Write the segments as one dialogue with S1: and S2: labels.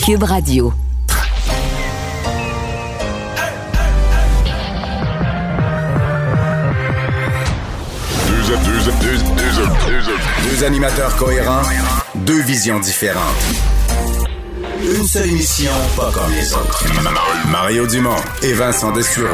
S1: Cube Radio.
S2: Deux animateurs cohérents, deux visions différentes. Une seule émission, pas comme les autres. Mario Dumont et Vincent Dessureau.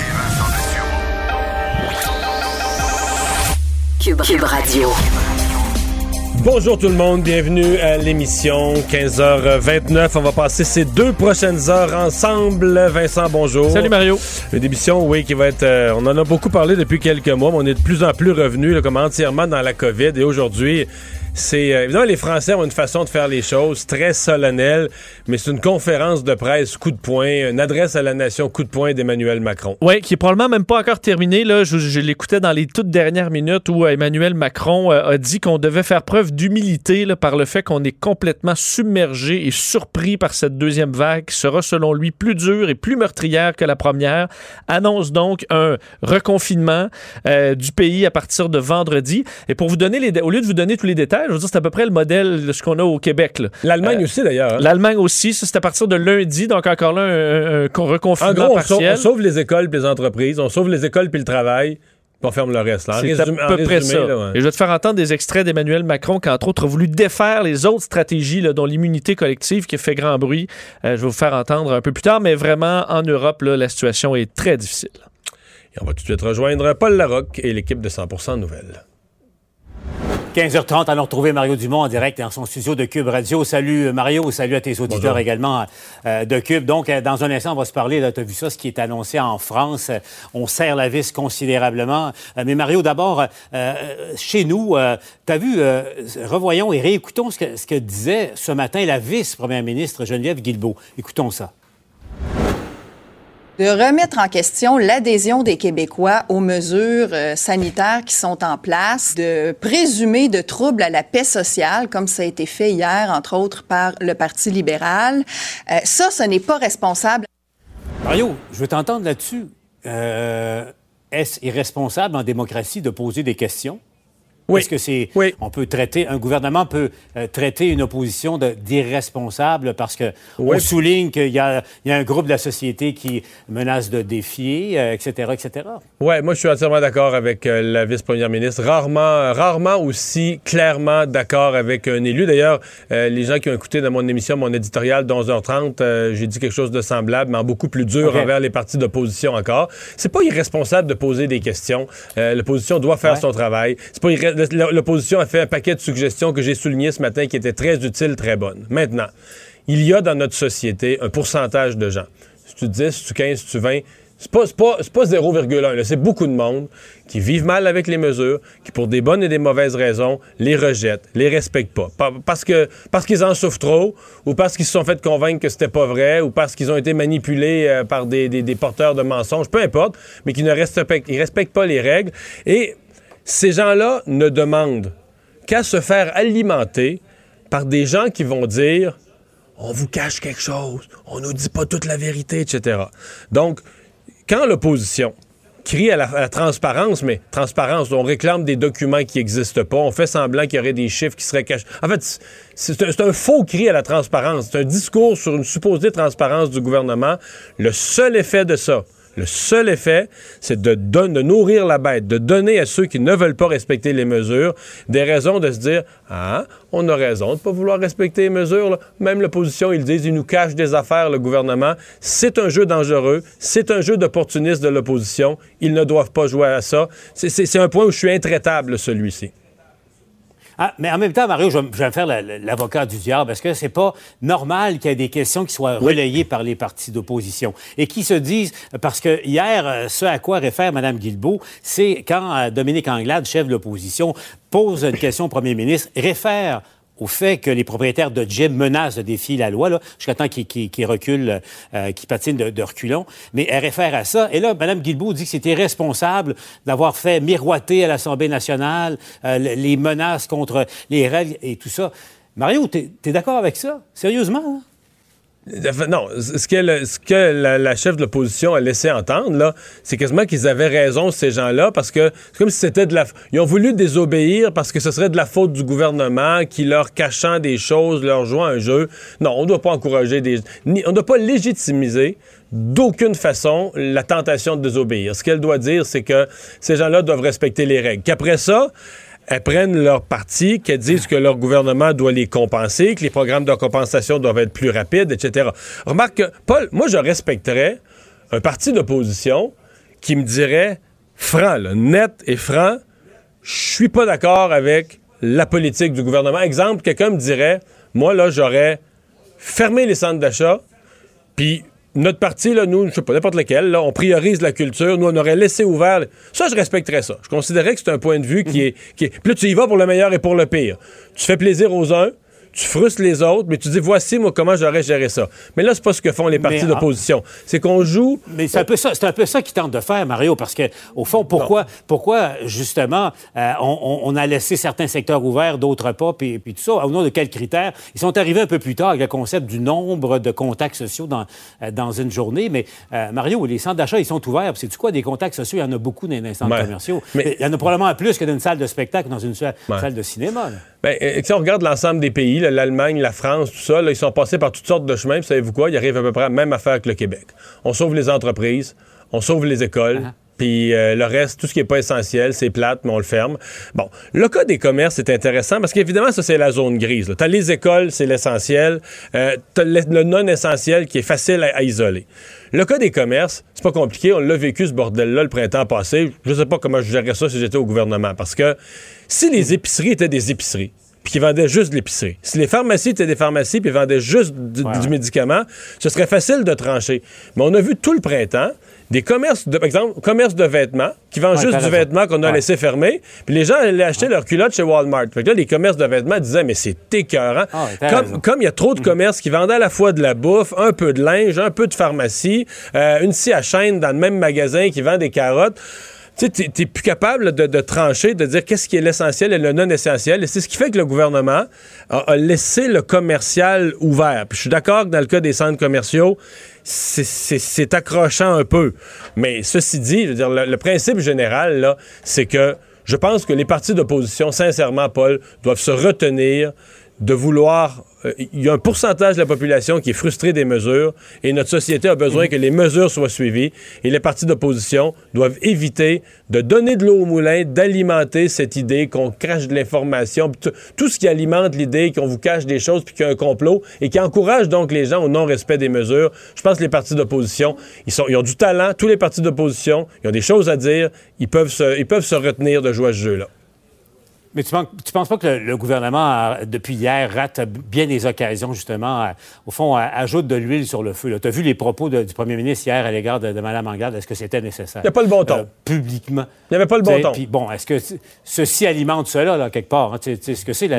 S1: Cube Radio.
S3: Bonjour tout le monde, bienvenue à l'émission 15h29. On va passer ces 2 prochaines heures ensemble. Vincent, bonjour.
S4: Salut Mario.
S3: Une émission, oui, qui va être... on en a beaucoup parlé depuis quelques mois, mais on est de plus en plus revenu comme entièrement dans la COVID. Et aujourd'hui, c'est... évidemment, les Français ont une façon de faire les choses très solennelle, mais c'est une conférence de presse coup de poing, une adresse à la nation coup de poing d'Emmanuel Macron.
S4: Oui, qui est probablement même pas encore terminée. Là. Je l'écoutais dans les toutes dernières minutes où Emmanuel Macron a dit qu'on devait faire preuve d'humilité là, par le fait qu'on est complètement submergé et surpris par cette deuxième vague qui sera, selon lui, plus dure et plus meurtrière que la première. Annonce donc un reconfinement du pays à partir de vendredi. Et pour vous donner au lieu de vous donner tous les détails, je veux dire, c'est à peu près le modèle de ce qu'on a au Québec. Là.
S3: L'Allemagne aussi, d'ailleurs. Hein?
S4: L'Allemagne aussi, ça, c'est à partir de lundi, donc encore là, un reconfinement partiel.
S3: On sauve les écoles puis les entreprises, on sauve les écoles puis le travail, puis on ferme le reste. Là.
S4: C'est à peu près ça. Là, ouais. Et je vais te faire entendre des extraits d'Emmanuel Macron qui, entre autres, a voulu défaire les autres stratégies, là, dont l'immunité collective qui fait grand bruit. Je vais vous faire entendre un peu plus tard, mais vraiment, en Europe, là, la situation est très difficile.
S3: Et on va tout de suite rejoindre Paul Larocque et l'équipe de 100% Nouvelles.
S5: 15h30, allons retrouver Mario Dumont en direct dans son studio de Cube Radio. Salut Mario, salut à tes auditeurs. Bonjour. Également de Cube. Donc, dans un instant, on va se parler, tu as vu ça, ce qui est annoncé en France. On serre la vis considérablement. Mais Mario, d'abord, chez nous, tu as vu, revoyons et réécoutons ce que disait ce matin la vice-première ministre Geneviève Guilbeault. Écoutons ça.
S6: De remettre en question l'adhésion des Québécois aux mesures sanitaires qui sont en place, de présumer de troubles à la paix sociale, comme ça a été fait hier, entre autres, par le Parti libéral. Ça, ce n'est pas responsable.
S5: Mario, je veux t'entendre là-dessus. Est-ce irresponsable en démocratie de poser des questions?
S3: Oui.
S5: Est-ce que c'est...
S3: Oui.
S5: Un gouvernement peut traiter une opposition d'irresponsable parce que on souligne qu'il y a un groupe de la société qui menace de défier, etc., etc.?
S3: Oui, moi, je suis entièrement d'accord avec la vice-première ministre. Rarement aussi clairement d'accord avec un élu. D'ailleurs, les gens qui ont écouté dans mon émission, mon éditorial de 11h30, j'ai dit quelque chose de semblable, mais en beaucoup plus dur envers les partis d'opposition encore. C'est pas irresponsable de poser des questions. L'opposition doit faire son travail. C'est pas L'opposition a fait un paquet de suggestions que j'ai soulignées ce matin qui étaient très utiles, très bonnes. Maintenant, il y a dans notre société un pourcentage de gens. Si tu 10, si tu 15, si tu 20, c'est pas 0,1. Là, c'est beaucoup de monde qui vivent mal avec les mesures, qui pour des bonnes et des mauvaises raisons les rejettent, les respectent pas. Parce qu'ils en souffrent trop, ou parce qu'ils se sont fait convaincre que c'était pas vrai, ou parce qu'ils ont été manipulés par des porteurs de mensonges, peu importe, mais qui ne respectent pas les règles. Et ces gens-là ne demandent qu'à se faire alimenter par des gens qui vont dire « on vous cache quelque chose, on nous dit pas toute la vérité, etc. » Donc, quand l'opposition crie à la transparence, mais transparence, on réclame des documents qui n'existent pas, on fait semblant qu'il y aurait des chiffres qui seraient cachés. En fait, c'est un faux cri à la transparence. C'est un discours sur une supposée transparence du gouvernement. Le seul effet de ça, c'est de nourrir la bête, de donner à ceux qui ne veulent pas respecter les mesures des raisons de se dire « Ah, on a raison de ne pas vouloir respecter les mesures. Là. » Même l'opposition, ils disent « Ils nous cachent des affaires, le gouvernement. » C'est un jeu dangereux. C'est un jeu d'opportuniste de l'opposition. Ils ne doivent pas jouer à ça. C'est un point où je suis intraitable, celui-ci.
S5: Ah, mais en même temps, Mario, je vais me faire l'avocat du diable, parce que c'est pas normal qu'il y ait des questions qui soient relayées par les partis d'opposition et qui se disent, parce que hier, ce à quoi réfère Mme Guilbeault, c'est quand Dominique Anglade, chef de l'opposition, pose une question au premier ministre, réfère au fait que les propriétaires de gym menacent de défier la loi, là, jusqu'à temps qu'ils reculent, qu'ils patinent de reculons. Mais elle réfère à ça. Et là, Mme Guilbeault dit que c'était irresponsable d'avoir fait miroiter à l'Assemblée nationale les menaces contre les règles et tout ça. Mario, t'es d'accord avec ça? Sérieusement? Hein?
S3: Non, ce que la chef de l'opposition a laissé entendre, là, c'est quasiment qu'ils avaient raison, ces gens-là, parce que c'est comme si c'était Ils ont voulu désobéir parce que ce serait de la faute du gouvernement qui, leur cachant des choses, leur jouant un jeu. Non, on ne doit pas encourager on ne doit pas légitimiser d'aucune façon la tentation de désobéir. Ce qu'elle doit dire, c'est que ces gens-là doivent respecter les règles. Qu'après ça, elles prennent leur parti, qu'elles disent que leur gouvernement doit les compenser, que les programmes de compensation doivent être plus rapides, etc. Remarque que, Paul, moi, je respecterais un parti d'opposition qui me dirait, franc, là, net et franc, je suis pas d'accord avec la politique du gouvernement. Exemple, quelqu'un me dirait, moi, là, j'aurais fermé les centres d'achat, puis notre parti, là, nous, je sais pas, n'importe lequel, là, on priorise la culture, nous, on aurait laissé ouvert. Ça, je respecterais ça. Je considérais que c'est un point de vue qui est... Puis là, tu y vas pour le meilleur et pour le pire. Tu fais plaisir aux uns, tu frustres les autres, mais tu dis, voici, moi, comment j'aurais géré ça. Mais là, c'est pas ce que font les partis d'opposition. C'est qu'on joue...
S5: Mais c'est un peu ça qu'ils tentent de faire, Mario, parce que, au fond, pourquoi justement, on a laissé certains secteurs ouverts, d'autres pas, puis tout ça, au nom de quels critères? Ils sont arrivés un peu plus tard avec le concept du nombre de contacts sociaux dans une journée, mais, Mario, les centres d'achat, ils sont ouverts, puis c'est-tu quoi, des contacts sociaux? Il y en a beaucoup dans les centres commerciaux. Mais il y en a probablement plus que dans une salle de spectacle, dans une salle de cinéma, là.
S3: Bien, si on regarde l'ensemble des pays, là, l'Allemagne, la France, tout ça, là, ils sont passés par toutes sortes de chemins. Puis savez-vous quoi? Ils arrivent à peu près à la même affaire que le Québec. On sauve les entreprises, on sauve les écoles, puis le reste, tout ce qui n'est pas essentiel, c'est plate, mais on le ferme. Bon, le cas des commerces, c'est intéressant parce qu'évidemment, ça, c'est la zone grise. Tu as les écoles, c'est l'essentiel. Tu as le non-essentiel qui est facile à isoler. Le cas des commerces, c'est pas compliqué. On l'a vécu, ce bordel-là, le printemps passé. Je sais pas comment je gérerais ça si j'étais au gouvernement. Parce que si les épiceries étaient des épiceries, puis qu'ils vendaient juste de l'épicerie, si les pharmacies étaient des pharmacies, puis ils vendaient juste du médicament, ce serait facile de trancher. Mais on a vu tout le printemps des commerces, par exemple, commerce de vêtements, qui vendent juste du vêtement qu'on a laissé fermer, puis les gens allaient acheter leurs culottes chez Walmart. Fait que là, les commerces de vêtements disaient, mais c'est écœurant. Comme il y a trop de commerces qui vendaient à la fois de la bouffe, un peu de linge, un peu de pharmacie, une scie à chaîne dans le même magasin qui vend des carottes. Tu sais, t'es plus capable de trancher, de dire qu'est-ce qui est l'essentiel et le non-essentiel. Et c'est ce qui fait que le gouvernement a laissé le commercial ouvert. Puis je suis d'accord que dans le cas des centres commerciaux, c'est accrochant un peu. Mais ceci dit, je veux dire, le principe général, là, c'est que je pense que les partis d'opposition, sincèrement, Paul, doivent se retenir de vouloir... Il y a un pourcentage de la population qui est frustré des mesures et notre société a besoin que les mesures soient suivies et les partis d'opposition doivent éviter de donner de l'eau au moulin, d'alimenter cette idée qu'on cache de l'information, tout ce qui alimente l'idée qu'on vous cache des choses puis qu'il y a un complot et qui encourage donc les gens au non-respect des mesures. Je pense que les partis d'opposition, ils ont du talent, tous les partis d'opposition, ils ont des choses à dire, ils peuvent se retenir de jouer à ce jeu-là.
S5: Mais tu penses pas que le gouvernement, depuis hier, rate bien des occasions, justement, au fond, ajoute de l'huile sur le feu? Tu as vu les propos du premier ministre hier à l'égard de Mme Anglade. Est-ce que c'était nécessaire?
S3: Il n'y a pas le bon ton.
S5: Publiquement.
S3: Il n'y avait pas le bon ton.
S5: Puis bon, est-ce que ceci alimente cela, là, quelque part? Hein? Tu sais ce que c'est, la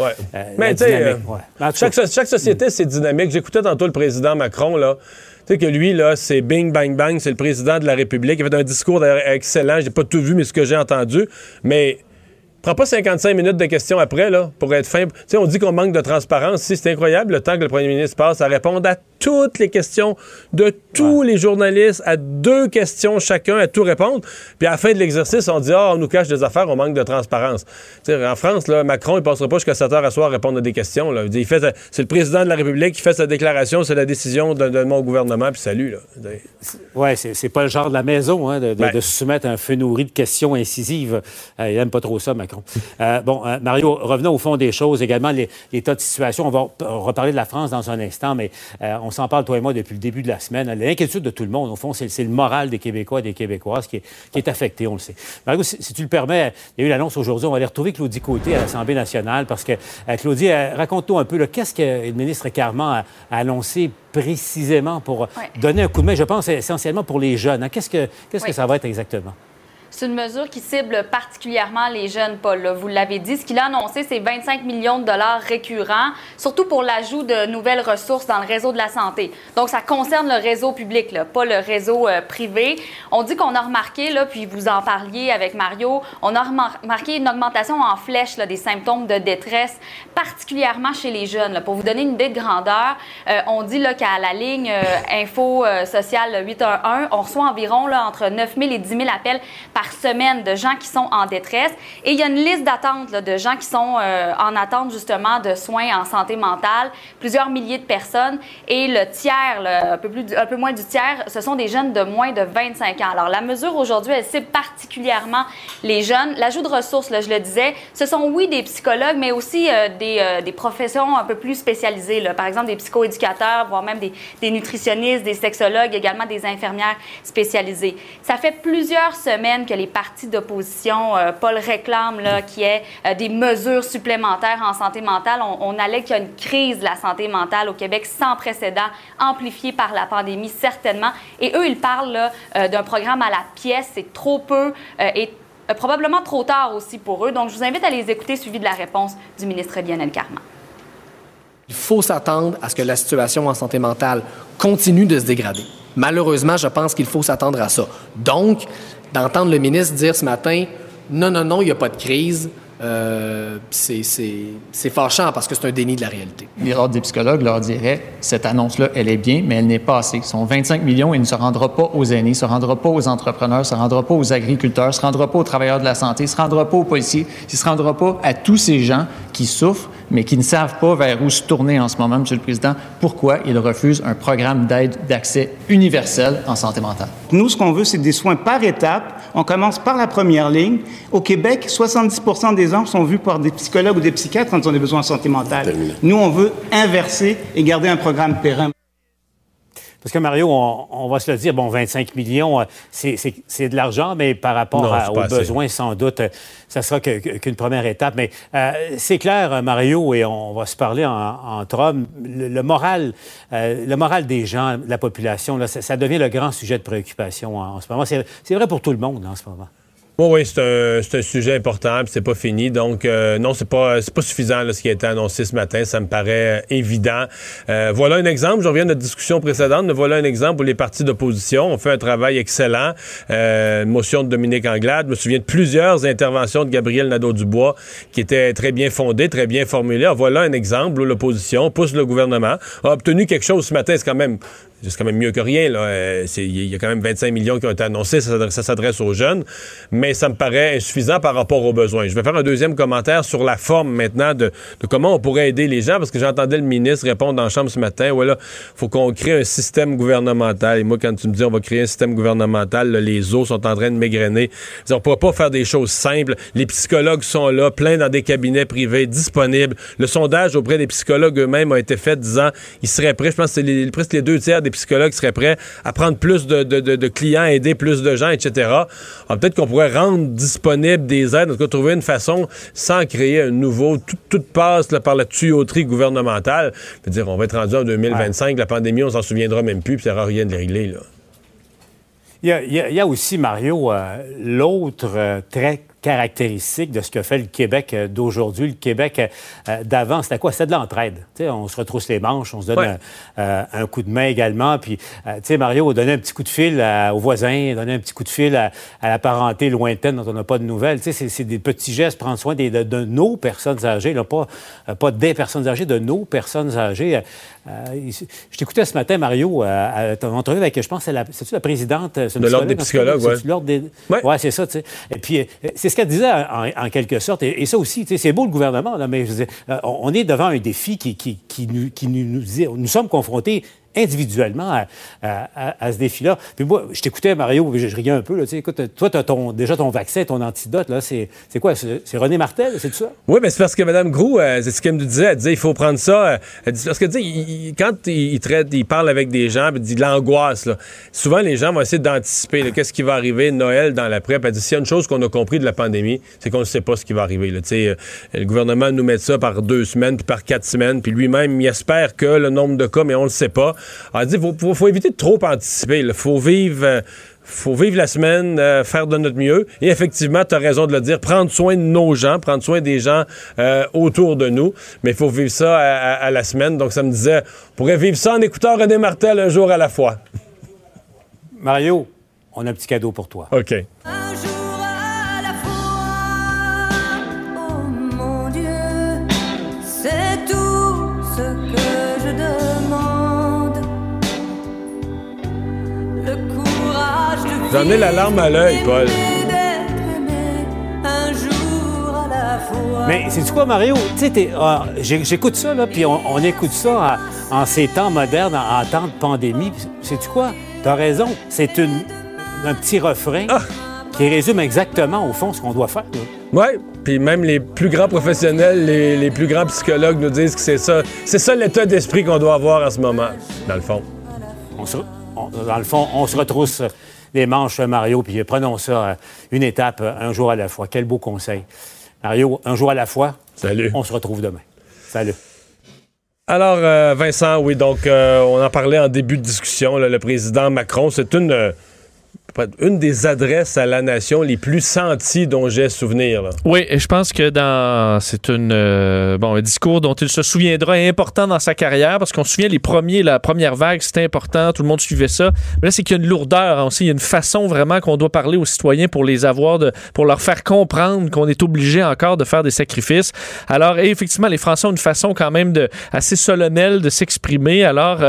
S3: mais
S5: dynamique?
S3: Chaque société, c'est dynamique. J'écoutais tantôt le président Macron, là. Tu sais que lui, là, c'est bing, bang, bang, c'est le président de la République. Il a fait un discours excellent. J'ai pas tout vu, mais ce que j'ai entendu. Mais... Prends pas 55 minutes de questions après, là, pour être fin. Tu sais, on dit qu'on manque de transparence. Si c'est incroyable, le temps que le premier ministre passe à répondre à toutes les questions de tous les journalistes, à 2 questions chacun, à tout répondre. Puis à la fin de l'exercice, on dit « Ah, on nous cache des affaires, on manque de transparence. » Tu sais, en France, là, Macron, il passera pas jusqu'à 7 heures à soir à répondre à des questions. Là. C'est le président de la République qui fait sa déclaration, c'est la décision de mon gouvernement, puis salut.
S5: Oui, c'est pas le genre de la maison, hein, de se soumettre à un feu nourri de questions incisives. Il aime pas trop ça, Macron. Mario, revenons au fond des choses. Également, les tas de situation. On va reparler de la France dans un instant, mais on s'en parle, toi et moi, depuis le début de la semaine. L'inquiétude de tout le monde, au fond, c'est le moral des Québécois et des Québécoises qui est affecté, on le sait. Mario, si tu le permets, il y a eu l'annonce aujourd'hui, on va aller retrouver Claudie Côté à l'Assemblée nationale, parce que, Claudie, raconte-nous un peu, là, qu'est-ce que le ministre Carman a annoncé précisément pour donner un coup de main, je pense, essentiellement pour les jeunes. Hein? Qu'est-ce que ça va être exactement?
S1: C'est une mesure qui cible particulièrement les jeunes, Paul. Là, vous l'avez dit, ce qu'il a annoncé, c'est 25 millions de dollars récurrents, surtout pour l'ajout de nouvelles ressources dans le réseau de la santé. Donc, ça concerne le réseau public, là, pas le réseau privé. On dit qu'on a remarqué, là, puis vous en parliez avec Mario, on a remarqué une augmentation en flèche là, des symptômes de détresse, particulièrement chez les jeunes. Là. Pour vous donner une idée de grandeur, on dit là, qu'à la ligne info sociale 811, on reçoit environ là, entre 9 000 et 10 000 appels par semaine de gens qui sont en détresse. Et il y a une liste d'attente là, de gens qui sont en attente justement de soins en santé mentale, plusieurs milliers de personnes. Et le tiers, là, un peu moins du tiers, ce sont des jeunes de moins de 25 ans. Alors la mesure aujourd'hui, elle cible particulièrement les jeunes. L'ajout de ressources, là, je le disais, ce sont oui des psychologues, mais aussi des professions un peu plus spécialisées. Là. Par exemple, des psychoéducateurs, voire même des nutritionnistes, des sexologues, également des infirmières spécialisées. Ça fait plusieurs semaines que les partis d'opposition, Paul, réclament là, qu'il y ait des mesures supplémentaires en santé mentale. On allègue qu'il y a une crise de la santé mentale au Québec sans précédent, amplifiée par la pandémie, certainement. Et eux, ils parlent là, d'un programme à la pièce. C'est trop peu et probablement trop tard aussi pour eux. Donc, je vous invite à les écouter, suivi de la réponse du ministre Lionel Carman.
S7: Il faut s'attendre à ce que la situation en santé mentale continue de se dégrader. Malheureusement, je pense qu'il faut s'attendre à ça. Donc, d'entendre le ministre dire ce matin « Non, il n'y a pas de crise », c'est fâchant parce que c'est un déni de la réalité.
S8: L'ordre des psychologues leur dirait cette annonce-là, elle est bien, mais elle n'est pas assez. Son 25 millions, il ne se rendra pas aux aînés, il ne se rendra pas aux entrepreneurs, il ne se rendra pas aux agriculteurs, il ne se rendra pas aux travailleurs de la santé, il ne se rendra pas aux policiers, il ne se rendra pas à tous ces gens qui souffrent, mais qui ne savent pas vers où se tourner en ce moment, M. le Président. Pourquoi il refuse un programme d'aide d'accès universel en santé mentale?
S9: Nous, ce qu'on veut, c'est des soins par étapes. On commence par la première ligne. Au Québec, 70% des gens sont vus par des psychologues ou des psychiatres quand ils ont des besoins en santé mentale. Nous, on veut inverser et garder un programme pérenne.
S5: Parce que Mario, on va se le dire, bon, 25 millions, c'est de l'argent, mais par rapport aux besoins, sans doute, ça sera qu'une première étape. Mais c'est clair, Mario, et on va se parler entre hommes, le moral des gens, de la population, là, ça devient le grand sujet de préoccupation en ce moment. C'est vrai pour tout le monde en ce moment.
S3: Oui, c'est un sujet important, puis c'est pas fini. Donc, non, c'est pas suffisant là, ce qui a été annoncé ce matin. Ça me paraît évident. Voilà un exemple. Je reviens à notre discussion précédente, mais voilà un exemple où les partis d'opposition ont fait un travail excellent. Motion de Dominique Anglade. Je me souviens de plusieurs interventions de Gabriel Nadeau-Dubois qui étaient très bien fondées, très bien formulées. Alors, voilà un exemple où l'opposition pousse le gouvernement, a obtenu quelque chose ce matin. C'est quand même mieux que rien. Il y a quand même 25 millions qui ont été annoncés. Ça s'adresse aux jeunes. Mais ça me paraît insuffisant par rapport aux besoins. Je vais faire un deuxième commentaire sur la forme maintenant de comment on pourrait aider les gens, parce que j'entendais le ministre répondre dans la Chambre ce matin, voilà, faut qu'on crée un système gouvernemental. Et moi, quand tu me dis on va créer un système gouvernemental, là, les os sont en train de m'égrener. On ne pourra pas faire des choses simples. Les psychologues sont là, plein dans des cabinets privés, disponibles. Le sondage auprès des psychologues eux-mêmes a été fait disant ils seraient prêts, je pense que c'est presque les 2/3 des psychologues seraient prêts à prendre plus de clients, aider plus de gens, etc. Alors, peut-être qu'on pourrait rendre disponibles des aides, en tout cas trouver une façon sans créer un nouveau, tout passe là, par la tuyauterie gouvernementale. Je veux dire, on va être rendu en 2025, la pandémie, on s'en souviendra même plus, puis ça n'aura rien de les régler, là.
S5: Il y a aussi, Mario, l'autre trait caractéristique de ce que fait le Québec d'aujourd'hui. Le Québec d'avant, c'était quoi? C'était de l'entraide. T'sais, on se retrousse les manches, on se donne un coup de main également. Puis, tu sais, Mario, donner un petit coup de fil aux voisins, donner un petit coup de fil à la parenté lointaine dont on n'a pas de nouvelles. Tu sais, c'est des petits gestes, prendre soin de nos personnes âgées, là, pas des personnes âgées, de nos personnes âgées. Je t'écoutais ce matin, Mario, à ton entrevue avec, je pense, c'est-tu la présidente
S3: de l'Ordre des psychologues,
S5: oui, c'est ça, tu sais. Et puis, c'est ce qu'elle disait en quelque sorte. Et ça aussi, tu sais, c'est beau le gouvernement, là, mais je veux dire, on est devant un défi nous sommes confrontés individuellement à ce défi-là. Puis moi, je t'écoutais, Mario, je riais un peu. Là, écoute, toi, tu as déjà ton vaccin, ton antidote. Là, c'est quoi? C'est René Martel, c'est tout ça? Oui,
S3: mais c'est parce que Mme Groux, c'est ce qu'elle me disait. Elle disait il faut prendre ça. Parce que, tu sais, quand il parle avec des gens, il dit l'angoisse. Là, souvent, les gens vont essayer d'anticiper là, qu'est-ce qui va arriver, Noël, dans la prep. Elle dit s'il y a une chose qu'on a compris de la pandémie, c'est qu'on ne sait pas ce qui va arriver. Là, le gouvernement nous met ça par 2 semaines, puis par 4 semaines, puis lui-même, il espère que le nombre de cas, mais on ne le sait pas. Elle dit faut éviter de trop anticiper. Il faut vivre faut vivre la semaine, faire de notre mieux. Et effectivement, tu as raison de le dire, prendre soin de nos gens, prendre soin des gens autour de nous. Mais il faut vivre ça à la semaine. Donc, ça me disait, on pourrait vivre ça en écoutant René Martel un jour à la fois.
S5: Mario, on a un petit cadeau pour toi.
S3: OK.
S10: Un jour à la fois, oh mon Dieu, c'est tout ce que je demande. Le courage de
S3: J'en ai la larme à l'œil, Paul.
S10: Un jour à la fois.
S5: Mais c'est quoi, Mario? Tu sais, j'écoute ça, là, puis on écoute ça en ces temps modernes, en temps de pandémie. Sais-tu quoi? T'as raison. C'est un petit refrain qui résume exactement, au fond, ce qu'on doit faire.
S3: Oui, puis même les plus grands professionnels, les plus grands psychologues nous disent que c'est ça l'état d'esprit qu'on doit avoir en ce moment, dans le fond.
S5: Dans le fond, on se retrousse les manches, Mario, puis prenons ça une étape, un jour à la fois. Quel beau conseil. Mario, un jour à la fois.
S3: Salut.
S5: On se retrouve demain. Salut.
S3: Alors, Vincent, oui, donc on en parlait en début de discussion, là, le président Macron, c'est une des adresses à la nation les plus senties dont j'ai souvenir. Là.
S4: Oui, et je pense que c'est un discours dont il se souviendra important dans sa carrière, parce qu'on se souvient la première vague, c'était important, tout le monde suivait ça. Mais là, c'est qu'il y a une lourdeur aussi, il y a une façon vraiment qu'on doit parler aux citoyens pour les avoir, pour leur faire comprendre qu'on est obligé encore de faire des sacrifices. Alors, et effectivement, les Français ont une façon quand même assez solennelle de s'exprimer. Alors,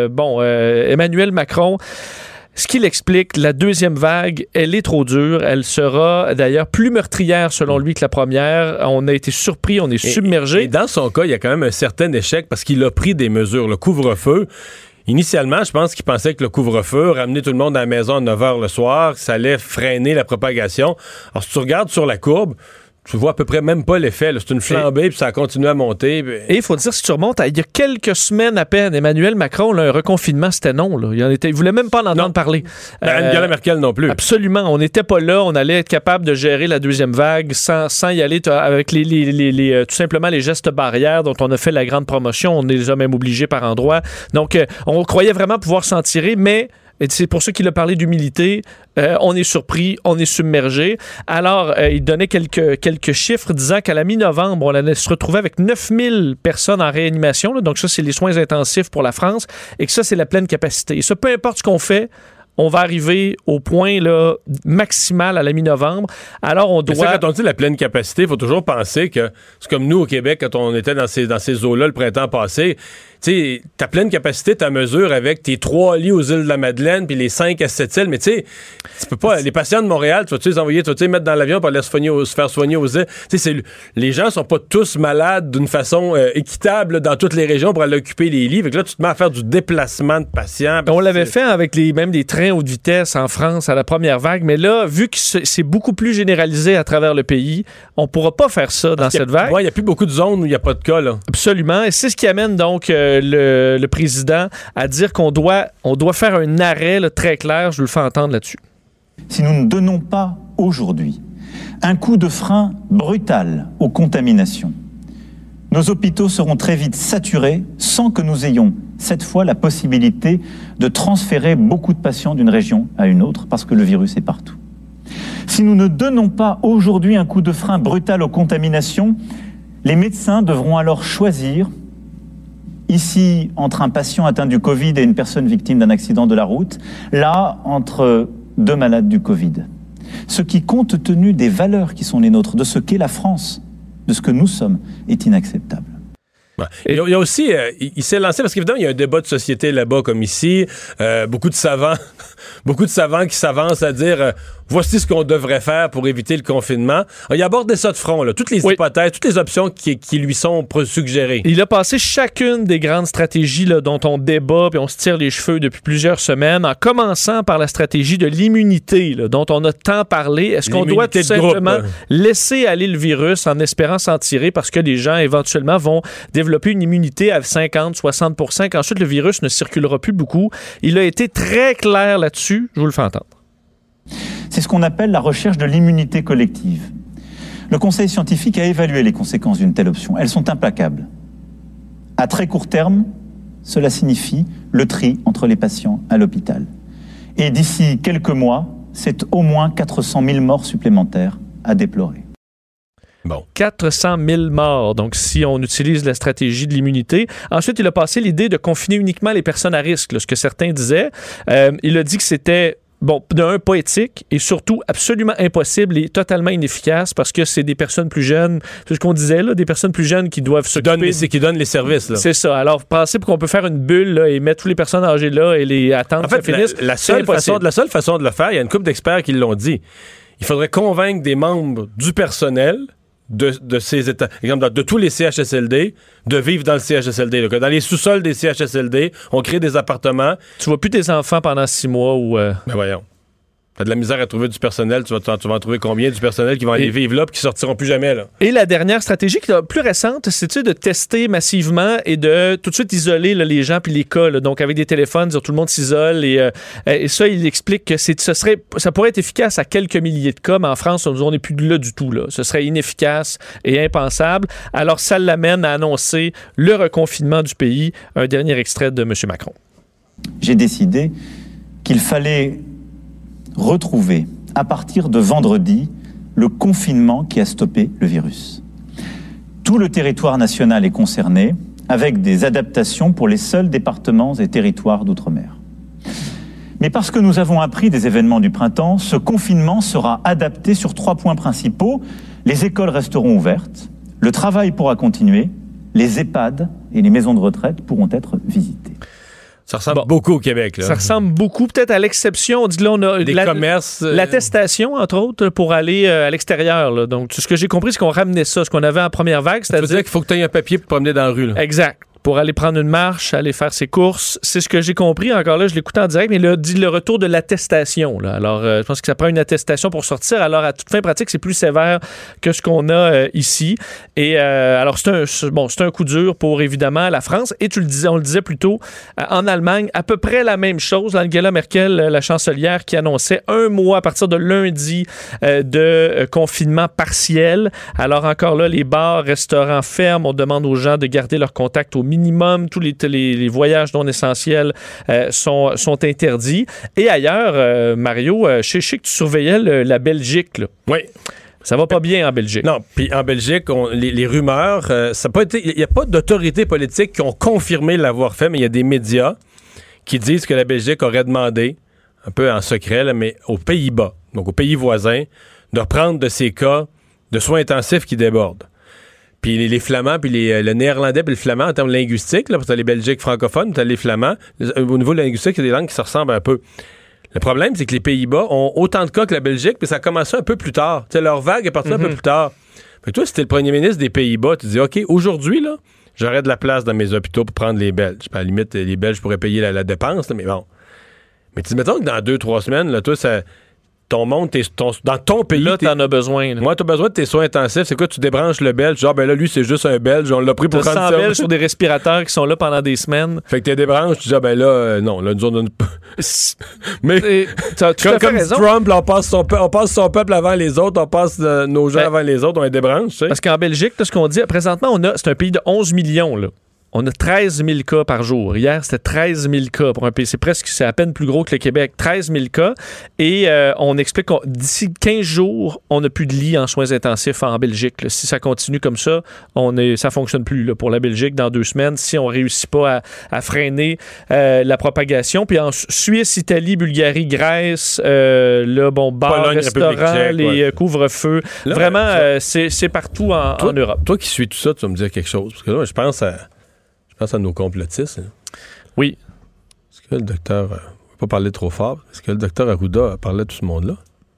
S4: Emmanuel Macron... Ce qu'il explique, la deuxième vague, elle est trop dure. Elle sera d'ailleurs plus meurtrière selon lui que la première. On a été surpris, on est submergé.
S3: Et dans son cas, il y a quand même un certain échec parce qu'il a pris des mesures. Le couvre-feu, initialement, je pense qu'il pensait que le couvre-feu, ramener tout le monde à la maison à 9 h le soir, ça allait freiner la propagation. Alors, si tu regardes sur la courbe, tu vois à peu près même pas l'effet. Là. C'est une flambée, puis ça a continué à monter.
S4: Et il faut dire, si tu remontes il y a quelques semaines à peine, Emmanuel Macron, là, un reconfinement, c'était non. Là. Il voulait même pas en entendre parler.
S3: Angela Merkel non plus.
S4: Absolument. On n'était pas là. On allait être capable de gérer la deuxième vague sans y aller avec tout simplement les gestes barrières dont on a fait la grande promotion. On les a même obligés par endroits. Donc, on croyait vraiment pouvoir s'en tirer, mais... Et c'est pour ça qu'il a parlé d'humilité. On est surpris, on est submergé. Alors, il donnait quelques chiffres disant qu'à la mi-novembre, on allait se retrouver avec 9000 personnes en réanimation. Là. Donc ça, c'est les soins intensifs pour la France. Et que ça, c'est la pleine capacité. Et ça, peu importe ce qu'on fait, on va arriver au point là, maximal à la mi-novembre. Alors, on doit...
S3: Mais ça, quand on dit la pleine capacité, il faut toujours penser que c'est comme nous au Québec, quand on était dans ces eaux-là le printemps passé. Tu sais, ta pleine capacité, ta mesure avec tes 3 lits aux îles de la Madeleine puis les 5 à Sept-Îles, mais tu sais, tu peux pas... Les patients de Montréal, tu vas-tu les envoyer, tu vas-tu les mettre dans l'avion pour aller se faire soigner aux îles? Tu sais, les gens sont pas tous malades d'une façon équitable dans toutes les régions pour aller occuper les lits. Fait que là, tu te mets à faire du déplacement de patients.
S4: On l'avait fait avec même des trains haute vitesse en France à la première vague, mais là, vu que c'est beaucoup plus généralisé à travers le pays, on pourra pas faire ça dans cette vague.
S3: Oui, il n'y a plus beaucoup de zones où il n'y a pas de cas, là.
S4: Absolument. Et c'est ce qui amène donc le président à dire qu'on doit faire un arrêt là, très clair. Je vous le fais entendre là-dessus.
S11: Si nous ne donnons pas aujourd'hui un coup de frein brutal aux contaminations, nos hôpitaux seront très vite saturés sans que nous ayons cette fois la possibilité de transférer beaucoup de patients d'une région à une autre parce que le virus est partout. Si nous ne donnons pas aujourd'hui un coup de frein brutal aux contaminations, les médecins devront alors choisir, ici entre un patient atteint du Covid et une personne victime d'un accident de la route, là entre 2 malades du Covid. Ce qui, compte tenu des valeurs qui sont les nôtres, de ce qu'est la France, de ce que nous sommes, est inacceptable.
S3: Il y a aussi, il s'est lancé, parce qu'évidemment, il y a un débat de société là-bas comme ici, beaucoup de savants qui s'avancent à dire voici ce qu'on devrait faire pour éviter le confinement. Alors, il a abordé ça de front, là, toutes les hypothèses, toutes les options qui lui sont suggérées.
S4: Il a passé chacune des grandes stratégies là, dont on débat et on se tire les cheveux depuis plusieurs semaines, en commençant par la stratégie de l'immunité, là, dont on a tant parlé. Est-ce qu'on doit tout simplement laisser aller le virus en espérant s'en tirer parce que les gens éventuellement vont développer une immunité à 50-60%, qu'ensuite le virus ne circulera plus beaucoup? Il a été très clair là-dessus. Je vous le fais entendre.
S11: C'est ce qu'on appelle la recherche de l'immunité collective. Le Conseil scientifique a évalué les conséquences d'une telle option. Elles sont implacables. À très court terme, cela signifie le tri entre les patients à l'hôpital. Et d'ici quelques mois, c'est au moins 400 000 morts supplémentaires à déplorer.
S4: Bon. 400 000 morts, donc si on utilise la stratégie de l'immunité. Ensuite, il a passé l'idée de confiner uniquement les personnes à risque, là, ce que certains disaient. Il a dit que c'était, bon, d'un, pas éthique et surtout absolument impossible et totalement inefficace parce que c'est des personnes plus jeunes, c'est ce qu'on disait, là, des personnes plus jeunes qui doivent s'occuper.
S3: C'est qui donnent les services. Là.
S4: C'est ça. Alors, pensez qu'on peut faire une bulle là, et mettre toutes les personnes âgées là et les attendre
S3: en fait,
S4: que ça finisse.
S3: La seule façon de le faire, il y a une couple d'experts qui l'ont dit. Il faudrait convaincre des membres du personnel de ces États, exemple, de tous les CHSLD, de vivre dans le CHSLD. Là, que dans les sous-sols des CHSLD, on crée des appartements.
S4: Tu vois plus tes enfants pendant 6 mois ou...
S3: Ben voyons. T'as de la misère à trouver du personnel. Tu vas en trouver combien du personnel qui vont aller vivre là et qui sortiront plus jamais, là? Et
S4: la dernière stratégie, qui est plus récente, c'est de tester massivement et de tout de suite isoler là, les gens puis les cas. Là. Donc, avec des téléphones, dire, tout le monde s'isole. Et ça, il explique que ça pourrait être efficace à quelques milliers de cas, mais en France, on n'est plus là du tout. Là. Ce serait inefficace et impensable. Alors, ça l'amène à annoncer le reconfinement du pays. Un dernier extrait de M. Macron.
S11: J'ai décidé qu'il fallait retrouver, à partir de vendredi, le confinement qui a stoppé le virus. Tout le territoire national est concerné, avec des adaptations pour les seuls départements et territoires d'outre-mer. Mais parce que nous avons appris des événements du printemps, ce confinement sera adapté sur 3 points principaux. Les écoles resteront ouvertes, le travail pourra continuer, les EHPAD et les maisons de retraite pourront être visitées.
S3: Ça ressemble beaucoup au Québec. Là.
S4: Ça ressemble beaucoup, peut-être à l'exception. On dit que là, on a
S3: des commerces.
S4: L'attestation, entre autres, pour aller à l'extérieur. Là. Donc, ce que j'ai compris, c'est qu'on ramenait ça, ce qu'on avait en première vague.
S3: Ça veut dire qu'il faut que tu aies un papier pour te promener dans la rue. Là.
S4: Exact. Pour aller prendre une marche, aller faire ses courses. C'est ce que j'ai compris. Encore là, je l'écoute en direct, mais il a dit le retour de l'attestation. Là. Alors, je pense que ça prend une attestation pour sortir. Alors, à toute fin pratique, c'est plus sévère que ce qu'on a ici. Et alors, c'est un coup dur pour, évidemment, la France. Et on le disait plus tôt, en Allemagne, à peu près la même chose. Angela Merkel, la chancelière, qui annonçait 1 mois à partir de lundi de confinement partiel. Alors, encore là, les bars, restaurants ferment. On demande aux gens de garder leur contact au minimum. Tous les voyages non essentiels sont interdits. Et ailleurs, Mario, je sais que tu surveillais la Belgique. Là.
S3: Oui.
S4: Ça va pas bien en Belgique.
S3: Non, puis en Belgique, les rumeurs, il n'y a pas d'autorités politiques qui ont confirmé l'avoir fait, mais il y a des médias qui disent que la Belgique aurait demandé, un peu en secret, là, mais aux Pays-Bas, donc aux pays voisins, de reprendre de ces cas de soins intensifs qui débordent. Puis les Flamands, puis le néerlandais puis le flamand en termes linguistiques, là, parce que t'as les Belgiques francophones, t'as les Flamands. Au niveau linguistique, il y a des langues qui se ressemblent un peu. Le problème, c'est que les Pays-Bas ont autant de cas que la Belgique, puis ça a commencé un peu plus tard. T'sais, leur vague est partie un peu plus tard. Fait que toi, si t'es le premier ministre des Pays-Bas, tu dis, OK, aujourd'hui, là, j'aurais de la place dans mes hôpitaux pour prendre les Belges. Puis à la limite, les Belges pourraient payer la dépense, là, mais bon. Mais tu dis, mettons que dans 2-3 semaines, là, toi, ça... Ton monde, dans ton pays...
S4: Là, t'en as besoin. Là.
S3: Moi, t'as besoin de tes soins intensifs. C'est quoi? Tu débranches le Belge. Genre, ben là, lui, c'est juste un Belge. On l'a pris pour prendre ça.
S4: 100 Belges sur des respirateurs qui sont là pendant des semaines.
S3: Fait que tu débranches. Tu dis, ben là, non. Là, nous on donne pas. Mais comme Trump, là, on passe son peuple avant les autres. On passe nos gens avant les autres. On les débranche, tu sais.
S4: Parce qu'en Belgique, là, ce qu'on dit, présentement, c'est un pays de 11 millions, là. On a 13 000 cas par jour. Hier, c'était 13 000 cas pour un pays. C'est à peine plus gros que le Québec. 13 000 cas. Et on explique que d'ici 15 jours, on n'a plus de lits en soins intensifs en Belgique. Là. Si ça continue comme ça, ça ne fonctionne plus là, pour la Belgique dans 2 semaines si on ne réussit pas à freiner la propagation. Puis en Suisse, Italie, Bulgarie, Grèce, bar, restaurant, les couvre-feux. Là, vraiment, c'est partout en Europe.
S3: Toi qui suis tout ça, tu vas me dire quelque chose. Parce que là, je pense à nos complotistes. Hein.
S4: Oui.
S3: Est-ce que le docteur... ne va pas parler trop fort. Est-ce que le docteur Arruda a parlé à tout ce monde-là?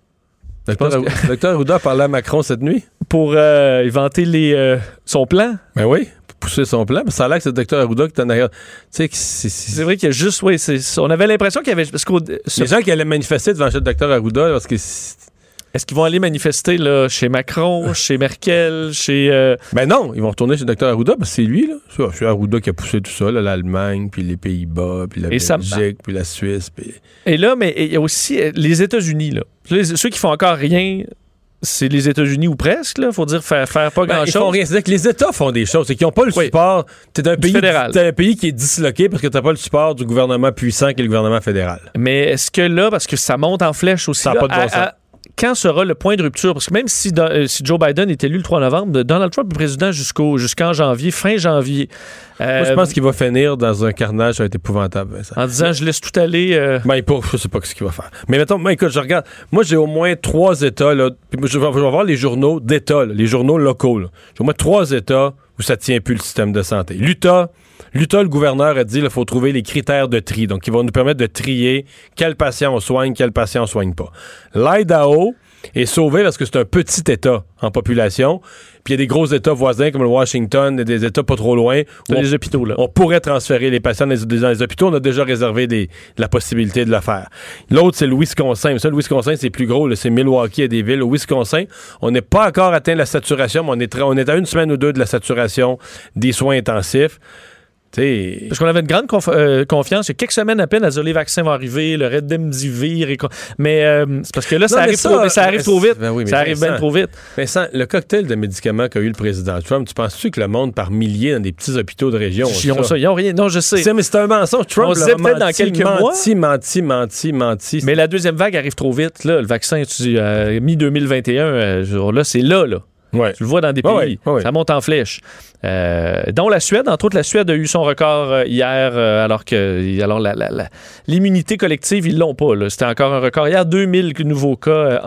S3: Le docteur Arruda a parlé à Macron cette nuit?
S4: Pour inventer son plan?
S3: Ben oui, pour pousser son plan. Ça a l'air que c'est le docteur Arruda qui est en arrière. Tu sais,
S4: c'est vrai qu'il y a juste... Oui, on avait l'impression qu'il y avait...
S3: Les gens qui allaient manifester devant le docteur Arruda, parce que...
S4: Est-ce qu'ils vont aller manifester là, chez Macron, chez Merkel, chez...
S3: Ben non, ils vont retourner chez le Dr Arruda, parce que c'est lui, là. C'est Arruda qui a poussé tout ça, là, l'Allemagne, puis les Pays-Bas, puis la Belgique, puis la Suisse. Puis...
S4: Et là, mais il y a aussi les États-Unis, là. Ceux qui font encore rien c'est les États-Unis ou presque, là. Faut dire faire pas grand-chose.
S3: Ils font rien. C'est-à-dire que les États font des choses. C'est qu'ils n'ont pas le support. T'es un pays qui est disloqué parce que t'as pas le support du gouvernement puissant qui est le gouvernement fédéral.
S4: Mais est-ce que là, parce que ça monte en flèche aussi,
S3: ça n'a pas de bon sens.
S4: Quand sera le point de rupture? Parce que même si Joe Biden est élu le 3 novembre, Donald Trump est président jusqu'en janvier, fin janvier.
S3: Moi, je pense qu'il va finir dans un carnage, ça va être épouvantable. Vincent.
S4: En disant, je laisse tout aller.
S3: Je sais pas ce qu'il va faire. Mais mettons, écoute, je regarde. Moi, j'ai au moins 3 États, là. Je vais voir les journaux d'État, là, les journaux locaux. Là. J'ai au moins 3 États où ça tient plus le système de santé. L'Utah, le gouverneur a dit qu'il faut trouver les critères de tri. Donc, ils vont nous permettre de trier quel patient on soigne, quel patient on soigne pas. L'Idaho est sauvé parce que c'est un petit État en population. Puis il y a des gros États voisins comme le Washington et des États pas trop loin. Où
S4: les hôpitaux, là.
S3: On pourrait transférer les patients dans les hôpitaux. On a déjà réservé la possibilité de le faire. L'autre, c'est le Wisconsin. Mais ça, le Wisconsin, c'est plus gros. Là, c'est Milwaukee et des villes. Au Wisconsin, on n'est pas encore atteint la saturation, mais on est à 1 semaine ou 2 de la saturation des soins intensifs. T'sais...
S4: Parce qu'on avait une grande confiance. Il y a quelques semaines à peine à dire les vaccins vont arriver, le Remdesivir. Mais c'est parce que là, ça arrive trop vite.
S3: Ben oui,
S4: ça arrive bien trop vite.
S3: Vincent, le cocktail de médicaments qu'a eu le président Trump, tu penses-tu que le monde par milliers dans des petits hôpitaux de région?
S4: Ils n'ont rien. Non, je sais.
S3: Mais c'est un mensonge. Trump
S4: on peut-être dans quelques mois.
S3: Menti.
S4: Mais la deuxième vague arrive trop vite. Là, le vaccin, mi-2021, là, c'est là.
S3: Ouais.
S4: Tu le vois dans des pays. Ouais. Ça monte en flèche. Dont la Suède, entre autres, la Suède a eu son record hier, alors que l'immunité collective, ils l'ont pas. Là. C'était encore un record. Hier, 2000 nouveaux cas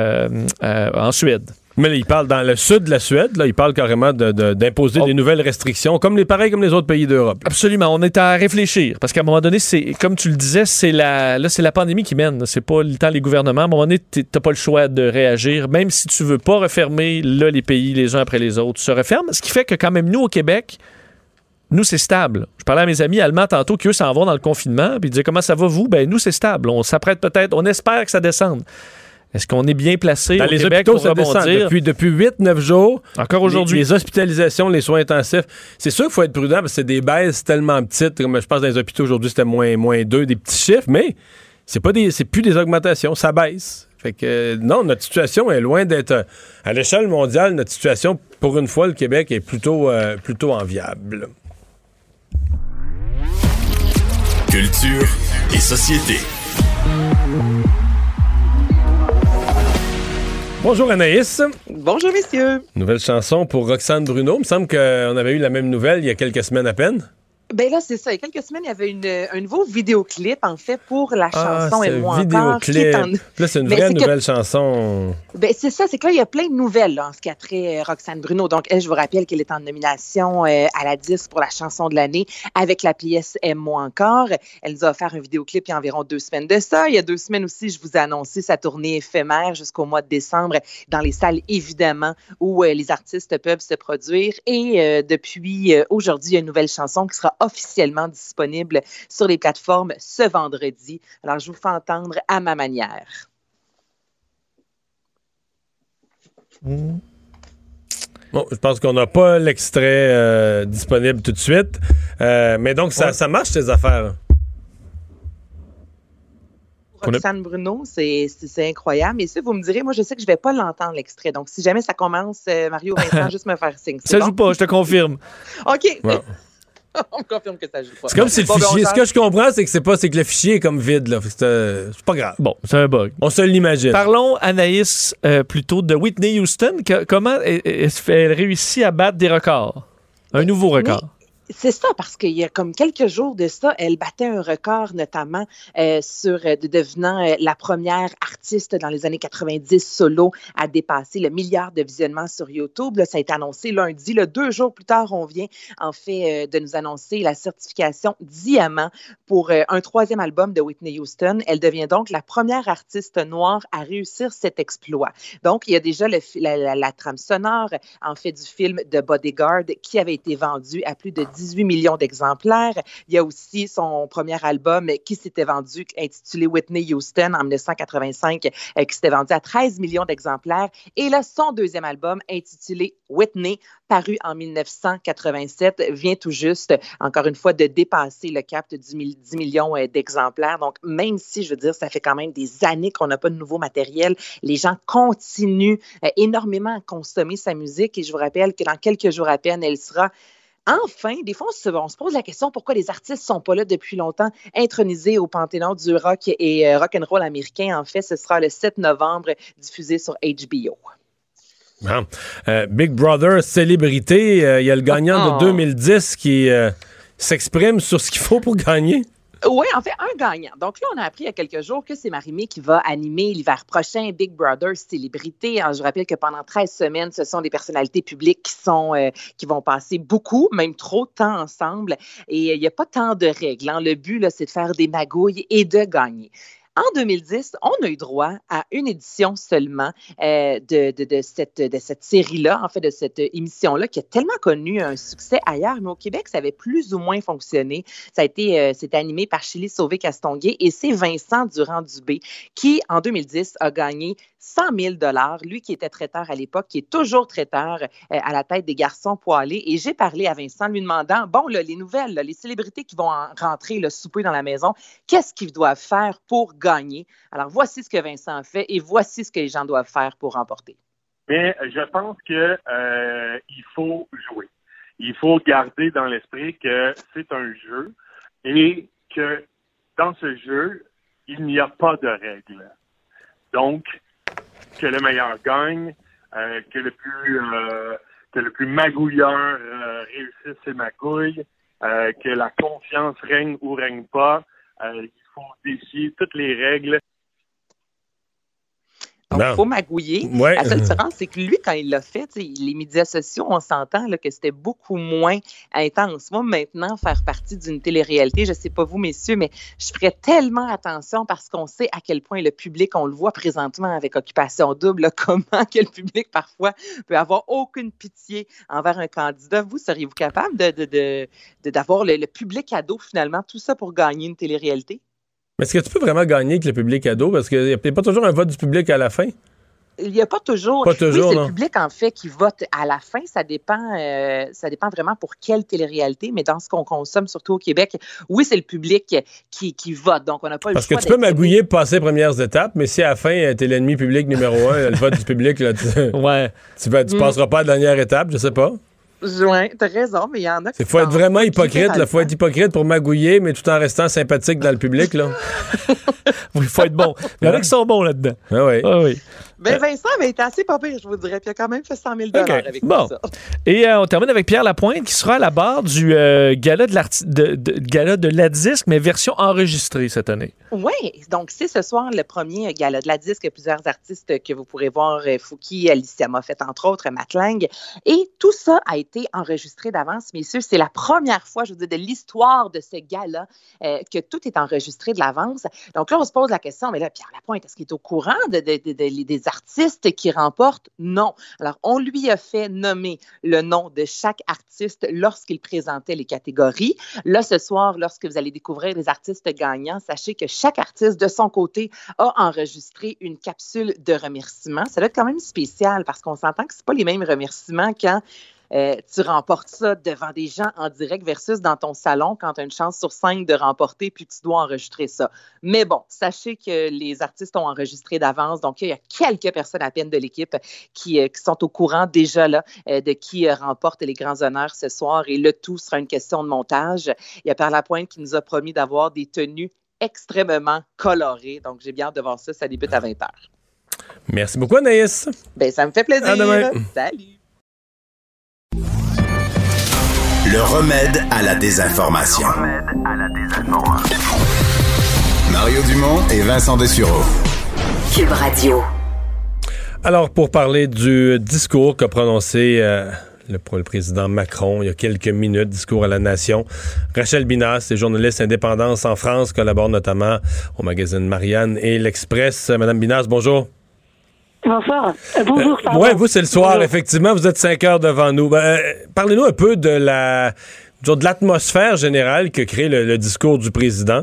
S4: en Suède.
S3: Mais là, il parle dans le sud de la Suède, là, il parle carrément d'imposer des nouvelles restrictions, pareil comme les autres pays d'Europe. Là.
S4: Absolument, on est à réfléchir, parce qu'à un moment donné, c'est comme tu le disais, c'est la pandémie qui mène, c'est pas le temps les gouvernements. À un moment donné, t'as pas le choix de réagir, même si tu veux pas refermer, là, les pays, les uns après les autres, se referment, ce qui fait que quand même, nous, au Québec, nous, c'est stable. Je parlais à mes amis allemands tantôt qui, eux, s'en vont dans le confinement, puis ils disaient, comment ça va, vous? Ben, nous, c'est stable. On s'apprête peut-être, on espère que ça descende. Est-ce qu'on est bien placé
S3: dans
S4: au
S3: les
S4: Québec
S3: hôpitaux,
S4: pour rebondir?
S3: Depuis 8-9 jours.
S4: Encore aujourd'hui.
S3: Les hospitalisations, les soins intensifs. C'est sûr qu'il faut être prudent parce que c'est des baisses tellement petites. Comme je pense dans les hôpitaux aujourd'hui, c'était moins 2, des petits chiffres, mais c'est plus des augmentations, ça baisse. Fait que non, notre situation est loin d'être... À l'échelle mondiale, notre situation, pour une fois, le Québec est plutôt enviable.
S2: Culture et société.
S3: Bonjour Anaïs.
S12: Bonjour messieurs.
S3: Nouvelle chanson pour Roxane Bruno. Il me semble qu'on avait eu la même nouvelle il y a quelques semaines à peine.
S12: Ben là, c'est ça. Il y a quelques semaines, il y avait un nouveau vidéoclip, en fait, pour la chanson « Et moi encore ».
S3: Là, c'est une vraie nouvelle chanson.
S12: Ben, c'est ça. C'est que là, il y a plein de nouvelles là, en ce qui a trait Roxane Bruno. Donc, elle, je vous rappelle qu'elle est en nomination à la 10 pour la chanson de l'année avec la pièce « Aime-moi encore ». Elle nous a offert un vidéoclip il y a environ 2 semaines de ça. Il y a 2 semaines aussi, je vous ai annoncé sa tournée éphémère jusqu'au mois de décembre dans les salles, évidemment, où les artistes peuvent se produire. Et depuis aujourd'hui, il y a une nouvelle chanson qui sera officiellement disponible sur les plateformes ce vendredi. Alors, je vous fais entendre à ma manière.
S3: Bon, je pense qu'on n'a pas l'extrait disponible tout de suite. Mais donc, ça marche, ces affaires.
S12: Roxane Bruno, c'est incroyable. Et ça, vous me direz, moi, je sais que je ne vais pas l'entendre, l'extrait. Donc, si jamais ça commence, Mario, Vincent, juste me faire signe.
S4: Ça ne joue pas, je te confirme.
S12: OK.
S3: Wow.
S12: On me confirme que ça joue pas.
S3: C'est comme si le fichier... Ce que je comprends, c'est que le fichier est comme vide. Là. C'est pas grave.
S4: Bon, c'est un bug.
S3: On se l'imagine.
S4: Parlons, Anaïs, plutôt de Whitney Houston. Comment elle réussit à battre des records? Un nouveau record.
S12: Oui. C'est ça, parce qu'il y a comme quelques jours de ça, elle battait un record, notamment devenant la première artiste dans les années 90 solo à dépasser le 1 milliard de visionnements sur YouTube. Là, ça a été annoncé lundi. Là, 2 jours plus tard, on vient en fait de nous annoncer la certification Diamant pour un 3e album de Whitney Houston. Elle devient donc la première artiste noire à réussir cet exploit. Donc, il y a déjà la trame sonore, en fait, du film de Bodyguard qui avait été vendu à plus de 18 millions d'exemplaires. Il y a aussi son premier album qui s'était vendu, intitulé Whitney Houston en 1985, qui s'était vendu à 13 millions d'exemplaires. Et là, son deuxième album, intitulé Whitney, paru en 1987, vient tout juste, encore une fois, de dépasser le cap de 10 millions d'exemplaires. Donc, même si, je veux dire, ça fait quand même des années qu'on n'a pas de nouveau matériel, les gens continuent énormément à consommer sa musique. Et je vous rappelle que dans quelques jours à peine, elle sera enfin, des fois, on se pose la question pourquoi les artistes ne sont pas là depuis longtemps, intronisés au panthéon du rock et rock'n'roll américain. En fait, ce sera le 7 novembre, diffusé sur HBO.
S3: Big Brother, célébrité, il y a le gagnant de 2010 qui s'exprime sur ce qu'il faut pour gagner.
S12: Oui, en fait, un gagnant. Donc là, on a appris il y a quelques jours que c'est Marie-Mé qui va animer l'hiver prochain Big Brother Célébrité. Je rappelle que pendant 13 semaines, ce sont des personnalités publiques qui vont passer beaucoup, même trop de temps ensemble. Et il n'y a pas tant de règles. Le but, là, c'est de faire des magouilles et de gagner. En 2010, on a eu droit à une édition seulement de cette série-là, en fait, de cette émission-là, qui a tellement connu un succès ailleurs, mais au Québec, ça avait plus ou moins fonctionné. C'était animé par Chili Sauvé-Castonguay et c'est Vincent Durand-Dubé qui, en 2010, a gagné 100 000 $. Lui qui était traiteur à l'époque, qui est toujours traiteur à la tête des Garçons Poêlés. Et j'ai parlé à Vincent lui demandant, bon, là, les nouvelles, là, les célébrités qui vont rentrer, le souper dans la maison, qu'est-ce qu'ils doivent faire pour gagner? Alors, voici ce que Vincent a fait et voici ce que les gens doivent faire pour remporter.
S13: Mais je pense que il faut jouer. Il faut garder dans l'esprit que c'est un jeu et que dans ce jeu, il n'y a pas de règles. Donc, que le meilleur gagne, que le plus magouilleur réussisse ses magouilles, que la confiance règne ou règne pas. Il faut défier toutes les règles.
S12: Donc, il faut magouiller.
S3: Ouais.
S12: La seule différence, c'est que lui, quand il l'a fait, les médias sociaux, on s'entend là, que c'était beaucoup moins intense. Moi, maintenant, faire partie d'une télé-réalité, je ne sais pas vous, messieurs, mais je ferais tellement attention parce qu'on sait à quel point le public, on le voit présentement avec Occupation Double, là, comment que le public, parfois, peut avoir aucune pitié envers un candidat. Vous, seriez-vous capable d'avoir le public à dos, finalement, tout ça pour gagner une télé-réalité?
S3: Mais est-ce que tu peux vraiment gagner avec le public ado? Parce qu'il n'y a pas toujours un vote du public à la fin.
S12: Il n'y a pas toujours.
S3: Pas toujours,
S12: oui, c'est
S3: non.
S12: le public, en fait, qui vote à la fin. Ça dépend vraiment pour quelle télé-réalité, mais dans ce qu'on consomme, surtout au Québec, oui, c'est le public qui vote. Donc, on n'a pas
S3: Parce
S12: le choix.
S3: que tu peux magouiller pour passer les premières étapes, mais si à la fin, t'es l'ennemi public numéro 1, le vote du public, là, tu passeras pas à la dernière étape, je sais pas.
S12: Oui, t'as raison, mais il y en a qui...
S3: Il faut être vraiment hypocrite. Il faut être hypocrite pour magouiller, mais tout en restant sympathique dans le public. Là.
S4: Il faut être bon. Il y en a qui sont bons là-dedans.
S3: Ah oui.
S4: Ah oui.
S12: Ben Vincent avait été assez pas pire, je vous dirais. Puis il a quand même fait 100 000 $ avec ça.
S4: Et on termine avec Pierre Lapointe qui sera à la barre du gala de la disque, mais version enregistrée cette année.
S12: Oui, donc c'est ce soir le premier gala de la disque. Il y a plusieurs artistes que vous pourrez voir, Fouki, Alicia Moffett, entre autres, Matt Lang. Et tout ça a été enregistré d'avance, messieurs. C'est la première fois, je veux dire, de l'histoire de ce gala que tout est enregistré de l'avance. Donc là, on se pose la question, mais là, Pierre Lapointe, est-ce qu'il est au courant des artistes qui remportent? Non. Alors, on lui a fait nommer le nom de chaque artiste lorsqu'il présentait les catégories. Là, ce soir, lorsque vous allez découvrir les artistes gagnants, sachez que chaque artiste, de son côté, a enregistré une capsule de remerciements. Ça doit être quand même spécial parce qu'on s'entend que c'est pas les mêmes remerciements quand tu remportes ça devant des gens en direct versus dans ton salon quand tu as une chance sur 5 de remporter puis tu dois enregistrer ça. Mais bon, sachez que les artistes ont enregistré d'avance, donc il y a quelques personnes à peine de l'équipe qui sont au courant déjà là de qui remporte les grands honneurs ce soir et le tout sera une question de montage. Il y a Pierre Lapointe qui nous a promis d'avoir des tenues extrêmement colorées, donc j'ai bien hâte de voir ça, ça débute à 20h.
S3: Merci beaucoup, Anaïs.
S12: Ben, ça me fait plaisir.
S3: À demain.
S12: Salut.
S2: Le remède à la désinformation. Mario Dumont et Vincent Dessureau.
S14: Cube Radio.
S3: Alors, pour parler du discours qu'a prononcé le président Macron il y a quelques minutes, discours à la nation, Rachel Binas, journaliste indépendante en France, collabore notamment au magazine Marianne et l'Express. Madame Binas, bonjour.
S15: Bonsoir. Bonjour.
S3: Oui, vous, c'est le soir,
S15: Bonjour.
S3: effectivement. Vous êtes 5 heures devant nous. Parlez-nous un peu de de l'atmosphère générale que crée le discours du président?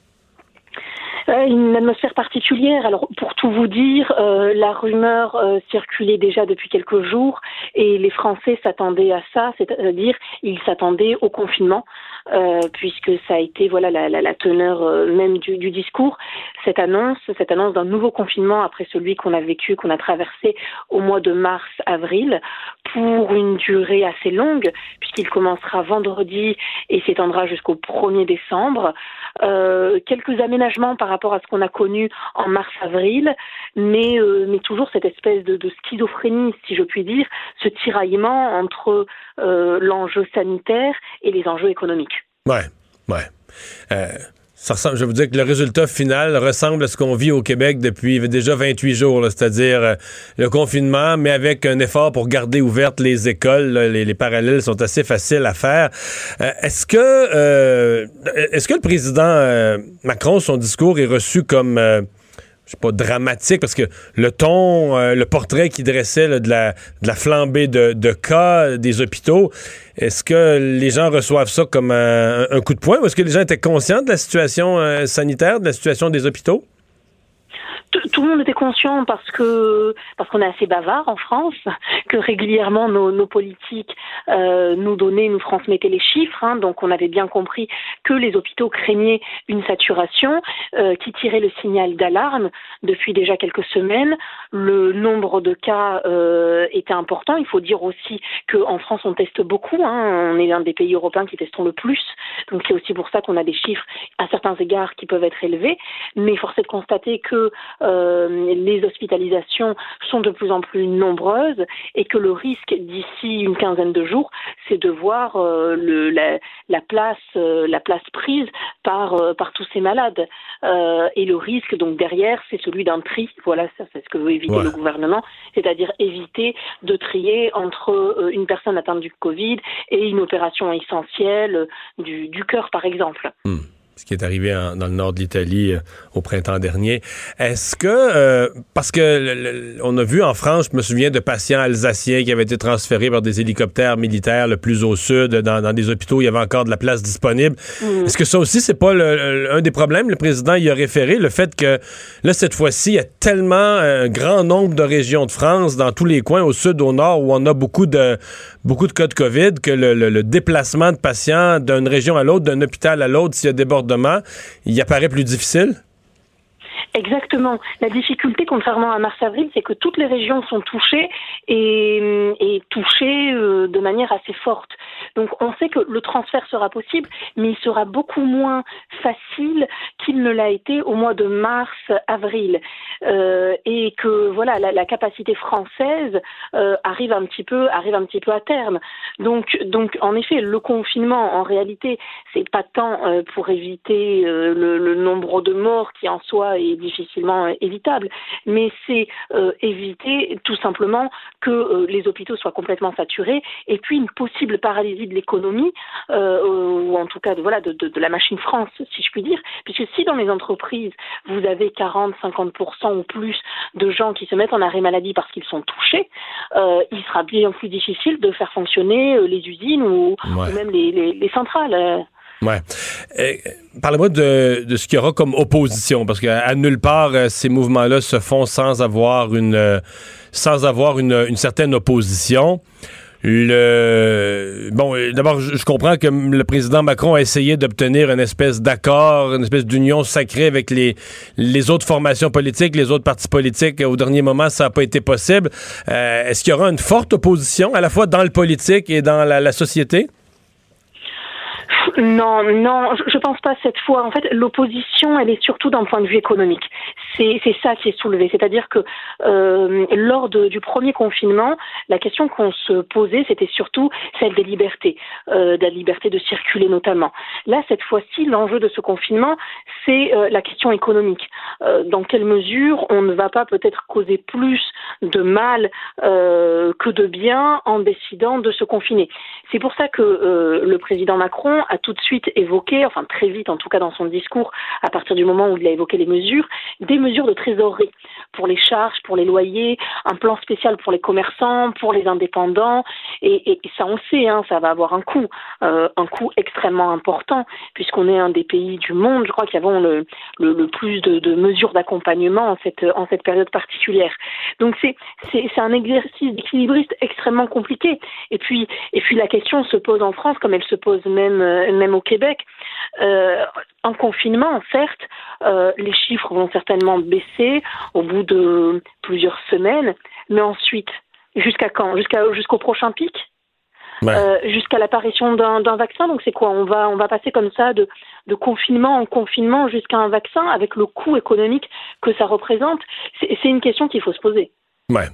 S15: Une atmosphère particulière. Alors, pour tout vous dire, la rumeur circulait déjà depuis quelques jours et les Français s'attendaient à ça, c'est-à-dire ils s'attendaient au confinement, puisque ça a été la teneur même du discours. Cette annonce d'un nouveau confinement après celui qu'on a traversé au mois de mars-avril, pour une durée assez longue, puisqu'il commencera vendredi et s'étendra jusqu'au 1er décembre. Quelques aménagements par rapport à ce qu'on a connu en mars-avril, mais toujours cette espèce de schizophrénie, si je puis dire, ce tiraillement entre l'enjeu sanitaire et les enjeux économiques.
S3: Ouais. Ça ressemble, je vais vous dire que le résultat final ressemble à ce qu'on vit au Québec depuis déjà 28 jours, là, c'est-à-dire le confinement, mais avec un effort pour garder ouvertes les écoles. Là, les parallèles sont assez faciles à faire. Est-ce que le président Macron, son discours est reçu comme... je sais pas, dramatique, parce que le ton, le portrait qu'il dressait là, de la flambée de cas des hôpitaux, est-ce que les gens reçoivent ça comme un coup de poing, ou est-ce que les gens étaient conscients de la situation sanitaire, de la situation des hôpitaux?
S15: Tout le monde était conscient parce qu'on est assez bavard en France, que régulièrement nos politiques nous transmettaient les chiffres, hein, donc on avait bien compris que les hôpitaux craignaient une saturation qui tirait le signal d'alarme depuis déjà quelques semaines. Le nombre de cas était important. Il faut dire aussi qu'en France on teste beaucoup, hein, on est l'un des pays européens qui testons le plus, donc c'est aussi pour ça qu'on a des chiffres à certains égards qui peuvent être élevés, mais force est de constater que les hospitalisations sont de plus en plus nombreuses et que le risque d'ici une quinzaine de jours, c'est de voir la place prise par tous ces malades. Et le risque, donc derrière, c'est celui d'un tri. Voilà, ça, c'est ce que veut éviter le gouvernement, c'est-à-dire éviter de trier entre une personne atteinte du Covid et une opération essentielle du cœur, par exemple.
S3: Ce qui est arrivé dans le nord de l'Italie au printemps dernier. Est-ce que, parce que on a vu en France, je me souviens de patients alsaciens qui avaient été transférés par des hélicoptères militaires le plus au sud, dans des hôpitaux où il y avait encore de la place disponible. Est-ce que ça aussi, c'est pas un des problèmes? Le président y a référé, le fait que, là, cette fois-ci, il y a tellement un grand nombre de régions de France, dans tous les coins, au sud, au nord, où on a beaucoup de cas de COVID, que le déplacement de patients d'une région à l'autre, d'un hôpital à l'autre, s'il y a débordement, il apparaît plus difficile?
S15: Exactement. La difficulté, contrairement à mars-avril, c'est que toutes les régions sont touchées et touchées de manière assez forte. Donc on sait que le transfert sera possible, mais il sera beaucoup moins facile qu'il ne l'a été au mois de mars-avril. Et que voilà, la capacité française arrive un petit peu à terme. Donc en effet, le confinement, en réalité, c'est pas tant pour éviter le nombre de morts qui en soi est difficilement évitable, mais c'est éviter tout simplement que les hôpitaux soient complètement saturés et puis une possible paralysie de l'économie ou en tout cas de la machine France, si je puis dire, puisque si dans les entreprises vous avez 40-50% ou plus de gens qui se mettent en arrêt maladie parce qu'ils sont touchés, il sera bien plus difficile de faire fonctionner les usines ou même les centrales.
S3: Ouais. Parlez-moi de ce qu'il y aura comme opposition, parce qu'à nulle part, ces mouvements-là se font sans avoir une certaine opposition. D'abord, je comprends que le président Macron a essayé d'obtenir une espèce d'accord, une espèce d'union sacrée avec les autres formations politiques, les autres partis politiques. Au dernier moment, ça n'a pas été possible. Est-ce qu'il y aura une forte opposition, à la fois dans le politique et dans la société?
S15: Non, je pense pas cette fois. En fait, l'opposition, elle est surtout d'un point de vue économique. C'est ça qui est soulevé. C'est-à-dire que lors du premier confinement, la question qu'on se posait, c'était surtout celle des libertés, de la liberté de circuler notamment. Là, cette fois-ci, l'enjeu de ce confinement, c'est la question économique. Dans quelle mesure on ne va pas peut-être causer plus de mal que de bien en décidant de se confiner. C'est pour ça que le président Macron a tout de suite évoqué, enfin très vite en tout cas dans son discours, à partir du moment où il a évoqué des mesures de trésorerie pour les charges, pour les loyers, un plan spécial pour les commerçants, pour les indépendants, et ça on le sait, hein, ça va avoir un coût extrêmement important, puisqu'on est un des pays du monde, je crois, qui avons le plus de mesures d'accompagnement en cette période particulière. Donc c'est un exercice d'équilibriste extrêmement compliqué. Et puis la question se pose en France, comme elle se pose même au Québec. En confinement, certes, les chiffres vont certainement baisser au bout de plusieurs semaines, mais ensuite, jusqu'à quand ? Jusqu'au prochain pic ? Jusqu'à l'apparition d'un vaccin. Donc c'est quoi ? On va passer comme ça de confinement en confinement jusqu'à un vaccin, avec le coût économique que ça représente. C'est une question qu'il faut se poser.
S3: Ouais.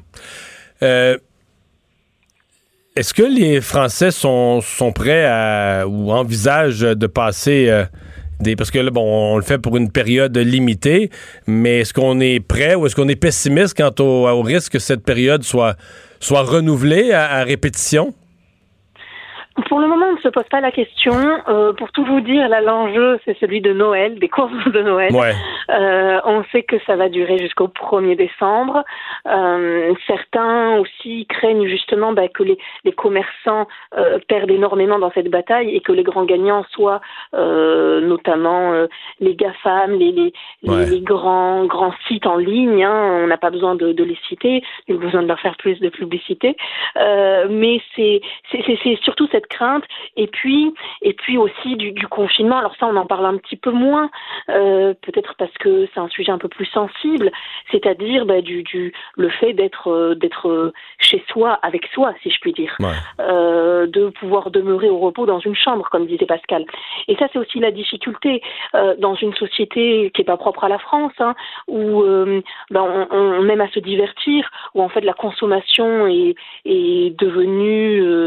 S3: Est-ce que les Français sont prêts ou envisagent de passer parce que là, bon, on le fait pour une période limitée, mais est-ce qu'on est prêt ou est-ce qu'on est pessimiste quant au risque que cette période soit renouvelée à répétition?
S15: Pour le moment, on ne se pose pas la question. Pour tout vous dire, là, l'enjeu, c'est celui de Noël, des courses de Noël. Ouais. On sait que ça va durer jusqu'au 1er décembre. Certains aussi craignent justement que les commerçants perdent énormément dans cette bataille et que les grands gagnants soient notamment les GAFAM, les grands sites en ligne. Hein. On n'a pas besoin de les citer, il y a besoin de leur faire plus de publicité. Mais c'est surtout cette crainte et puis aussi du confinement. Alors ça, on en parle un petit peu moins, peut-être parce que c'est un sujet un peu plus sensible, c'est-à-dire le fait d'être chez soi, avec soi, si je puis dire, de pouvoir demeurer au repos dans une chambre, comme disait Pascal. Et ça, c'est aussi la difficulté dans une société qui est pas propre à la France, hein, où on aime à se divertir, où en fait la consommation est devenue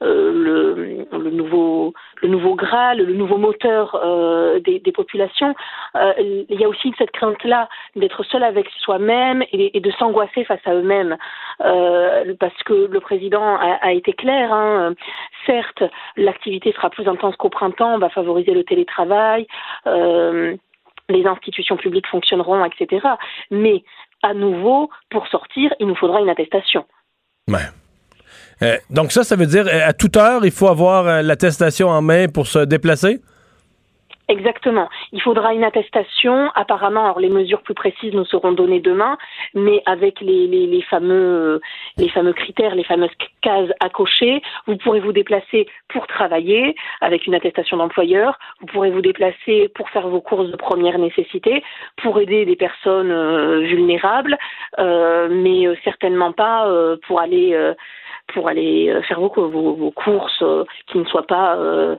S15: le nouveau Graal, le nouveau moteur des populations. Il y a aussi cette crainte-là d'être seul avec soi-même et de s'angoisser face à eux-mêmes, parce que le président a été clair. Hein, certes, l'activité sera plus intense qu'au printemps, on va favoriser le télétravail, les institutions publiques fonctionneront, etc. Mais à nouveau, pour sortir, il nous faudra une attestation.
S3: Ouais. Donc ça veut dire à toute heure, il faut avoir l'attestation en main pour se déplacer?
S15: Exactement. Il faudra une attestation. Apparemment, alors les mesures plus précises nous seront données demain, mais avec les fameux critères, les fameuses cases à cocher. Vous pourrez vous déplacer pour travailler avec une attestation d'employeur. Vous pourrez vous déplacer pour faire vos courses de première nécessité, pour aider des personnes vulnérables, mais certainement pas pour aller faire vos courses qui ne soient pas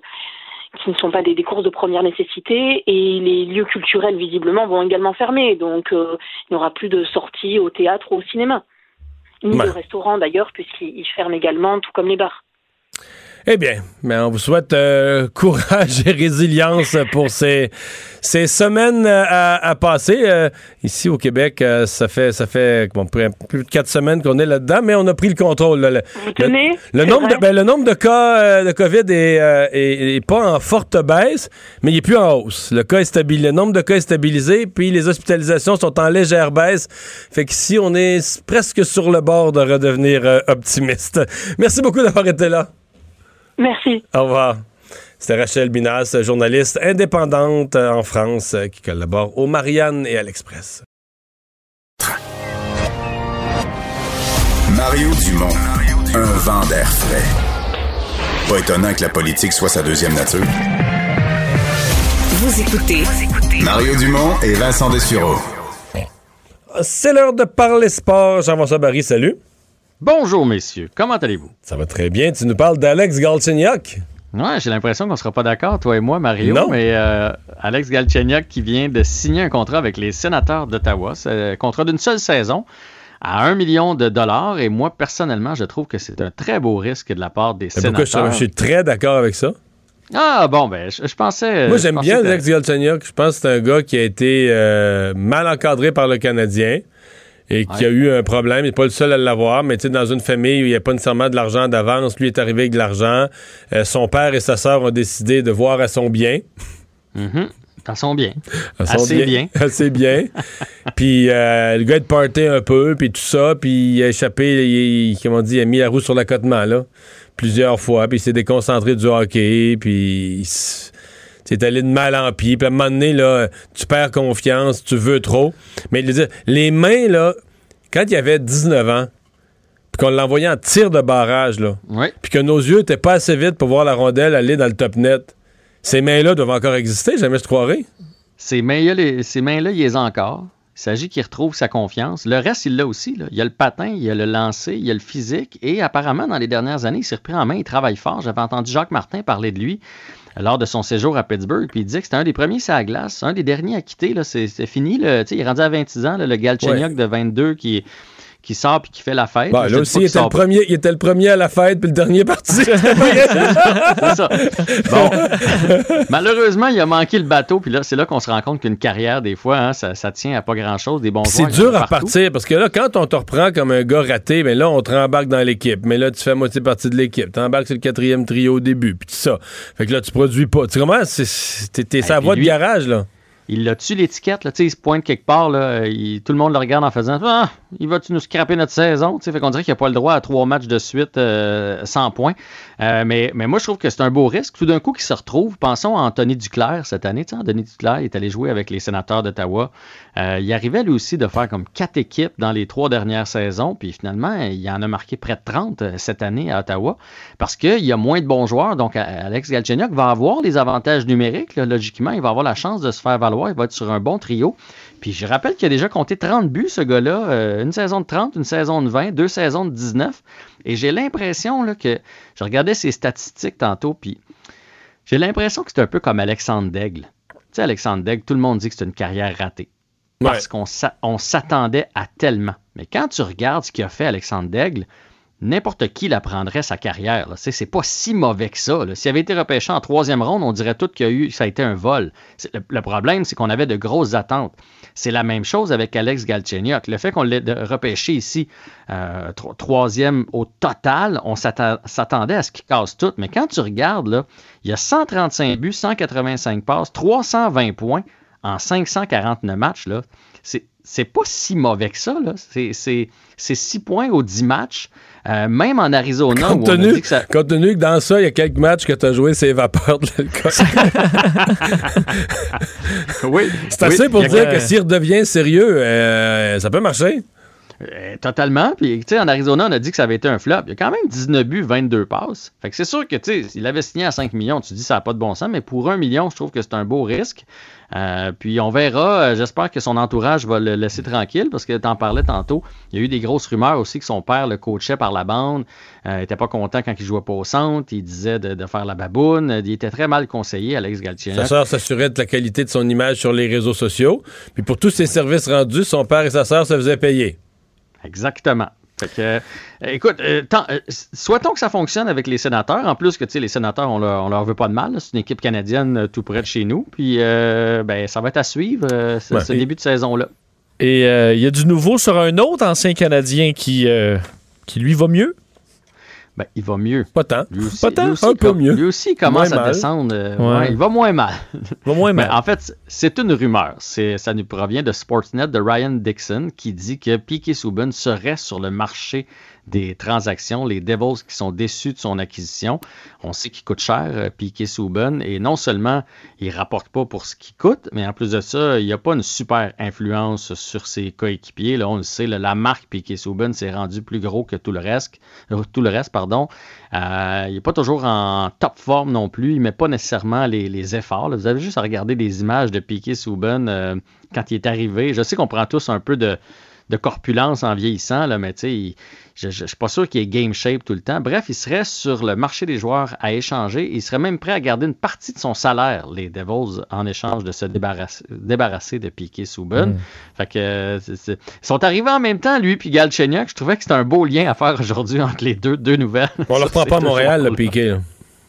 S15: des courses de première nécessité, et les lieux culturels visiblement vont également fermer, donc il n'y aura plus de sorties au théâtre ou au cinéma, ni de restaurants d'ailleurs, puisqu'ils ferment également, tout comme les bars.
S3: Eh bien, on vous souhaite courage et résilience pour ces semaines à passer. Ici au Québec, ça fait plus de 4 semaines qu'on est là-dedans, mais on a pris le contrôle. Là. Le nombre de cas de COVID est pas en forte baisse, mais il est plus en hausse. Le nombre de cas est stabilisé, puis les hospitalisations sont en légère baisse. Fait qu'ici, on est presque sur le bord de redevenir optimiste. Merci beaucoup d'avoir été là.
S15: Merci.
S3: Au revoir. C'était Rachel Binas, journaliste indépendante en France qui collabore au Marianne et à l'Express.
S2: Mario Dumont, un vent d'air frais. Pas étonnant que la politique soit sa deuxième nature.
S14: Vous écoutez
S2: Mario Dumont et Vincent Dessureau.
S3: C'est l'heure de parler sport. Jean-François Barry, salut.
S16: Bonjour, messieurs. Comment allez-vous?
S3: Ça va très bien. Tu nous parles d'Alex Galchenyuk.
S16: Ouais, j'ai l'impression qu'on ne sera pas d'accord, toi et moi, Mario.
S3: Non.
S16: Mais Alex Galchenyuk qui vient de signer un contrat avec les Sénateurs d'Ottawa. C'est un contrat d'une seule saison à 1 million de dollars. Et moi, personnellement, je trouve que c'est un très beau risque de la part des Sénateurs.
S3: Je suis très d'accord avec ça.
S16: Ah, bon, ben, je pensais...
S3: Moi, j'aime bien Alex Galchenyuk. Je pense que c'est un gars qui a été mal encadré par le Canadien. et qui a eu un problème. Il n'est pas le seul à l'avoir, mais dans une famille où il n'y a pas nécessairement de l'argent d'avance, lui est arrivé avec de l'argent. Son père et sa sœur ont décidé de voir à son bien.
S16: Mm-hmm. À son bien.
S3: Assez bien. Puis le gars est party un peu, puis tout ça, puis il a échappé, il a mis la roue sur l'accotement, là, plusieurs fois, puis il s'est déconcentré du hockey, puis c'est allé de mal en pis. Puis à un moment donné, là, tu perds confiance, tu veux trop. Mais les mains, là, quand il avait 19 ans, puis qu'on l'envoyait en tir de barrage, là, puis que nos yeux n'étaient pas assez vite pour voir la rondelle aller dans le top net, ces mains-là doivent encore exister, jamais je croirais.
S16: Ces mains-là, il les a encore. Il s'agit qu'il retrouve sa confiance. Le reste, il l'a aussi. Là. Il y a le patin, il y a le lancer, il y a le physique. Et apparemment, dans les dernières années, il s'est repris en main, il travaille fort. J'avais entendu Jacques Martin parler de lui lors de son séjour à Pittsburgh. Puis il disait que c'était un des premiers sur la glace, un des derniers à quitter. Là. C'est fini. Là. Il est rendu à 26 ans, là, le Galchenyuk de 22 qui sort puis qui fait la fête.
S3: Bon, là aussi, il était le premier à la fête puis le dernier parti.
S16: C'est ça. Bon. Malheureusement, il a manqué le bateau puis là, c'est là qu'on se rend compte qu'une carrière, des fois, hein, ça tient à pas grand-chose. Des bons joueurs.
S3: C'est dur à repartir parce que là, quand on te reprend comme un gars raté, ben là, on te rembarque dans l'équipe. Mais là, tu fais moitié partie de l'équipe. Tu embarques sur le 4e trio au début puis tout ça. Fait que là, tu produis pas. Tu sais comment? T'es sa voie de garage, là.
S16: Il l'a tué l'étiquette, là, il se pointe quelque part, là, tout le monde le regarde en faisant « Ah, il va-tu nous scraper notre saison? » Fait qu'on dirait qu'il n'a pas le droit à 3 matchs de suite sans points. Mais moi, je trouve que c'est un beau risque. Tout d'un coup, qu'il se retrouve, pensons à Anthony Duclair cette année. Anthony Duclair, il est allé jouer avec les Sénateurs d'Ottawa. Il arrivait lui aussi de faire comme 4 équipes dans les 3 dernières saisons. Puis finalement, il en a marqué près de 30 cette année à Ottawa parce qu'il y a moins de bons joueurs. Donc, Alex Galchenyuk va avoir les avantages numériques. Là, logiquement, il va avoir la chance de se faire valoir. Il va être sur un bon trio. Puis je rappelle qu'il a déjà compté 30 buts, ce gars-là. Une saison de 30, une saison de 20, 2 saisons de 19. Et j'ai l'impression là, que... Je regardais ses statistiques tantôt, puis j'ai l'impression que c'est un peu comme Alexandre Daigle. Tu sais, Alexandre Daigle, tout le monde dit que c'est une carrière ratée. Parce qu'on s'attendait à tellement. Mais quand tu regardes ce qu'il a fait Alexandre Daigle, n'importe qui la prendrait sa carrière. C'est pas si mauvais que ça. Là. S'il avait été repêché en 3e ronde, on dirait tout que ça a été un vol. Le problème, c'est qu'on avait de grosses attentes. C'est la même chose avec Alex Galchenyuk. Le fait qu'on l'ait repêché ici 3e au total, on s'attendait à ce qu'il casse tout. Mais quand tu regardes, là, il y a 135 buts, 185 passes, 320 points en 549 matchs. Là. C'est pas si mauvais que ça. Là. C'est 6 points aux 10 matchs. Même en Arizona,
S3: compte tenu que dans ça, il y a quelques matchs que tu as joué, c'est vapeur de l'alcool.
S16: Oui.
S3: C'est assez pour dire que s'il redevient sérieux, ça peut marcher.
S16: Totalement. Puis, tu sais, en Arizona, on a dit que ça avait été un flop. Il y a quand même 19 buts, 22 passes. Fait que c'est sûr que, tu sais, s'il avait signé à 5 millions, tu dis que ça n'a pas de bon sens, mais pour 1 million, je trouve que c'est un beau risque. Puis on verra, j'espère que son entourage va le laisser tranquille parce que tu en parlais tantôt, il y a eu des grosses rumeurs aussi que son père le coachait par la bande, il n'était pas content quand il jouait pas au centre, il disait de faire la baboune, il était très mal conseillé, Alex Galchenyuk.
S3: Sa sœur s'assurait de la qualité de son image sur les réseaux sociaux, puis pour tous ses services rendus, son père et sa sœur se faisaient payer.
S16: Exactement. Fait que, écoute, souhaitons que ça fonctionne avec les Sénateurs. En plus que, tu sais, les Sénateurs, on leur veut pas de mal. Là. C'est une équipe canadienne tout près de chez nous. Puis, ça va être à suivre ce début de saison-là.
S4: Et il y a du nouveau sur un autre ancien Canadien qui lui va mieux.
S16: Ben, il va mieux.
S3: Pas tant.
S16: Lui aussi,
S3: un peu mieux.
S16: Lui aussi, il commence à descendre. Il va moins mal. En fait, c'est une rumeur. Ça nous provient de Sportsnet de Ryan Dixon qui dit que Piquet Subban serait sur le marché des transactions. Les Devils qui sont déçus de son acquisition. On sait qu'il coûte cher, Piquet Subban. Et non seulement il ne rapporte pas pour ce qu'il coûte, mais en plus de ça, il n'y a pas une super influence sur ses coéquipiers. Là, on le sait, la marque Piquet Subban s'est rendue plus gros que tout le reste. Il n'est pas toujours en top forme non plus. Il ne met pas nécessairement les efforts. Là. Vous avez juste à regarder des images de Piquet Subban quand il est arrivé. Je sais qu'on prend tous un peu de corpulence en vieillissant, là, mais tu sais, je ne suis pas sûr qu'il est game shape tout le temps. Bref, il serait sur le marché des joueurs à échanger. Il serait même prêt à garder une partie de son salaire, les Devils, en échange de se débarrasser de Piquet Subban. Fait que ils sont arrivés en même temps, lui puis Galchenyuk. Je trouvais que c'était un beau lien à faire aujourd'hui entre les deux nouvelles.
S3: On ne le prend pas à Montréal, le Piquet.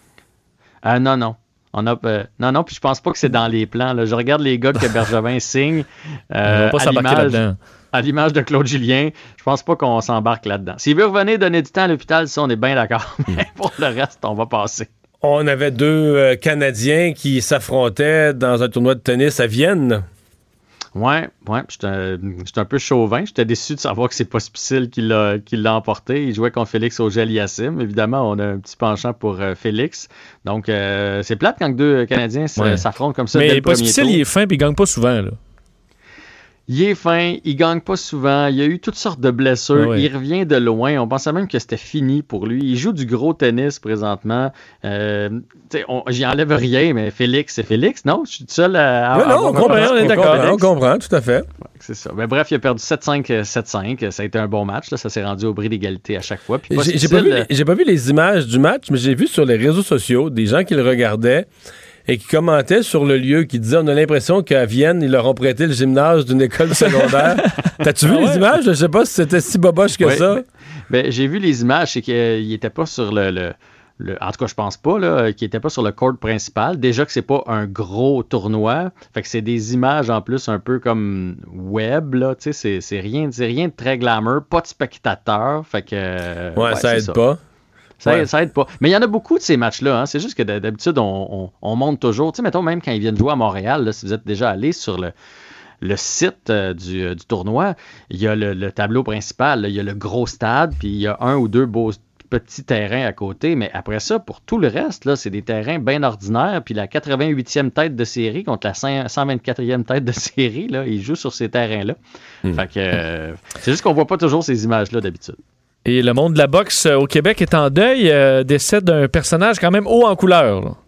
S16: Non. Non, puis je pense pas que c'est dans les plans. Là. Je regarde les gars que Bergevin signe.
S4: On va pas s'embarquer là-dedans.
S16: à l'image de Claude Julien, je pense pas qu'on s'embarque là-dedans. S'il veut revenir donner du temps à l'hôpital, ça, on est bien d'accord. Mais pour le reste, on va passer.
S3: On avait deux Canadiens qui s'affrontaient dans un tournoi de tennis à Vienne.
S16: Ouais, j'étais un peu chauvin. J'étais déçu de savoir que c'est Pospisil qui l'a emporté. Il jouait contre Félix Auger-Aliassime. Évidemment, on a un petit penchant pour Félix. Donc, c'est plate quand deux Canadiens s'affrontent comme ça.
S4: Mais
S16: dès le premier
S4: Pospisil,
S16: tour.
S4: il est fin et il gagne pas souvent, là.
S16: Il est fin, il gagne pas souvent, il y a eu toutes sortes de blessures,
S4: Oui.
S16: il revient de loin, on pensait même que c'était fini pour lui. Il joue du gros tennis présentement. J'y enlève rien, mais Félix, c'est Félix, non? Je suis tout seul à...
S3: Oui, non, on comprend, on est d'accord.
S16: Félix.
S3: On comprend, tout à fait.
S16: Ouais, c'est ça. Mais bref, il a perdu 7-5, 7-5. Ça a été un bon match, là. Ça s'est rendu au bris d'égalité à chaque fois. Puis
S3: J'ai pas vu les images du match, mais j'ai vu sur les réseaux sociaux des gens qui le regardaient et qui commentaient sur le lieu, qui disaient on a l'impression qu'à Vienne, ils leur ont prêté le gymnase d'une école secondaire. T'as-tu vu les images? Je sais pas si c'était si boboche que ça.
S16: Ben, j'ai vu les images, c'est qu'il n'était pas sur le en tout cas, je pense pas, là, qu'il n'était pas sur le court principal. Déjà que c'est pas un gros tournoi. Fait que c'est des images en plus un peu comme web, là. Tu sais, c'est rien de très glamour, pas de spectateurs. Fait que.
S3: Ça aide pas.
S16: Ça aide pas. Mais il y en a beaucoup de ces matchs-là. Hein. C'est juste que d'habitude, on monte toujours. Tu sais, mettons, même quand ils viennent jouer à Montréal, là, si vous êtes déjà allé sur le site du tournoi, il y a le tableau principal, là, il y a le gros stade, puis il y a un ou deux beaux petits terrains à côté. Mais après ça, pour tout le reste, là, c'est des terrains bien ordinaires. Puis la 88e tête de série contre la 124e tête de série, là, ils jouent sur ces terrains-là. Fait que c'est juste qu'on voit pas toujours ces images-là d'habitude.
S4: Et le monde de la boxe au Québec est en deuil, décès d'un personnage quand même haut en couleur. Là.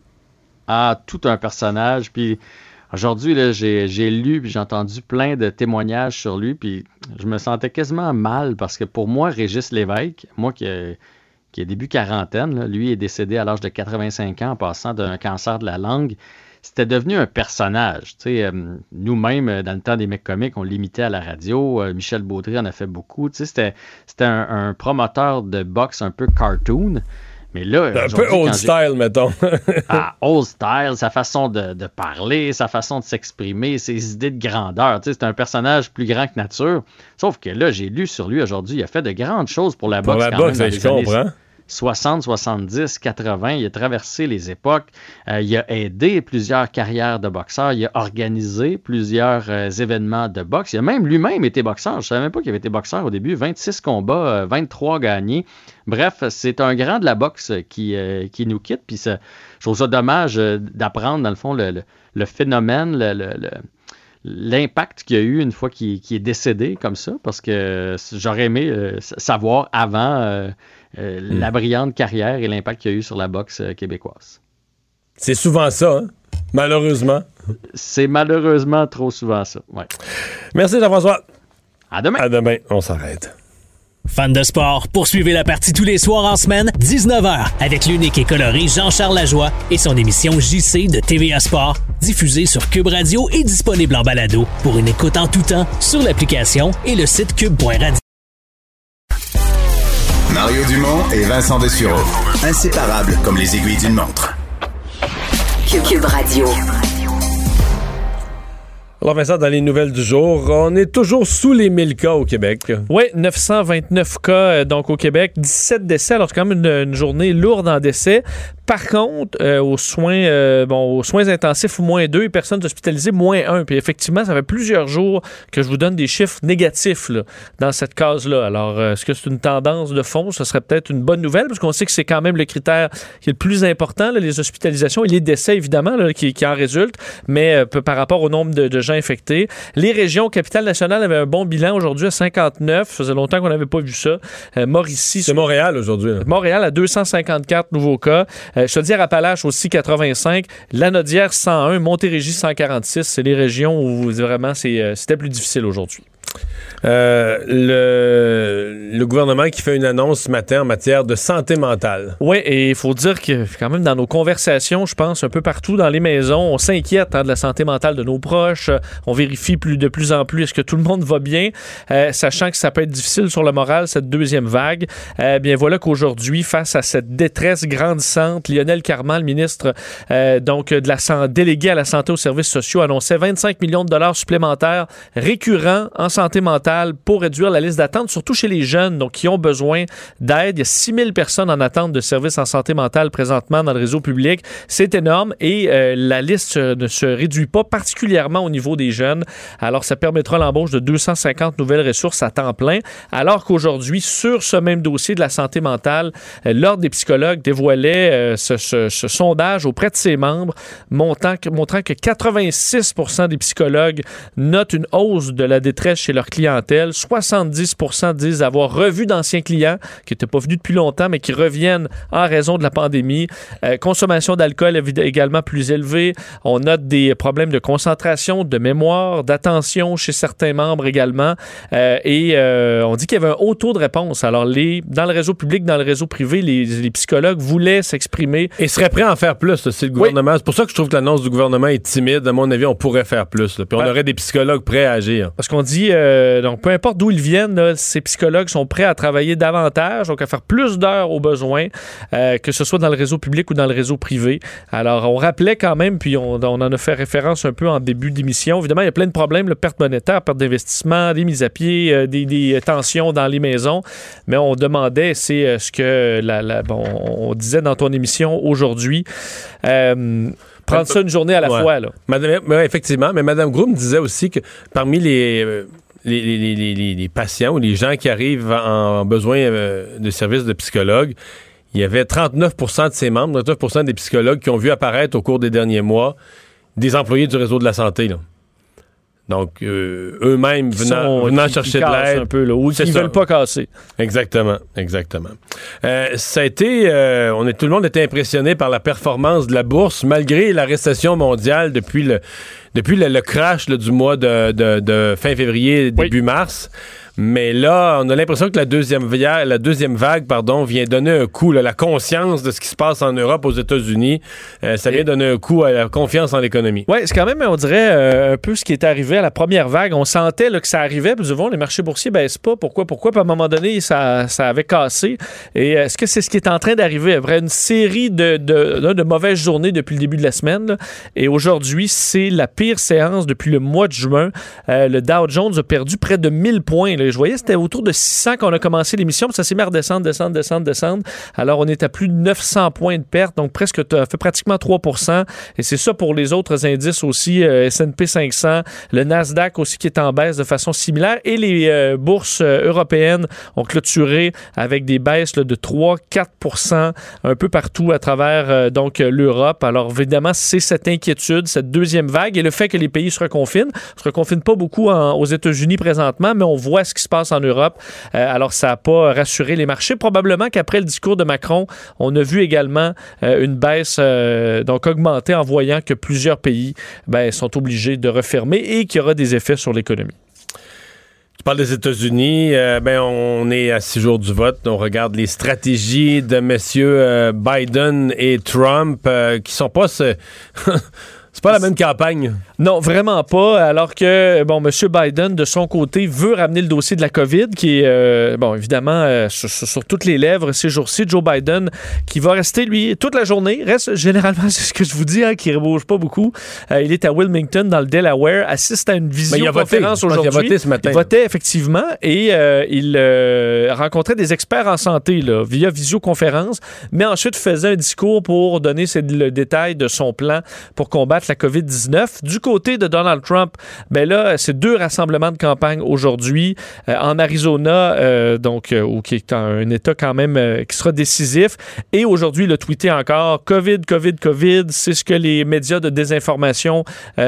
S16: Ah, tout un personnage. Puis aujourd'hui, là, j'ai lu puis j'ai entendu plein de témoignages sur lui. Puis je me sentais quasiment mal parce que pour moi, Régis Lévesque, moi qui est début quarantaine, là, lui est décédé à l'âge de 85 ans en passant d'un cancer de la langue. C'était devenu un personnage. Nous-mêmes, dans le temps des mecs comiques, on l'imitait à la radio. Michel Baudry en a fait beaucoup. C'était un promoteur de boxe un peu cartoon. Mais là,
S3: un peu old style, mettons.
S16: Old style, sa façon de parler, sa façon de s'exprimer, ses idées de grandeur. C'est un personnage plus grand que nature. Sauf que là, j'ai lu sur lui aujourd'hui, il a fait de grandes choses pour la boxe.
S3: Pour la boxe, je comprends.
S16: 60, 70, 80, il a traversé les époques, il a aidé plusieurs carrières de boxeurs, il a organisé plusieurs événements de boxe, il a même lui-même été boxeur, je ne savais même pas qu'il avait été boxeur au début, 26 combats, 23 gagnés, bref, c'est un grand de la boxe qui nous quitte, puis je trouve ça dommage d'apprendre dans le fond le phénomène, l'impact qu'il y a eu une fois qu'il est décédé comme ça, parce que j'aurais aimé savoir avant la brillante carrière et l'impact qu'il y a eu sur la boxe québécoise.
S3: C'est souvent ça, hein? Malheureusement.
S16: C'est malheureusement trop souvent ça, ouais.
S3: Merci Jean-François.
S16: À demain.
S3: À demain, on s'arrête.
S17: Fans de sport, poursuivez la partie tous les soirs en semaine, 19h, avec l'unique et coloré Jean-Charles Lajoie et son émission JC de TVA Sport, diffusée sur Cube Radio et disponible en balado pour une écoute en tout temps sur l'application et le site cube.radio.
S2: Mario Dumont et Vincent Dessureau. Inséparables comme les aiguilles d'une montre.
S14: Cube Radio.
S3: Alors Vincent, dans les nouvelles du jour, on est toujours sous les 1000 cas au Québec.
S4: Oui, 929 cas donc au Québec, 17 décès, alors c'est quand même une journée lourde en décès. Par contre, aux soins intensifs, moins 2, personnes hospitalisées, moins 1. Puis effectivement, ça fait plusieurs jours que je vous donne des chiffres négatifs là, dans cette case-là. Alors, est-ce que c'est une tendance de fond? Ce serait peut-être une bonne nouvelle, parce qu'on sait que c'est quand même le critère qui est le plus important, là, les hospitalisations et les décès, évidemment, là, qui en résultent, mais par rapport au nombre de gens infectés. Les régions capitales nationales avaient un bon bilan aujourd'hui à 59. Ça faisait longtemps qu'on n'avait pas vu ça. Mauricie...
S3: C'est Montréal aujourd'hui. Là.
S4: Montréal à 254 nouveaux cas. Chaudière-Appalaches aussi 85, Lanaudière 101, Montérégie 146. C'est les régions où vraiment c'était plus difficile aujourd'hui.
S3: Le gouvernement qui fait une annonce ce matin en matière de santé mentale.
S4: Oui, et il faut dire que quand même dans nos conversations, je pense, un peu partout dans les maisons, on s'inquiète de la santé mentale de nos proches. On vérifie de plus en plus est-ce que tout le monde va bien, sachant que ça peut être difficile sur le moral, cette deuxième vague. Bien voilà qu'aujourd'hui, face à cette détresse grandissante, Lionel Carman, le ministre délégué à la santé aux services sociaux, annonçait 25 millions de dollars supplémentaires récurrents en santé mentale mentale pour réduire la liste d'attente, surtout chez les jeunes, donc qui ont besoin d'aide. Il y a 6 000 personnes en attente de services en santé mentale présentement dans le réseau public. C'est énorme et la liste ne se réduit pas, particulièrement au niveau des jeunes. Alors, ça permettra l'embauche de 250 nouvelles ressources à temps plein, alors qu'aujourd'hui, sur ce même dossier de la santé mentale, l'Ordre des psychologues dévoilait ce sondage auprès de ses membres, montrant que 86 % des psychologues notent une hausse de la détresse chez leur clientèle. 70 % disent avoir revu d'anciens clients qui n'étaient pas venus depuis longtemps, mais qui reviennent en raison de la pandémie. Consommation d'alcool également plus élevée. On note des problèmes de concentration, de mémoire, d'attention chez certains membres également. On dit qu'il y avait un haut taux de réponse. Alors, dans le réseau public, dans le réseau privé, les psychologues voulaient s'exprimer.
S3: Et seraient prêts à en faire plus, là, si le gouvernement... Oui. C'est pour ça que je trouve que l'annonce du gouvernement est timide. À mon avis, on pourrait faire plus. Là. Puis on aurait des psychologues prêts à agir. Parce
S4: qu'on dit, donc peu importe d'où ils viennent, là, ces psychologues sont prêts à travailler davantage, donc à faire plus d'heures au besoin, que ce soit dans le réseau public ou dans le réseau privé. Alors, on rappelait quand même, puis on en a fait référence un peu en début d'émission. Évidemment, il y a plein de problèmes, perte monétaire, perte d'investissement, des mises à pied, des tensions dans les maisons. Mais on demandait, c'est ce que on disait dans ton émission aujourd'hui. Prendre ça une journée à la fois. Là.
S3: Effectivement, mais Mme Groom disait aussi que parmi les patients ou les gens qui arrivent en besoin de services de psychologue, il y avait 39 % de ses membres, 39 % des psychologues qui ont vu apparaître au cours des derniers mois des employés du réseau de la santé. Là. Donc, eux-mêmes venant chercher de l'aide.
S4: Un peu, là, ou qui ne veulent pas casser.
S3: Exactement. Ça a été... tout le monde était impressionné par la performance de la bourse, malgré la récession mondiale depuis le crash là, du mois de fin février, début mars. Mais là, on a l'impression que la deuxième vague, vient donner un coup. Là, la conscience de ce qui se passe en Europe, aux États-Unis, ça vient donner un coup à la confiance en l'économie.
S4: Oui, c'est quand même, on dirait, un peu ce qui est arrivé à la première vague. On sentait là, que ça arrivait, puis les marchés boursiers baissent pas. Pourquoi? Puis à un moment donné, ça avait cassé. Et est-ce que c'est ce qui est en train d'arriver? Après une série de mauvaises journées depuis le début de la semaine. Là, et aujourd'hui, c'est la pire séance depuis le mois de juin. Le Dow Jones a perdu près de 1000 points. Là. Je voyais, c'était autour de 600 qu'on a commencé l'émission, puis ça s'est mis à redescendre. Alors, on est à plus de 900 points de perte, donc fait pratiquement 3%. Et c'est ça pour les autres indices aussi, S&P 500, le Nasdaq aussi qui est en baisse de façon similaire. Et les bourses européennes ont clôturé avec des baisses là, de 3-4% un peu partout à travers l'Europe. Alors, évidemment, c'est cette inquiétude, cette deuxième vague et le fait que les pays se reconfinent. Se reconfinent pas beaucoup aux États-Unis présentement, mais on voit ce qui se passe en Europe. Alors, ça n'a pas rassuré les marchés. Probablement qu'après le discours de Macron, on a vu également une baisse augmenter en voyant que plusieurs pays sont obligés de refermer et qu'il y aura des effets sur l'économie.
S3: Tu parles des États-Unis. On est à 6 jours du vote. On regarde les stratégies de messieurs Biden et Trump qui sont pas... C'est pas la même campagne.
S4: Non, vraiment pas. Alors que, M. Biden, de son côté, veut ramener le dossier de la COVID, qui est, évidemment, sur toutes les lèvres ces jours-ci. Joe Biden, qui va rester, lui, toute la journée. Reste, généralement, c'est ce que je vous dis, qui ne bouge pas beaucoup. Il est à Wilmington, dans le Delaware, assiste à une visioconférence aujourd'hui. Il a voté ce matin. Il votait, effectivement, et il rencontrait des experts en santé, là, via visioconférence, mais ensuite faisait un discours pour donner le détail de son plan pour combattre la COVID-19. Du côté de Donald Trump, c'est 2 rassemblements de campagne aujourd'hui en Arizona, qui est un État quand même qui sera décisif. Et aujourd'hui, il a tweeté encore COVID, c'est ce que les médias de désinformation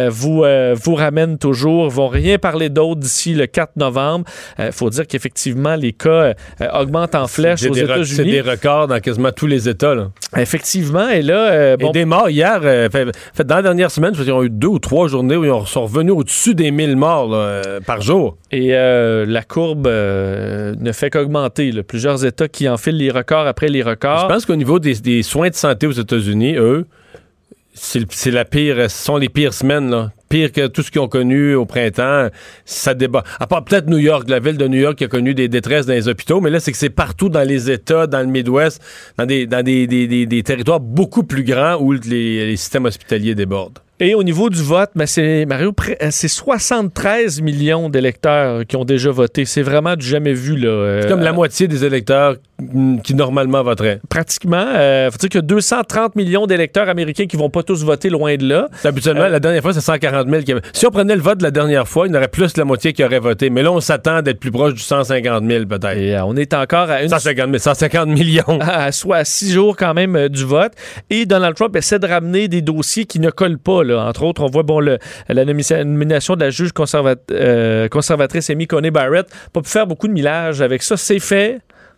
S4: vous ramènent toujours. Ils vont rien parler d'autre d'ici le 4 novembre. Il faut dire qu'effectivement, les cas augmentent en flèche aux États-Unis.
S3: C'est des records dans quasiment tous les États. Là.
S4: Effectivement. Et là...
S3: Et des morts hier. Dans la dernière semaine, ils ont eu 2 ou 3 journées où ils sont revenus au-dessus des 1000 morts par jour.
S4: Et la courbe ne fait qu'augmenter. Là. Plusieurs États qui enfilent les records après les records.
S3: Je pense qu'au niveau des soins de santé aux États-Unis, eux, ce sont les pires semaines. Là. pire que tout ce qu'ils ont connu au printemps. Ça débat. À part peut-être New York, la ville de New York qui a connu des détresses dans les hôpitaux, mais là, c'est que c'est partout dans les États, dans le Midwest, dans des territoires beaucoup plus grands où les systèmes hospitaliers débordent.
S4: Et au niveau du vote, c'est 73 millions d'électeurs qui ont déjà voté. C'est vraiment du jamais vu, là.
S3: C'est comme la moitié des électeurs qui normalement voteraient.
S4: Pratiquement. Faut dire qu'il y a 230 millions d'électeurs américains qui vont pas tous voter, loin de là.
S3: Habituellement, la dernière fois, c'est 140 000 qui avaient... Si on prenait le vote de la dernière fois, il y en aurait plus de la moitié qui aurait voté. Mais là, on s'attend d'être plus proche du 150 000 peut-être.
S4: Et on est encore à
S3: 150 millions.
S4: Soit à 6 jours quand même du vote. Et Donald Trump essaie de ramener des dossiers qui ne collent pas, là. Entre autres, on voit la nomination de la juge conservatrice Amy Coney Barrett. Pas pu faire beaucoup de millage avec ça. C'est fait.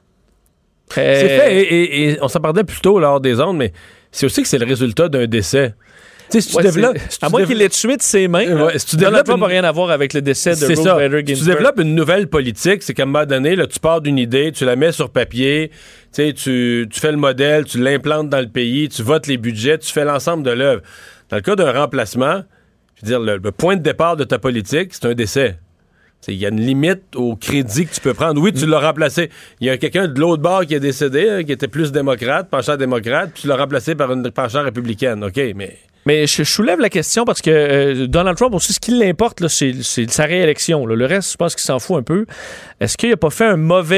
S3: C'est fait et on s'en parlait plus tôt lors des ondes, mais c'est aussi que c'est le résultat d'un décès. Si tu développes,
S4: à moins qu'il l'ait tué de ses mains,
S3: si tu développes
S4: pas rien à voir avec le décès de Ruth Bader Ginsburg.
S3: Si tu développes une nouvelle politique, c'est qu'à un moment donné, là, tu pars d'une idée, tu la mets sur papier, tu fais le modèle, tu l'implantes dans le pays, tu votes les budgets, tu fais l'ensemble de l'œuvre. Dans le cas d'un remplacement, je veux dire, le point de départ de ta politique, c'est un décès. Il y a une limite au crédit que tu peux prendre. Oui, tu l'as remplacé. Il y a quelqu'un de l'autre bord qui est décédé, qui était plus démocrate, penchant démocrate, puis tu l'as remplacé par une penchant républicaine. OK,
S4: Mais je soulève la question parce que Donald Trump aussi, ce qui l'importe, là, c'est sa réélection. Là. Le reste, je pense qu'il s'en fout un peu. Est-ce qu'il n'a pas fait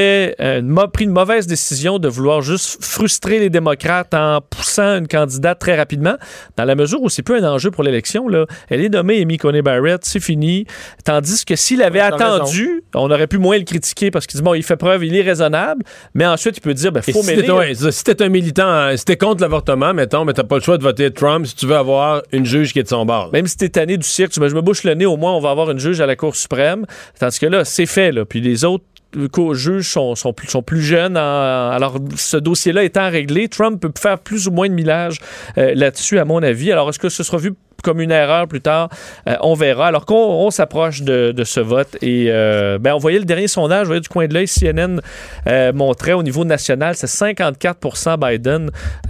S4: pris une mauvaise décision de vouloir juste frustrer les démocrates en poussant une candidate très rapidement, dans la mesure où c'est plus un enjeu pour l'élection, là. Elle est nommée Amy Coney Barrett, c'est fini. Tandis que s'il avait attendu, on aurait pu moins le critiquer parce qu'il dit, bon, il fait preuve, il est raisonnable, mais ensuite, il peut dire, faut mêler.
S3: Si t'es un militant, si t'es contre l'avortement, mettons, mais t'as pas le choix de voter Trump si tu veux avoir une juge qui est de son bord.
S4: Même si t'es tanné du cirque, je me bouche le nez, au moins on va avoir une juge à la Cour suprême. Tandis que là, c'est fait, là. Puis les autres juges sont plus jeunes. Alors, ce dossier-là étant réglé, Trump peut faire plus ou moins de millage là-dessus, à mon avis. Alors, est-ce que ce sera vu comme une erreur plus tard? On verra. Alors qu'on s'approche de ce vote et on voyait le dernier sondage, vous voyez du coin de l'œil, CNN montrait au niveau national, c'est 54% Biden,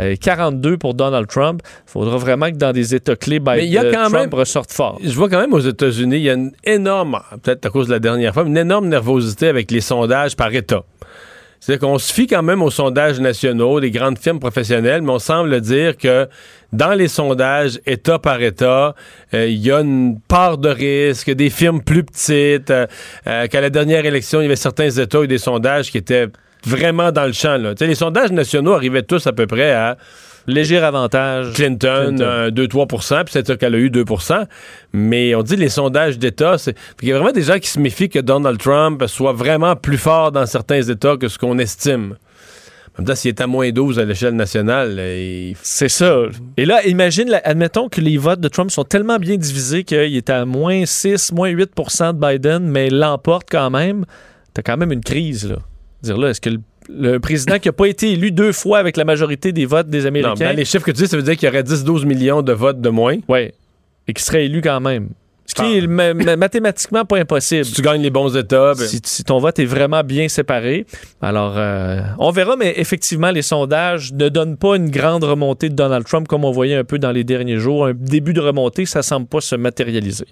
S4: 42% pour Donald Trump. Il faudra vraiment que dans des États clés, Trump ressorte fort.
S3: Je vois quand même aux États-Unis, il y a une énorme, peut-être à cause de la dernière fois, une énorme nervosité avec les sondages par État. C'est-à-dire qu'on se fie quand même aux sondages nationaux, des grandes firmes professionnelles, mais on semble dire que dans les sondages, État par État, il y a une part de risque, des firmes plus petites, qu'à la dernière élection, il y avait certains États et des sondages qui étaient vraiment dans le champ. Là. Les sondages nationaux arrivaient tous à peu près à
S4: léger avantage.
S3: Clinton. 2-3%, puis c'est sûr qu'elle a eu 2%. Mais on dit les sondages d'État, il y a vraiment des gens qui se méfient que Donald Trump soit vraiment plus fort dans certains États que ce qu'on estime. En même temps, s'il est à moins 12 à l'échelle nationale...
S4: C'est ça. Et là, admettons que les votes de Trump sont tellement bien divisés qu'il est à moins 6, moins 8% de Biden, mais il l'emporte quand même. T'as quand même une crise, là. Dire là, est-ce que le président qui n'a pas été élu 2 fois avec la majorité des votes des Américains...
S3: Non, dans les chiffres que tu dis, ça veut dire qu'il y aurait 10-12 millions de votes de moins.
S4: Oui, et qui serait élu quand même. Ce qui est mathématiquement pas impossible.
S3: Si tu gagnes les bons États...
S4: Si ton vote est vraiment bien séparé. Alors, on verra, mais effectivement, les sondages ne donnent pas une grande remontée de Donald Trump comme on voyait un peu dans les derniers jours. Un début de remontée, ça semble pas se matérialiser.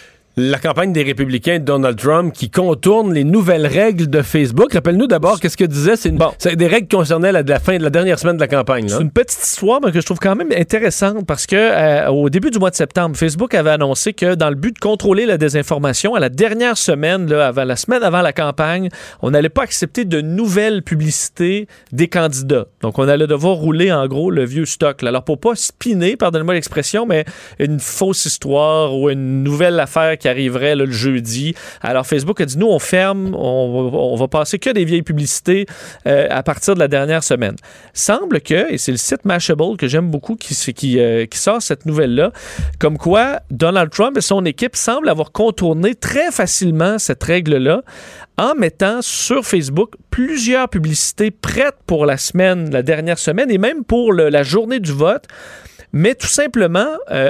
S3: La campagne des républicains de Donald Trump qui contourne les nouvelles règles de Facebook. Rappelle-nous d'abord qu'est-ce que disait. C'est des règles qui concernaient la dernière semaine de la campagne. Là.
S4: C'est une petite histoire mais que je trouve quand même intéressante parce que au début du mois de septembre, Facebook avait annoncé que dans le but de contrôler la désinformation, à la dernière semaine, là, la semaine avant la campagne, on n'allait pas accepter de nouvelles publicités des candidats. Donc, on allait devoir rouler en gros le vieux stock. Là. Alors, pour pas spinner, pardonnez-moi l'expression, mais une fausse histoire ou une nouvelle affaire qui arriverait là, le jeudi. Alors, Facebook a dit, nous, on ferme, on va passer que des vieilles publicités à partir de la dernière semaine. Semble que, et c'est le site Mashable que j'aime beaucoup qui sort cette nouvelle-là, comme quoi Donald Trump et son équipe semblent avoir contourné très facilement cette règle-là en mettant sur Facebook plusieurs publicités prêtes pour la dernière semaine et même pour la journée du vote, mais tout simplement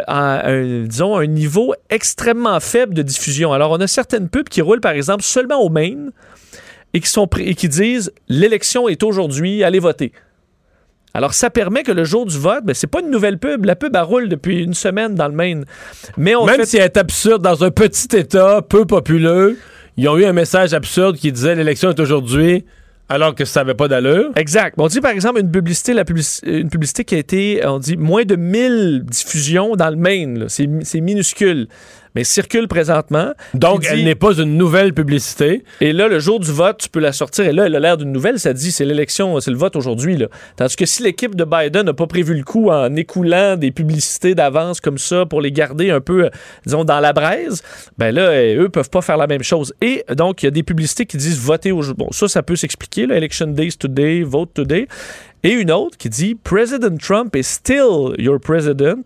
S4: à un niveau extrêmement faible de diffusion. Alors, on a certaines pubs qui roulent, par exemple, seulement au Maine et qui disent « L'élection est aujourd'hui, allez voter ». Alors, ça permet que le jour du vote, c'est pas une nouvelle pub. La pub, elle roule depuis une semaine dans le Maine. Mais
S3: Même si elle est absurde, dans un petit État peu populeux, ils ont eu un message absurde qui disait « L'élection est aujourd'hui », alors que ça n'avait pas d'allure.
S4: Exact. On dit, par exemple, une publicité qui a été, on dit, moins de 1000 diffusions dans le Maine. Là. C'est minuscule. Mais circule présentement.
S3: Donc, elle n'est pas une nouvelle publicité.
S4: Et là, le jour du vote, tu peux la sortir. Et là, elle a l'air d'une nouvelle. Ça dit, c'est l'élection, c'est le vote aujourd'hui. Là. Tandis que si l'équipe de Biden n'a pas prévu le coup en écoulant des publicités d'avance comme ça pour les garder un peu, disons, dans la braise, ben là, eux peuvent pas faire la même chose. Et donc, il y a des publicités qui disent voter aujourd'hui. Bon, ça peut s'expliquer. Là, Election Day is today, vote today. Et une autre qui dit President Trump is still your president.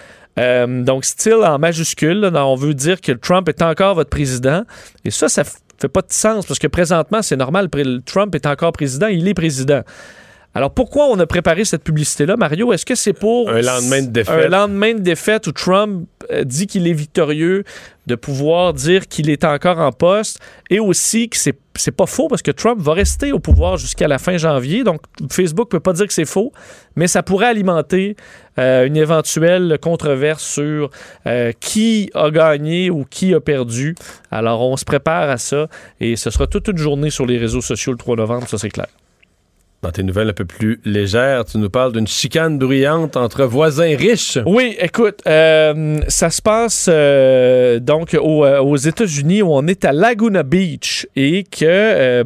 S4: Donc, still en majuscule, là, on veut dire que Trump est encore votre président. Et ça fait pas de sens parce que présentement, c'est normal, Trump est encore président, il est président. Alors, pourquoi on a préparé cette publicité-là, Mario? Est-ce que c'est pour...
S3: Un lendemain de défaite.
S4: Un lendemain de défaite où Trump dit qu'il est victorieux, de pouvoir dire qu'il est encore en poste, et aussi que c'est pas faux parce que Trump va rester au pouvoir jusqu'à la fin janvier. Donc, Facebook peut pas dire que c'est faux, mais ça pourrait alimenter une éventuelle controverse sur qui a gagné ou qui a perdu. Alors, on se prépare à ça et ce sera toute une journée sur les réseaux sociaux le 3 novembre, ça c'est clair.
S3: Dans tes nouvelles un peu plus légères, tu nous parles d'une chicane bruyante entre voisins riches.
S4: Oui, écoute, ça se passe donc aux États-Unis où on est à Laguna Beach et que,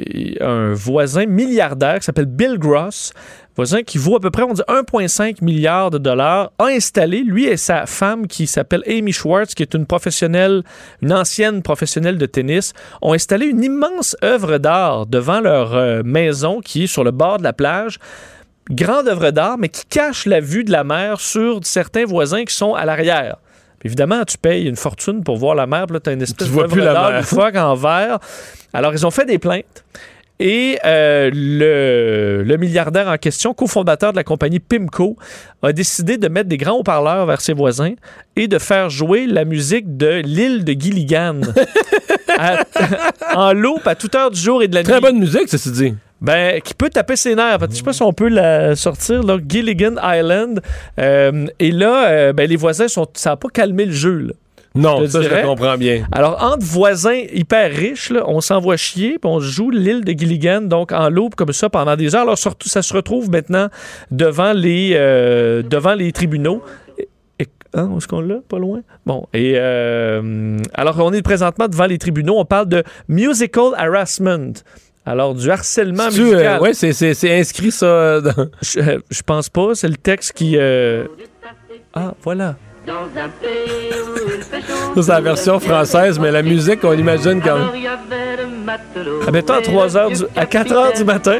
S4: un voisin milliardaire qui s'appelle Bill Gross, voisin qui vaut à peu près, on dit 1,5 milliard de dollars, a installé, lui et sa femme qui s'appelle Amy Schwartz, qui est une ancienne professionnelle de tennis, ont installé une immense œuvre d'art devant leur maison qui est sur le bord de la plage. Grande œuvre d'art, mais qui cache la vue de la mer sur certains voisins qui sont à l'arrière. Évidemment, tu payes une fortune pour voir la mer, puis là, tu as une espèce d'œuvre d'art de phoque en verre. Alors, ils ont fait des plaintes. Et le milliardaire en question, cofondateur de la compagnie Pimco, a décidé de mettre des grands haut-parleurs vers ses voisins et de faire jouer la musique de l'île de Gilligan en loop à toute heure du jour et de la nuit.
S3: Très bonne musique, ceci dit.
S4: Ben, qui peut taper ses nerfs. Je sais pas si on peut la sortir, là, Gilligan Island. Et là, les voisins, ça n'a pas calmé le jeu, là.
S3: Non, je le comprends bien.
S4: Alors, entre voisins hyper riches, là, on s'envoie chier, puis on joue l'île de Gilligan, donc en loop comme ça pendant des heures. Alors, surtout, ça se retrouve maintenant devant les tribunaux. Où est-ce qu'on l'a? Pas loin? Bon, et alors, on est présentement devant les tribunaux. On parle de musical harassment. Alors, du harcèlement musical.
S3: Oui, c'est inscrit, ça.
S4: Je pense pas. C'est le texte qui... Ah, voilà.
S3: Ça, c'est la version française, mais la musique, on l'imagine quand même.
S4: Mettons à 4 heures du matin.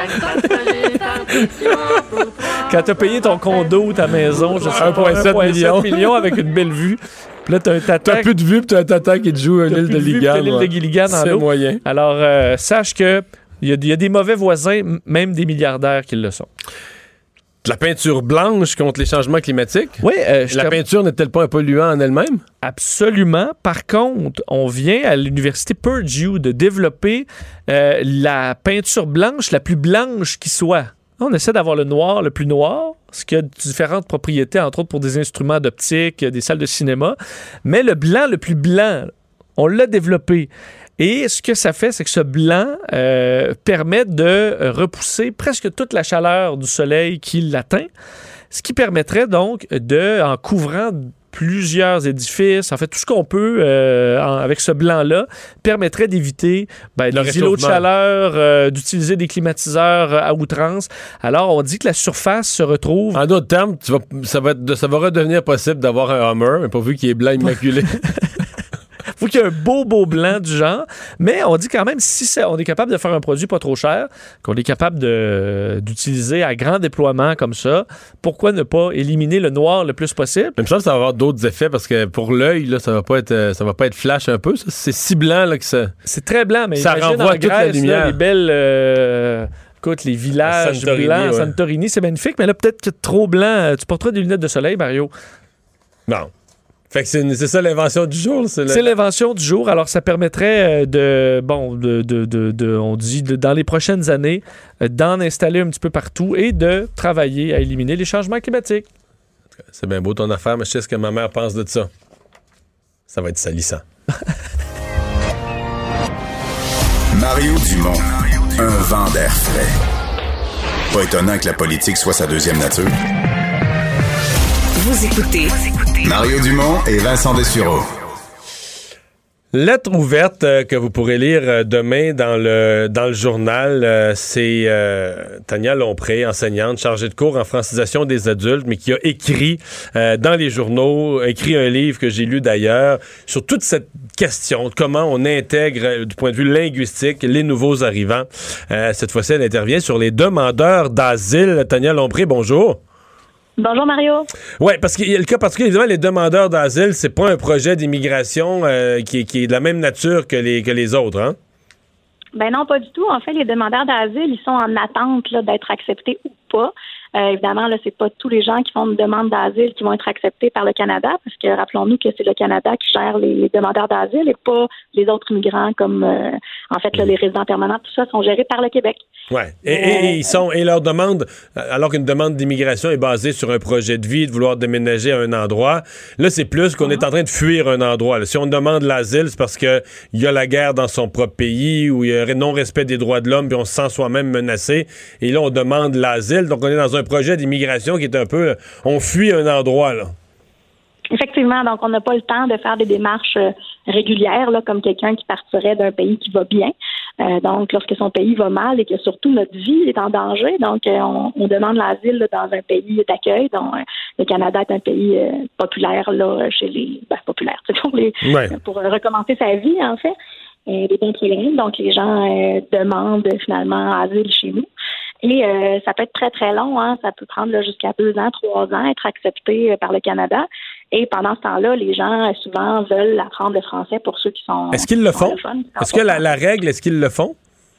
S4: Quand t'as payé ton condo ou ta maison, je sais pas, 1,7 million avec une belle vue. Puis là, t'as un tata.
S3: T'as plus de vue, puis t'as un tata qui te joue l'île de Gilligan.
S4: L'île de Gilligan en
S3: c'est
S4: l'eau.
S3: Moyen.
S4: Alors, sache que il y a des mauvais voisins, même des milliardaires qui le sont.
S3: De la peinture blanche contre les changements climatiques?
S4: Oui.
S3: La peinture n'est-elle pas un polluant en elle-même?
S4: Absolument. Par contre, on vient à l'université Purdue de développer la peinture blanche la plus blanche qui soit. On essaie d'avoir le noir le plus noir, ce qui a différentes propriétés, entre autres pour des instruments d'optique, des salles de cinéma. Mais le blanc le plus blanc, on l'a développé. Et ce que ça fait, c'est que ce blanc permet de repousser presque toute la chaleur du soleil qui l'atteint, ce qui permettrait donc en couvrant plusieurs édifices, en fait tout ce qu'on peut avec ce blanc-là, permettrait d'éviter les îlots de chaleur, d'utiliser des climatiseurs à outrance. Alors on dit que la surface se retrouve...
S3: En d'autres termes, ça va redevenir possible d'avoir un Hummer, mais pourvu qu'il est blanc immaculé.
S4: Faut qu'il y ait un beau blanc du genre, mais on dit quand même si on est capable de faire un produit pas trop cher, qu'on est capable d'utiliser à grand déploiement comme ça, pourquoi ne pas éliminer le noir le plus possible?
S3: Même chose, ça va avoir d'autres effets parce que pour l'œil, là, ça va pas être flash un peu. Ça. C'est si blanc là, que ça.
S4: C'est très blanc, mais
S3: ça
S4: imagine
S3: renvoie
S4: en Grèce,
S3: toute la lumière.
S4: Là, les belles. Écoute, les villages blancs, Santorini, c'est magnifique, mais là peut-être que trop blanc. Tu porteras des lunettes de soleil, Mario?
S3: Non. Fait que c'est ça l'invention du jour.
S4: C'est l'invention du jour. Alors, ça permettrait on dit, dans les prochaines années, d'en installer un petit peu partout et de travailler à éliminer les changements climatiques.
S3: C'est bien beau ton affaire, mais je sais ce que ma mère pense de ça. Ça va être salissant.
S2: Mario Dumont, un vent d'air frais. Pas étonnant que la politique soit sa deuxième nature.
S14: Vous écoutez
S2: Mario Dumont et Vincent Dessureau.
S3: Lettre ouverte que vous pourrez lire demain dans le journal, c'est Tania Lompré, enseignante, chargée de cours en francisation des adultes, mais qui a écrit dans les journaux, écrit un livre que j'ai lu d'ailleurs, sur toute cette question de comment on intègre, du point de vue linguistique, les nouveaux arrivants. Cette fois-ci, elle intervient sur les demandeurs d'asile. Tania Lompré, bonjour.
S15: Bonjour Mario.
S3: Oui, parce qu'il y a le cas particulier, évidemment, les demandeurs d'asile, c'est pas un projet d'immigration qui est de la même nature que les autres, hein?
S15: Ben non, pas du tout. En fait, les demandeurs d'asile, ils sont en attente là, d'être acceptés ou pas. Évidemment, là, c'est pas tous les gens qui font une demande d'asile qui vont être acceptés par le Canada, parce que rappelons-nous que c'est le Canada qui gère les demandeurs d'asile et pas les autres migrants comme en fait là, les résidents permanents, tout ça sont gérés par le Québec.
S3: Ouais. Et leur demande, alors qu'une demande d'immigration est basée sur un projet de vie, de vouloir déménager à un endroit, là c'est plus qu'on est en train de fuir un endroit. Là. Si on demande l'asile, c'est parce que il y a la guerre dans son propre pays ou il y a non-respect des droits de l'homme, puis on se sent soi-même menacé. Et là on demande l'asile, donc on est dans un projet d'immigration qui est un peu, on fuit un endroit là.
S15: Effectivement, donc on n'a pas le temps de faire des démarches régulières, là, comme quelqu'un qui partirait d'un pays qui va bien. Donc, lorsque son pays va mal et que surtout notre vie est en danger, donc on demande l'asile là, dans un pays d'accueil. Donc, le Canada est un pays populaire là chez les populaire, pour recommencer sa vie en fait. Des bons programmes. Donc, les gens demandent finalement asile chez nous. Et ça peut être très, très long. Hein? Ça peut prendre là, jusqu'à 2 ans, 3 ans, être accepté par le Canada. Et pendant ce temps-là, les gens souvent veulent apprendre le français pour ceux qui sont...
S3: Est-ce qu'ils le font? Est-ce que la règle, est-ce qu'ils le font?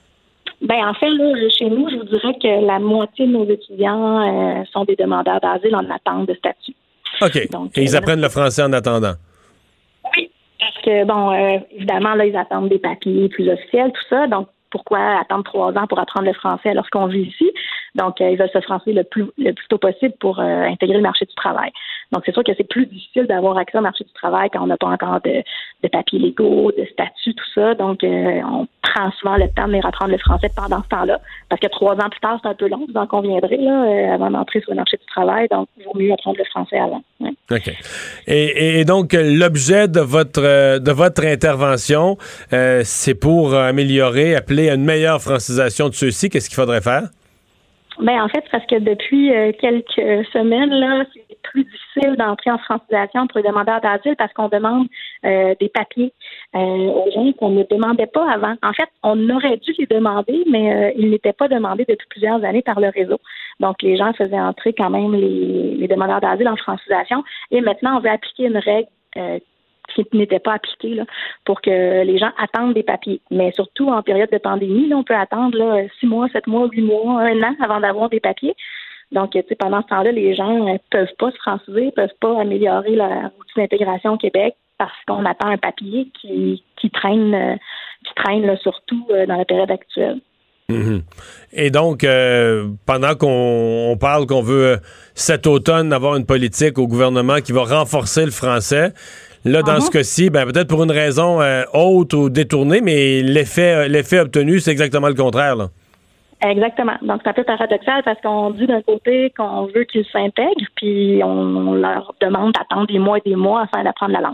S15: Ben en fait, là, chez nous, je vous dirais que la moitié de nos étudiants sont des demandeurs d'asile en attente de statut.
S3: OK. Donc, et ils apprennent le français en attendant?
S15: Oui. Parce que, évidemment, là, ils attendent des papiers plus officiels, tout ça. Donc, pourquoi attendre 3 ans pour apprendre le français lorsqu'on vit ici? Donc, ils veulent se français le plus tôt possible pour intégrer le marché du travail. Donc, c'est sûr que c'est plus difficile d'avoir accès au marché du travail quand on n'a pas encore de papiers légaux, de statut, tout ça. Donc, on prend souvent le temps de les apprendre le français pendant ce temps-là. Parce que 3 ans plus tard, c'est un peu long, vous en conviendrez, là, avant d'entrer sur le marché du travail. Donc, il vaut mieux apprendre le français avant. Ouais.
S3: OK. Et donc, l'objet de votre intervention, c'est pour améliorer, appeler à une meilleure francisation de ceux-ci. Qu'est-ce qu'il faudrait faire?
S15: Ben en fait, parce que depuis quelques semaines, là, c'est plus difficile d'entrer en francisation pour les demandeurs d'asile parce qu'on demande des papiers aux gens qu'on ne demandait pas avant. En fait, on aurait dû les demander, mais ils n'étaient pas demandés depuis plusieurs années par le réseau. Donc, les gens faisaient entrer quand même les demandeurs d'asile en francisation. Et maintenant, on veut appliquer une règle qui n'était pas appliquée là, pour que les gens attendent des papiers. Mais surtout en période de pandémie, là, on peut attendre là, 6 mois, 7 mois, 8 mois, 1 an avant d'avoir des papiers. Donc, pendant ce temps-là, les gens ne peuvent pas se franciser, ne peuvent pas améliorer leur outil d'intégration au Québec parce qu'on attend un papier qui traîne là, surtout dans la période actuelle.
S3: Mm-hmm. Et donc, pendant qu'on parle qu'on veut cet automne avoir une politique au gouvernement qui va renforcer le français, là, dans ce cas-ci, peut-être pour une raison haute ou détournée, mais l'effet obtenu, c'est exactement le contraire, là.
S15: Exactement. Donc, c'est un peu paradoxal parce qu'on dit d'un côté qu'on veut qu'ils s'intègrent, puis on leur demande d'attendre des mois et des mois afin d'apprendre la langue.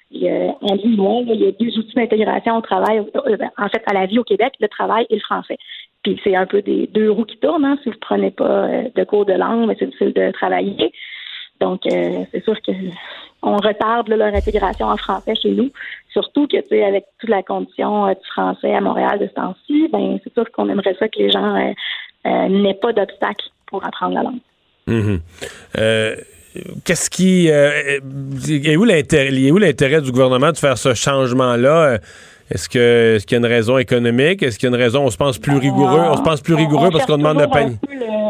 S15: En 10 mois, il y a 2 outils d'intégration au travail, en fait, à la vie au Québec, le travail et le français. Puis c'est un peu des 2 roues qui tournent, hein. Si vous ne prenez pas de cours de langue, mais c'est difficile de travailler. Donc, c'est sûr que on retarde là, leur intégration en français chez nous. Surtout que, tu sais, avec toute la condition du français à Montréal de ce temps-ci, c'est sûr qu'on aimerait ça que les gens n'aient pas d'obstacle pour apprendre la langue.
S3: Mm-hmm. Qu'est-ce qui... il est où l'intérêt du gouvernement de faire ce changement-là? Est-ce qu'il y a une raison économique? Est-ce qu'il y a une raison, on se pense plus rigoureux? On se pense plus rigoureux parce qu'on demande le panier.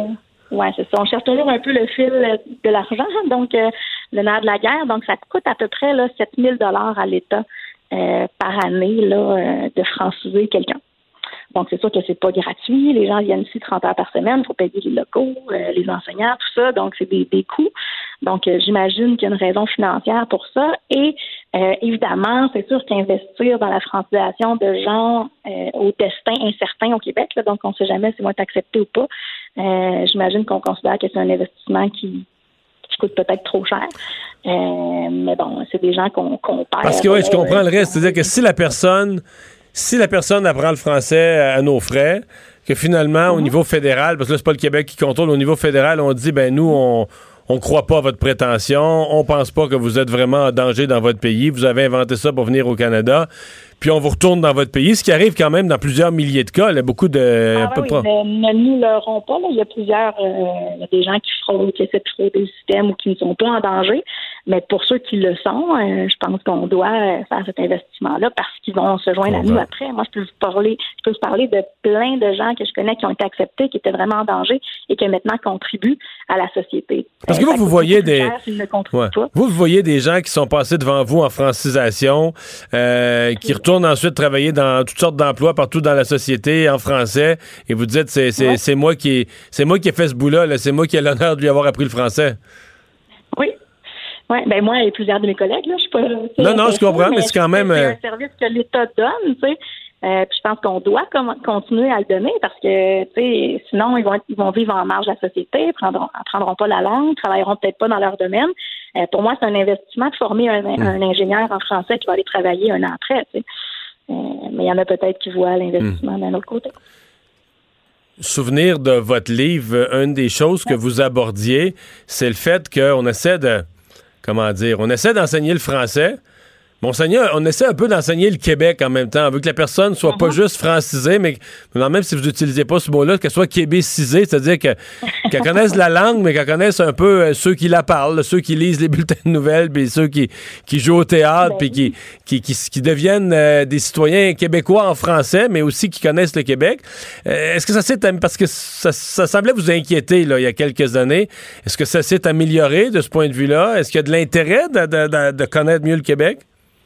S15: Oui, c'est ça. On cherche toujours un peu le fil de l'argent, donc le nerf de la guerre. Donc, ça coûte à peu près 7 000 $ à l'État par année là, de franciser quelqu'un. Donc, c'est sûr que c'est pas gratuit. Les gens viennent ici 30 heures par semaine. Il faut payer les locaux, les enseignants, tout ça. Donc, c'est des coûts. Donc, j'imagine qu'il y a une raison financière pour ça. Et évidemment, c'est sûr qu'investir dans la francisation de gens au destin incertain au Québec, là, donc on ne sait jamais s'ils vont être acceptés ou pas, j'imagine qu'on considère que c'est un investissement qui coûte peut-être trop cher. Mais bon, c'est des gens qu'on perd.
S3: Parce que oui, je comprends le reste. C'est-à-dire que si la personne apprend le français à nos frais, que finalement, au niveau fédéral, parce que là, c'est pas le Québec qui contrôle, au niveau fédéral, on dit, nous, on croit pas à votre prétention, on pense pas que vous êtes vraiment en danger dans votre pays, vous avez inventé ça pour venir au Canada, puis on vous retourne dans votre pays, ce qui arrive quand même dans plusieurs milliers de cas, là, beaucoup de...
S15: ne nous leurrons pas, là. Il y a plusieurs, il y a des gens qui essaient de frauder le système ou qui ne sont pas en danger, mais pour ceux qui le sont, je pense qu'on doit faire cet investissement-là parce qu'ils vont se joindre à nous après. Moi, je peux vous parler de plein de gens que je connais qui ont été acceptés, qui étaient vraiment en danger et qui maintenant contribuent à la société.
S3: Parce que vous voyez vous voyez des gens qui sont passés devant vous en francisation, qui retournent ensuite travailler dans toutes sortes d'emplois partout dans la société en français, et vous dites c'est moi qui ai fait ce bout-là, c'est moi qui ai l'honneur de lui avoir appris le français.
S15: Oui. Oui, moi et plusieurs de mes collègues, là, je suis pas...
S3: Non, je comprends, mais c'est quand même...
S15: C'est un service que l'État donne, tu sais. Puis je pense qu'on doit continuer à le donner parce que, tu sais, sinon, ils vont vivre en marge de la société, apprendront pas la langue, travailleront peut-être pas dans leur domaine. Pour moi, c'est un investissement de former un ingénieur en français qui va aller travailler un an après, tu sais. Mais il y en a peut-être qui voient l'investissement d'un autre côté.
S3: Souvenir de votre livre, une des choses que vous abordiez, c'est le fait qu'on essaie d'enseigner le français. On essaie un peu d'enseigner le Québec en même temps. On veut que la personne soit pas juste francisée, mais même si vous n'utilisez pas ce mot-là, qu'elle soit québécisée, c'est-à-dire qu'elle connaisse la langue, mais qu'elle connaisse un peu ceux qui la parlent, ceux qui lisent les bulletins de nouvelles, puis ceux qui jouent au théâtre, puis qui deviennent des citoyens québécois en français, mais aussi qui connaissent le Québec. Est-ce que ça s'est... Parce que ça semblait vous inquiéter là, il y a quelques années. Est-ce que ça s'est amélioré de ce point de vue-là? Est-ce qu'il y a de l'intérêt de connaître mieux le Québec?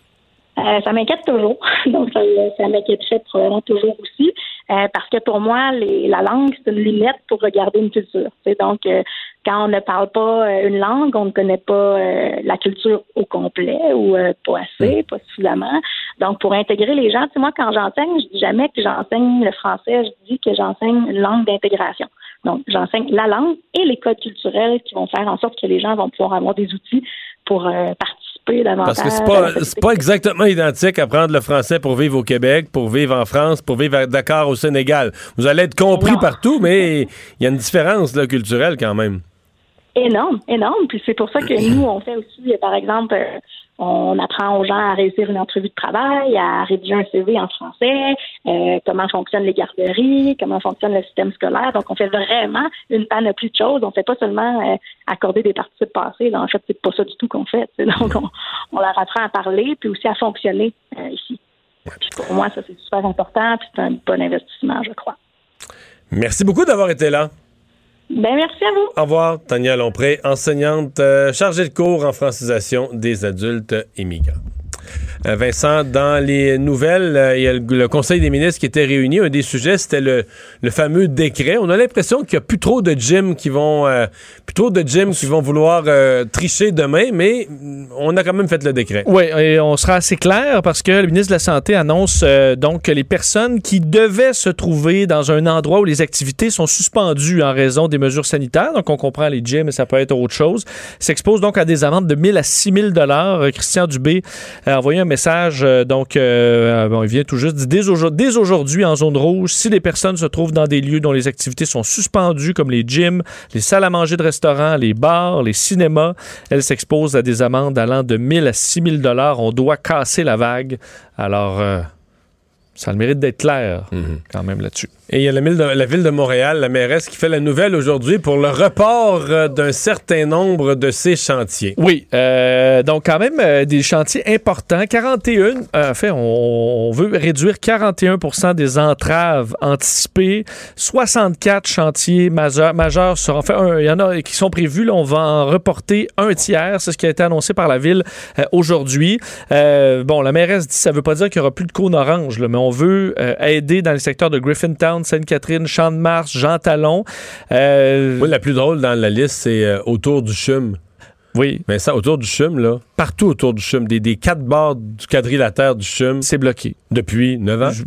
S15: Ça m'inquiète toujours, donc ça m'inquiéterait probablement toujours aussi, parce que pour moi, la langue, c'est une lunette pour regarder une culture. Donc, quand on ne parle pas une langue, on ne connaît pas la culture au complet ou pas assez, pas suffisamment. Donc, pour intégrer les gens, moi, quand j'enseigne, je dis jamais que j'enseigne le français, je dis que j'enseigne une langue d'intégration. Donc, j'enseigne la langue et les codes culturels qui vont faire en sorte que les gens vont pouvoir avoir des outils pour participer davantage.
S3: Parce que c'est pas exactement identique apprendre le français pour vivre au Québec, pour vivre en France, pour vivre à Dakar au Sénégal. Vous allez être compris partout, mais il y a une différence là, culturelle quand même.
S15: Énorme. Puis c'est pour ça que nous, on fait aussi, par exemple, on apprend aux gens à réussir une entrevue de travail, à rédiger un CV en français, comment fonctionnent les garderies, comment fonctionne le système scolaire. Donc, on fait vraiment une panoplie de choses. On fait pas seulement accorder des participes passés. Là, en fait, c'est pas ça du tout qu'on fait. Donc, on leur apprend à parler puis aussi à fonctionner ici. Puis pour moi, ça, c'est super important puis c'est un bon investissement, je crois.
S3: Merci beaucoup d'avoir été là.
S15: Merci à vous.
S3: Au revoir, Tania Lompré, enseignante chargée de cours en francisation des adultes immigrants. Vincent, dans les nouvelles, il y a le Conseil des ministres qui était réuni. Un des sujets, c'était le fameux décret. On a l'impression qu'il n'y a plus trop de gyms qui vont vouloir tricher demain, mais on a quand même fait le décret.
S4: Oui, et on sera assez clair parce que le ministre de la Santé annonce donc que les personnes qui devaient se trouver dans un endroit où les activités sont suspendues en raison des mesures sanitaires, donc on comprend les gyms, mais ça peut être autre chose, s'exposent donc à des amendes de 1 000 à 6 000 $. Christian Dubé a envoyé un message, il vient tout juste, dès aujourd'hui en zone rouge, si les personnes se trouvent dans des lieux dont les activités sont suspendues, comme les gyms, les salles à manger de restaurants, les bars, les cinémas, elles s'exposent à des amendes allant de 1 000 à 6 000 $. On doit casser la vague. Alors, Ça a le mérite d'être clair, quand même, là-dessus.
S3: Et il y a la Ville de Montréal, la mairesse, qui fait la nouvelle aujourd'hui pour le report d'un certain nombre de ces chantiers.
S4: Oui, donc quand même des chantiers importants. 41, en fait, on veut réduire 41% des entraves anticipées. 64 chantiers majeurs seront faits. Il y en a qui sont prévus. Là, on va en reporter un tiers. C'est ce qui a été annoncé par la Ville aujourd'hui. Bon, la mairesse dit que ça ne veut pas dire qu'il n'y aura plus de cône orange, là, mais on veut aider dans les secteurs de Griffintown, Sainte-Catherine, Champ-de-Mars, Jean-Talon.
S3: Oui, la plus drôle dans la liste, c'est autour du CHUM.
S4: Oui.
S3: Mais ça, autour du CHUM, là, partout autour du CHUM, des 4 bords du quadrilatère du CHUM.
S4: C'est bloqué.
S3: Depuis 9 ans.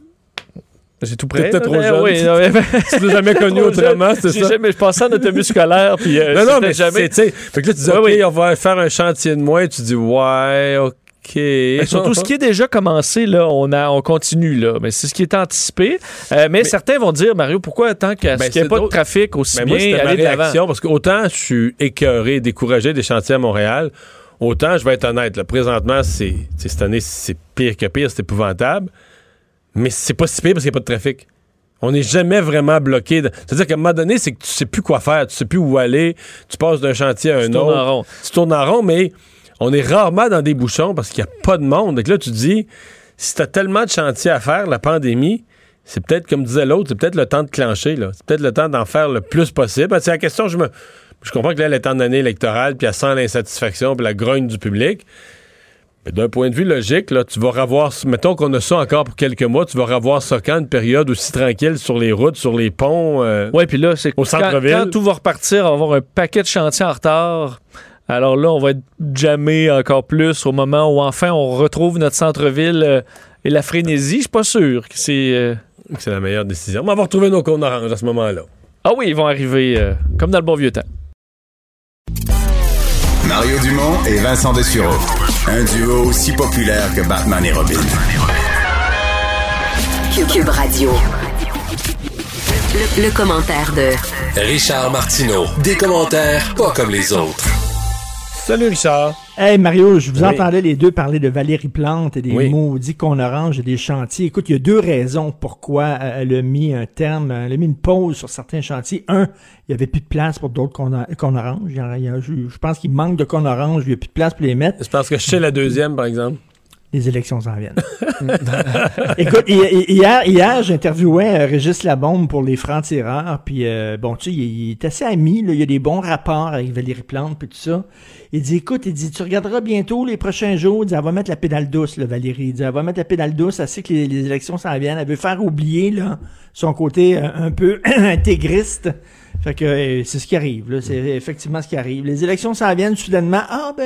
S4: C'est tout près.
S3: T'es trop jeune.
S4: Oui,
S3: tu l'as jamais connu autrement, c'est ça?
S4: Je passais en autobus scolaire, puis
S3: non, mais
S4: jamais...
S3: Fait que là, tu dis, OK, on va faire un chantier de moins, et tu dis, ouais, OK.
S4: Mais surtout, ce qui est déjà commencé, là, on continue, là. Mais c'est ce qui est anticipé. Mais certains vont dire, Mario, pourquoi tant qu'il n'y a pas de trafic aussi bien aller de l'avant?
S3: Parce qu'autant je suis écœuré, découragé des chantiers à Montréal, autant, je vais être honnête, là, présentement, cette année, c'est pire que pire, c'est épouvantable. Mais c'est pas si pire parce qu'il n'y a pas de trafic. On n'est jamais vraiment bloqué. C'est-à-dire qu'à un moment donné, c'est que tu sais plus quoi faire, tu sais plus où aller, tu passes d'un chantier à un autre. Tu tournes en rond, mais on est rarement dans des bouchons parce qu'il n'y a pas de monde. Donc là, tu te dis, si tu as tellement de chantiers à faire, la pandémie, c'est peut-être, comme disait l'autre, c'est peut-être le temps de clencher. Là. C'est peut-être le temps d'en faire le plus possible. C'est la question, je comprends que là, elle est en année électorale, puis elle sent l'insatisfaction, puis la grogne du public. Mais d'un point de vue logique, là, tu vas revoir, mettons qu'on a ça encore pour quelques mois, tu vas revoir ça quand une période aussi tranquille sur les routes, sur les ponts,
S4: oui, puis là, c'est
S3: au centre-ville.
S4: Quand tout va repartir, on va avoir un paquet de chantiers en retard. Alors là, on va être jammé encore plus au moment où enfin on retrouve notre centre-ville et la frénésie. Je suis pas sûr que c'est
S3: la meilleure décision. Mais on va retrouver nos cônes oranges à ce moment-là.
S4: Ah oui, ils vont arriver comme dans le bon vieux temps.
S2: Mario Dumont et Vincent Dessureau. Un duo aussi populaire que Batman et Robin.
S14: Cube Radio. Le commentaire de
S18: Richard Martineau. Des commentaires pas comme les autres.
S3: Salut Richard.
S19: Hey Mario, je vous entendais les deux parler de Valérie Plante et des maudits cônes oranges et des chantiers. Écoute, il y a deux raisons pourquoi elle a mis un terme, elle a mis une pause sur certains chantiers. Un, il n'y avait plus de place pour d'autres cônes oranges. Je pense qu'il manque de cônes oranges, il n'y a plus de place pour les mettre.
S3: C'est parce que je sais la deuxième, par exemple.
S19: Les élections s'en viennent. Écoute, hier j'interviewais Régis Labombe pour les Francs-Tireurs, puis bon, tu sais, il est assez ami, là, il y a des bons rapports avec Valérie Plante, puis tout ça. Il dit, écoute, tu regarderas bientôt les prochains jours, il dit, elle va mettre la pédale douce, là, Valérie. Il dit, elle va mettre la pédale douce, elle sait que les élections s'en viennent, elle veut faire oublier, là, son côté un peu intégriste. Fait que c'est ce qui arrive, là. C'est effectivement ce qui arrive. Les élections s'en viennent soudainement.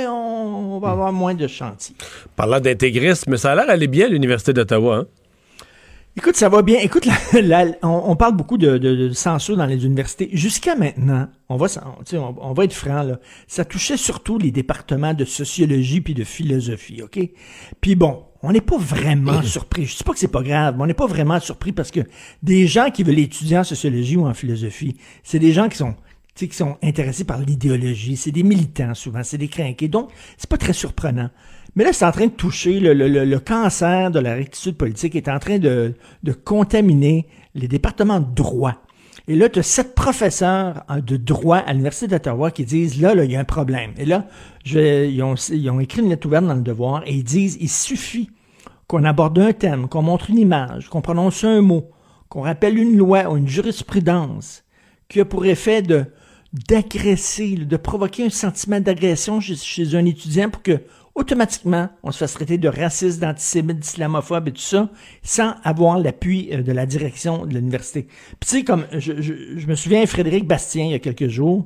S19: On va avoir moins de chantiers.
S3: Parlant d'intégrisme, ça a l'air d'aller bien à l'Université d'Ottawa, hein?
S19: Écoute, ça va bien. Écoute, on parle beaucoup de censure dans les universités. Jusqu'à maintenant, on va être franc, là. Ça touchait surtout les départements de sociologie puis de philosophie, OK? Puis bon, on n'est pas vraiment surpris. Je sais pas que c'est pas grave, mais on n'est pas vraiment surpris parce que des gens qui veulent étudier en sociologie ou en philosophie, c'est des gens qui sont intéressés par l'idéologie. C'est des militants, souvent. C'est des crinqués. Donc, c'est pas très surprenant. Mais là, c'est en train de toucher le cancer de la rectitude politique est en train de contaminer les départements de droit. Et là, tu as 7 professeurs de droit à l'Université d'Ottawa qui disent, là, il y a un problème. Et là, ils ont écrit une lettre ouverte dans le Devoir et ils disent, il suffit qu'on aborde un thème, qu'on montre une image, qu'on prononce un mot, qu'on rappelle une loi ou une jurisprudence qui a pour effet d'agresser, de provoquer un sentiment d'agression chez un étudiant pour que automatiquement, on se fasse traiter de raciste, d'antisémite, d'islamophobe et tout ça, sans avoir l'appui de la direction de l'université. Puis tu sais, comme je me souviens, Frédéric Bastien, il y a quelques jours,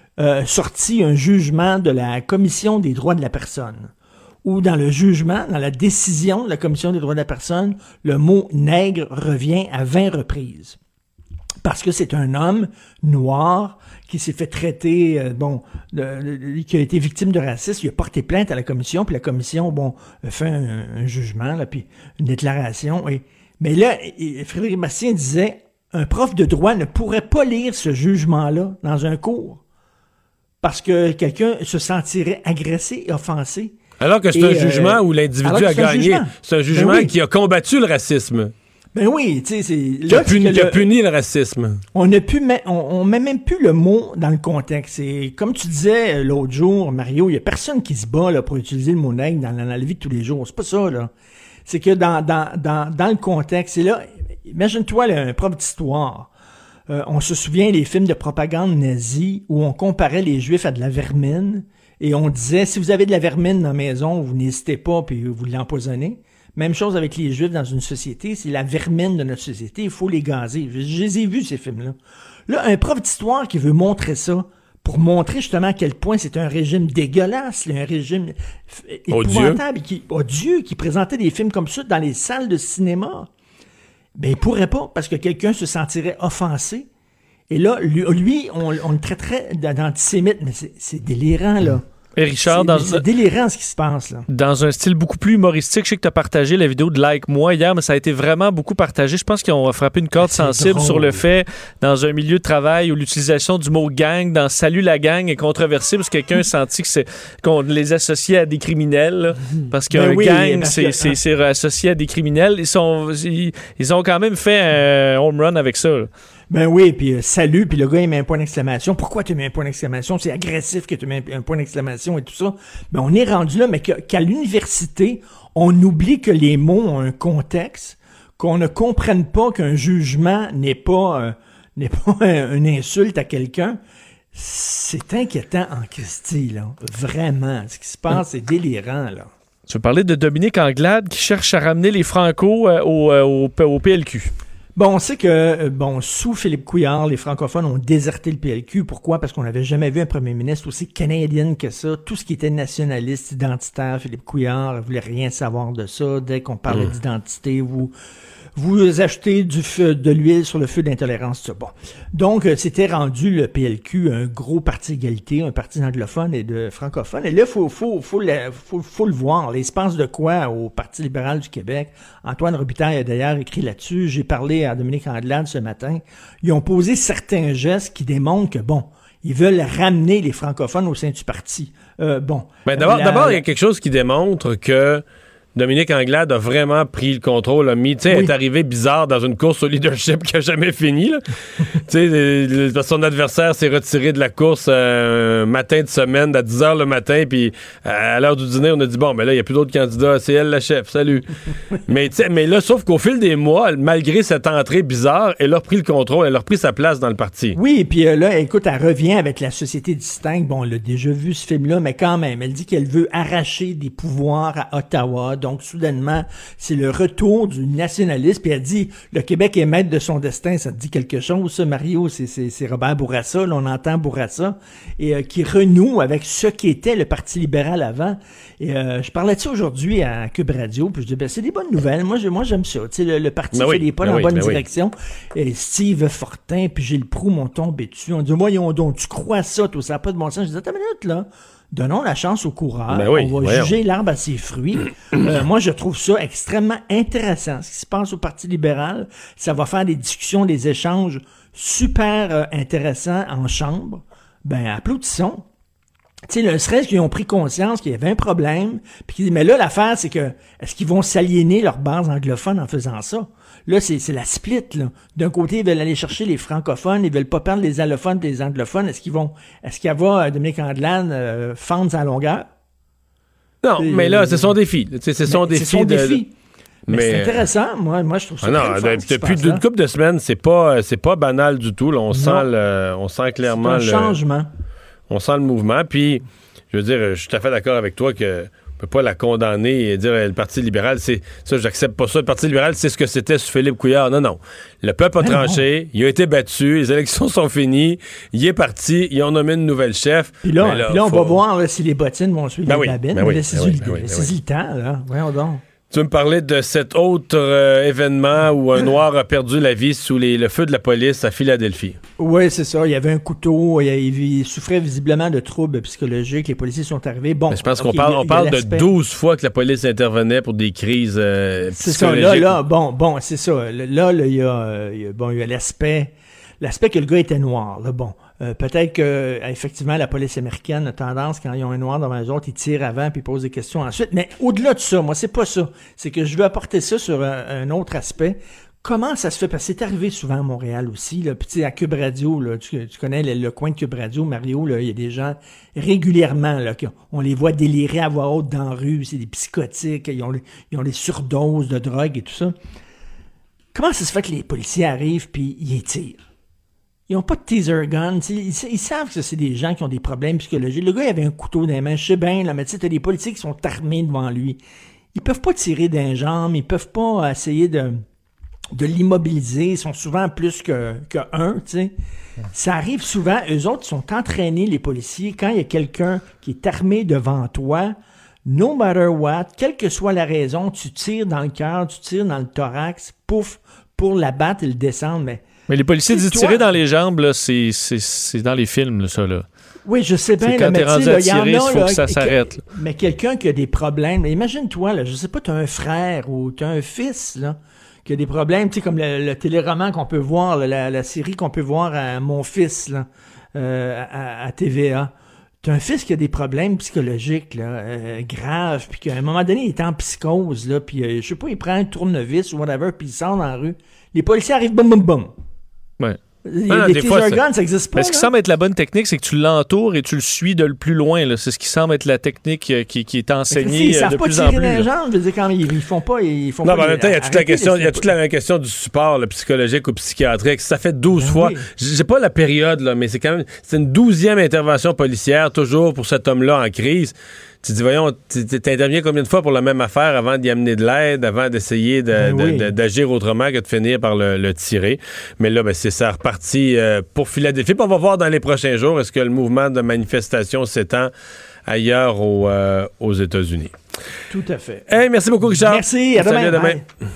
S19: sorti un jugement de la Commission des droits de la personne, où dans le jugement, dans la décision de la Commission des droits de la personne, le mot « nègre » revient à 20 reprises. Parce que c'est un homme noir qui s'est fait traiter, qui a été victime de racisme, il a porté plainte à la commission, puis la commission, fait un jugement, là, puis une déclaration. Mais là, Frédéric Bastien disait, un prof de droit ne pourrait pas lire ce jugement-là dans un cours, parce que quelqu'un se sentirait agressé et offensé.
S3: Alors que c'est un jugement où l'individu a gagné. C'est un jugement qui a combattu le racisme.
S19: Ben oui, tu sais,
S3: qui a puni le racisme.
S19: On met même plus le mot dans le contexte. Et comme tu disais l'autre jour, Mario, il y a personne qui se bat là, pour utiliser le mot nègre dans la vie de tous les jours. C'est pas ça, là. C'est que dans le contexte, et là, imagine-toi là, un prof d'histoire. On se souvient des films de propagande nazie où on comparait les Juifs à de la vermine et on disait, si vous avez de la vermine dans la maison, vous n'hésitez pas puis vous l'empoisonnez. Même chose avec les Juifs dans une société, c'est la vermine de notre société, il faut les gazer. Je les ai vus, ces films-là. Là, un prof d'histoire qui veut montrer ça, pour montrer justement à quel point c'est un régime dégueulasse, un régime épouvantable, odieux, qui présentait des films comme ça dans les salles de cinéma, ben il pourrait pas, parce que quelqu'un se sentirait offensé. Et là, lui, on le traiterait d'antisémite, mais c'est délirant, là.
S4: Et Richard,
S19: c'est délirant ce qui se passe, là.
S4: Dans un style beaucoup plus humoristique, je sais que tu as partagé la vidéo de Like Moi hier, mais ça a été vraiment beaucoup partagé. Je pense qu'ils ont frappé une corde sensible
S19: drôle.
S4: Sur le fait, dans un milieu de travail où l'utilisation du mot gang dans Salut la gang est controversée parce que quelqu'un a senti qu'on les associait à des criminels. Là, parce qu'un gang, c'est associé à des criminels. Ils ont quand même fait un home run avec ça, là.
S19: Ben oui, puis salut, puis le gars il met un point d'exclamation. Pourquoi tu mets un point d'exclamation? C'est agressif que tu mets un point d'exclamation et tout ça. Ben on est rendu là, mais qu'à l'université, on oublie que les mots ont un contexte, qu'on ne comprenne pas qu'un jugement n'est pas une insulte à quelqu'un. C'est inquiétant en Christie, là. Vraiment. Ce qui se passe, c'est délirant, là.
S4: Tu veux parler de Dominique Anglade qui cherche à ramener les Franco au PLQ.
S19: Bon, on sait que, sous Philippe Couillard, les francophones ont déserté le PLQ. Pourquoi? Parce qu'on n'avait jamais vu un premier ministre aussi canadien que ça. Tout ce qui était nationaliste, identitaire, Philippe Couillard ne voulait rien savoir de ça. Dès qu'on parlait d'identité, vous achetez de l'huile sur le feu d'intolérance, ça. Bon. Donc, c'était rendu le PLQ un gros parti égalité, un parti anglophone et de francophone. Et là, faut le voir. Là, il se passe de quoi au Parti libéral du Québec? Antoine Robitaille a d'ailleurs écrit là-dessus. J'ai parlé à Dominique Anglade ce matin. Ils ont posé certains gestes qui démontrent que, ils veulent ramener les francophones au sein du parti.
S3: D'abord, il y a quelque chose qui démontre que Dominique Anglade a vraiment pris le contrôle, est arrivé bizarre dans une course au leadership qui n'a jamais fini. Son adversaire s'est retiré de la course un matin de semaine à 10h le matin, puis à l'heure du dîner, on a dit là, il n'y a plus d'autres candidats, c'est elle la chef, salut. mais là, sauf qu'au fil des mois, malgré cette entrée bizarre, elle a repris le contrôle, elle a repris sa place dans le parti.
S19: Oui, puis là, écoute, elle revient avec la société distincte. Bon, elle a déjà vu ce film-là, mais quand même, elle dit qu'elle veut arracher des pouvoirs à Ottawa. Donc, soudainement, c'est le retour du nationalisme. Puis elle dit, le Québec est maître de son destin. Ça te dit quelque chose, ça, Mario? C'est Robert Bourassa, là, on entend Bourassa, et qui renoue avec ce qu'était le Parti libéral avant. Et je parlais de ça aujourd'hui à Cube Radio, puis je dis, c'est des bonnes nouvelles. Moi, j'aime ça. Tu sais, le parti fait des pas dans la bonne direction. Et Steve Fortin, puis Gilles Proulx m'ont tombé dessus. On dit, voyons donc, tu crois ça, tout ça n'a pas de bon sens. Je dis, attends une minute, là. Donnons la chance au coureur. On va juger l'arbre à ses fruits. Moi, je trouve ça extrêmement intéressant. Ce qui se passe au Parti libéral, ça va faire des discussions, des échanges super intéressants en chambre. Applaudissons. Tu sais, ne serait-ce qu'ils ont pris conscience qu'il y avait un problème. Mais là, l'affaire, c'est que, est-ce qu'ils vont s'aliéner leur base anglophone en faisant ça? Là, c'est la split, là. D'un côté, ils veulent aller chercher les francophones, ils veulent pas perdre les allophones et les anglophones. Est-ce qu'il va, Dominique Anglade, fendre sa longueur?
S3: Non, mais là, c'est son défi. C'est son défi.
S19: Mais c'est intéressant. Moi, je trouve ça
S3: depuis une couple de semaines, c'est pas banal du tout. Là. On sent clairement
S19: c'est un changement.
S3: On sent le mouvement. Puis, je veux dire, je suis tout à fait d'accord avec toi que on peut pas la condamner et dire le Parti libéral, c'est ça, j'accepte pas ça. Le Parti libéral, c'est ce que c'était sous Philippe Couillard. Non. Le peuple a tranché, il a été battu, les élections sont finies, il est parti, ils ont nommé une nouvelle chef.
S19: Puis là, on va voir là, si les bottines vont suivre les babines. Laissez-y le temps, là. Voyons donc.
S3: Tu veux me parler de cet autre événement où un Noir a perdu la vie sous le feu de la police à Philadelphie.
S19: Oui, c'est ça. Il y avait un couteau. Il souffrait visiblement de troubles psychologiques. Les policiers sont arrivés. Bon,
S3: je pense qu'on parle de 12 fois que la police intervenait pour des crises psychologiques.
S19: C'est ça. Là, c'est ça. Là, il y a l'aspect que le gars était noir. Là, bon. Peut-être que effectivement la police américaine a tendance, quand ils ont un noir devant eux autres, ils tirent avant puis ils posent des questions ensuite. Mais au-delà de ça, moi, c'est pas ça. C'est que je veux apporter ça sur un autre aspect. Comment ça se fait? Parce que c'est arrivé souvent à Montréal aussi. Là. Puis tu sais, à Cube Radio, là, tu connais le coin de Cube Radio, Mario, là, il y a des gens régulièrement, là, on les voit délirer à voix haute dans la rue. C'est des psychotiques, ils ont des surdoses de drogue et tout ça. Comment ça se fait que les policiers arrivent puis ils les tirent? Ils n'ont pas de teaser gun. Ils savent que c'est des gens qui ont des problèmes psychologiques. Le gars, il avait un couteau dans les mains. Je sais bien, là, mais tu sais, t'as des policiers qui sont armés devant lui. Ils peuvent pas tirer d'un jambe. Ils peuvent pas essayer de l'immobiliser. Ils sont souvent plus que un, tu sais. Ça arrive souvent. Eux autres, ils sont entraînés, les policiers. Quand il y a quelqu'un qui est armé devant toi, no matter what, quelle que soit la raison, tu tires dans le cœur, tu tires dans le thorax, pouf, pour l'abattre et le descendre,
S4: Mais les policiers disent tirer dans les jambes, là, c'est dans les films, là, ça, là.
S19: Oui, je sais bien.
S4: Quand t'es rendu à tirer, il faut que ça s'arrête. Là.
S19: Mais quelqu'un qui a des problèmes, imagine-toi, là, je sais pas, t'as un frère ou t'as un fils, là, qui a des problèmes, tu sais, comme le téléroman qu'on peut voir, là, la série qu'on peut voir à Mon Fils, là, à TVA. T'as un fils qui a des problèmes psychologiques, là, graves, puis qu'à un moment donné, il est en psychose, là, puis je sais pas, il prend un tournevis ou whatever, puis il sort dans la rue. Les policiers arrivent, boum, boum, boum.
S4: Ouais.
S19: Des teaser guns, ça n'existe pas.
S4: Mais ce qui semble être la bonne technique, c'est que tu l'entoures et tu le suis de le plus loin. Là. C'est ce qui semble être la technique qui est enseignée de plus en plus.
S19: Ils savent pas tirer les gens, je veux dire, quand ils font pas. Ils font
S3: non,
S19: pas
S3: mais en même temps, il y a toute la question du support là, psychologique ou psychiatrique. Ça fait 12 fois. Oui. J'ai pas la période, là, mais c'est quand même. C'est une 12e intervention policière, toujours pour cet homme-là en crise. Tu dis, voyons, t'interviens combien de fois pour la même affaire avant d'y amener de l'aide, avant d'essayer d'agir autrement que de finir par le tirer. Mais là, c'est ça reparti pour Philadelphie. Puis on va voir dans les prochains jours, est-ce que le mouvement de manifestation s'étend ailleurs aux États-Unis.
S19: Tout à fait.
S3: Hey, merci beaucoup, Richard.
S19: Merci, à demain.
S3: Salut, à demain.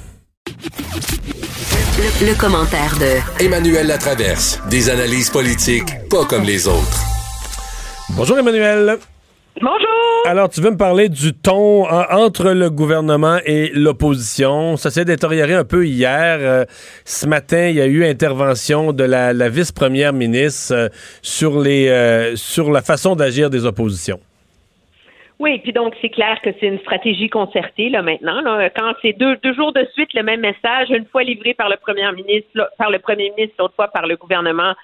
S14: Le commentaire de
S18: Emmanuel Latraverse. Des analyses politiques pas comme les autres.
S3: Bonjour, Emmanuel.
S20: Bonjour!
S3: Alors, tu veux me parler du ton entre le gouvernement et l'opposition. Ça s'est détérioré un peu hier. Ce matin, il y a eu intervention de la vice-première ministre sur la façon d'agir des oppositions.
S20: Oui, puis donc c'est clair que c'est une stratégie concertée là maintenant. Là, quand c'est deux jours de suite le même message, une fois livré par le premier ministre, l'autre fois par le gouvernement.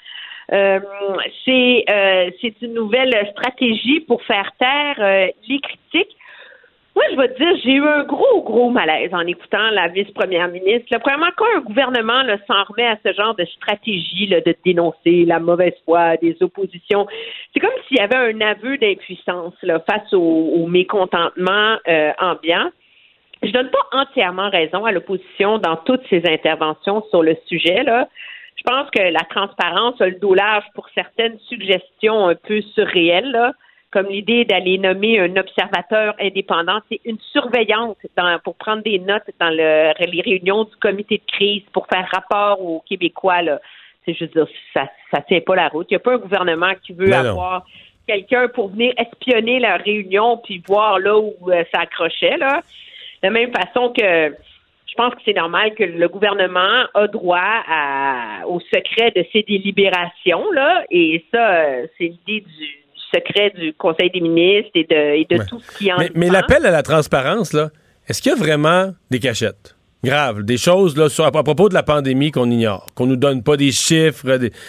S20: C'est une nouvelle stratégie pour faire taire les critiques. Moi, je vais te dire, j'ai eu un gros malaise en écoutant la vice-première ministre. Là, premièrement, quand un gouvernement là, s'en remet à ce genre de stratégie là, de dénoncer la mauvaise foi des oppositions, c'est comme s'il y avait un aveu d'impuissance là, face au mécontentement ambiant. Je donne pas entièrement raison à l'opposition dans toutes ses interventions sur le sujet, là. Je pense que la transparence a le dos large pour certaines suggestions un peu surréelles, là, comme l'idée d'aller nommer un observateur indépendant. C'est une surveillante pour prendre des notes dans les réunions du comité de crise pour faire rapport aux Québécois. Là. C'est juste dire, ça tient pas la route. Il n'y a pas un gouvernement qui veut avoir quelqu'un pour venir espionner la réunion puis voir là où ça accrochait. Là. De la même façon que je pense que c'est normal que le gouvernement a droit au secret de ses délibérations, là, et ça, c'est l'idée du secret du Conseil des ministres et de tout ce qui en
S3: mais l'appel à la transparence, là, est-ce qu'il y a vraiment des cachettes graves, des choses là, à propos de la pandémie qu'on ignore, qu'on nous donne pas des chiffres?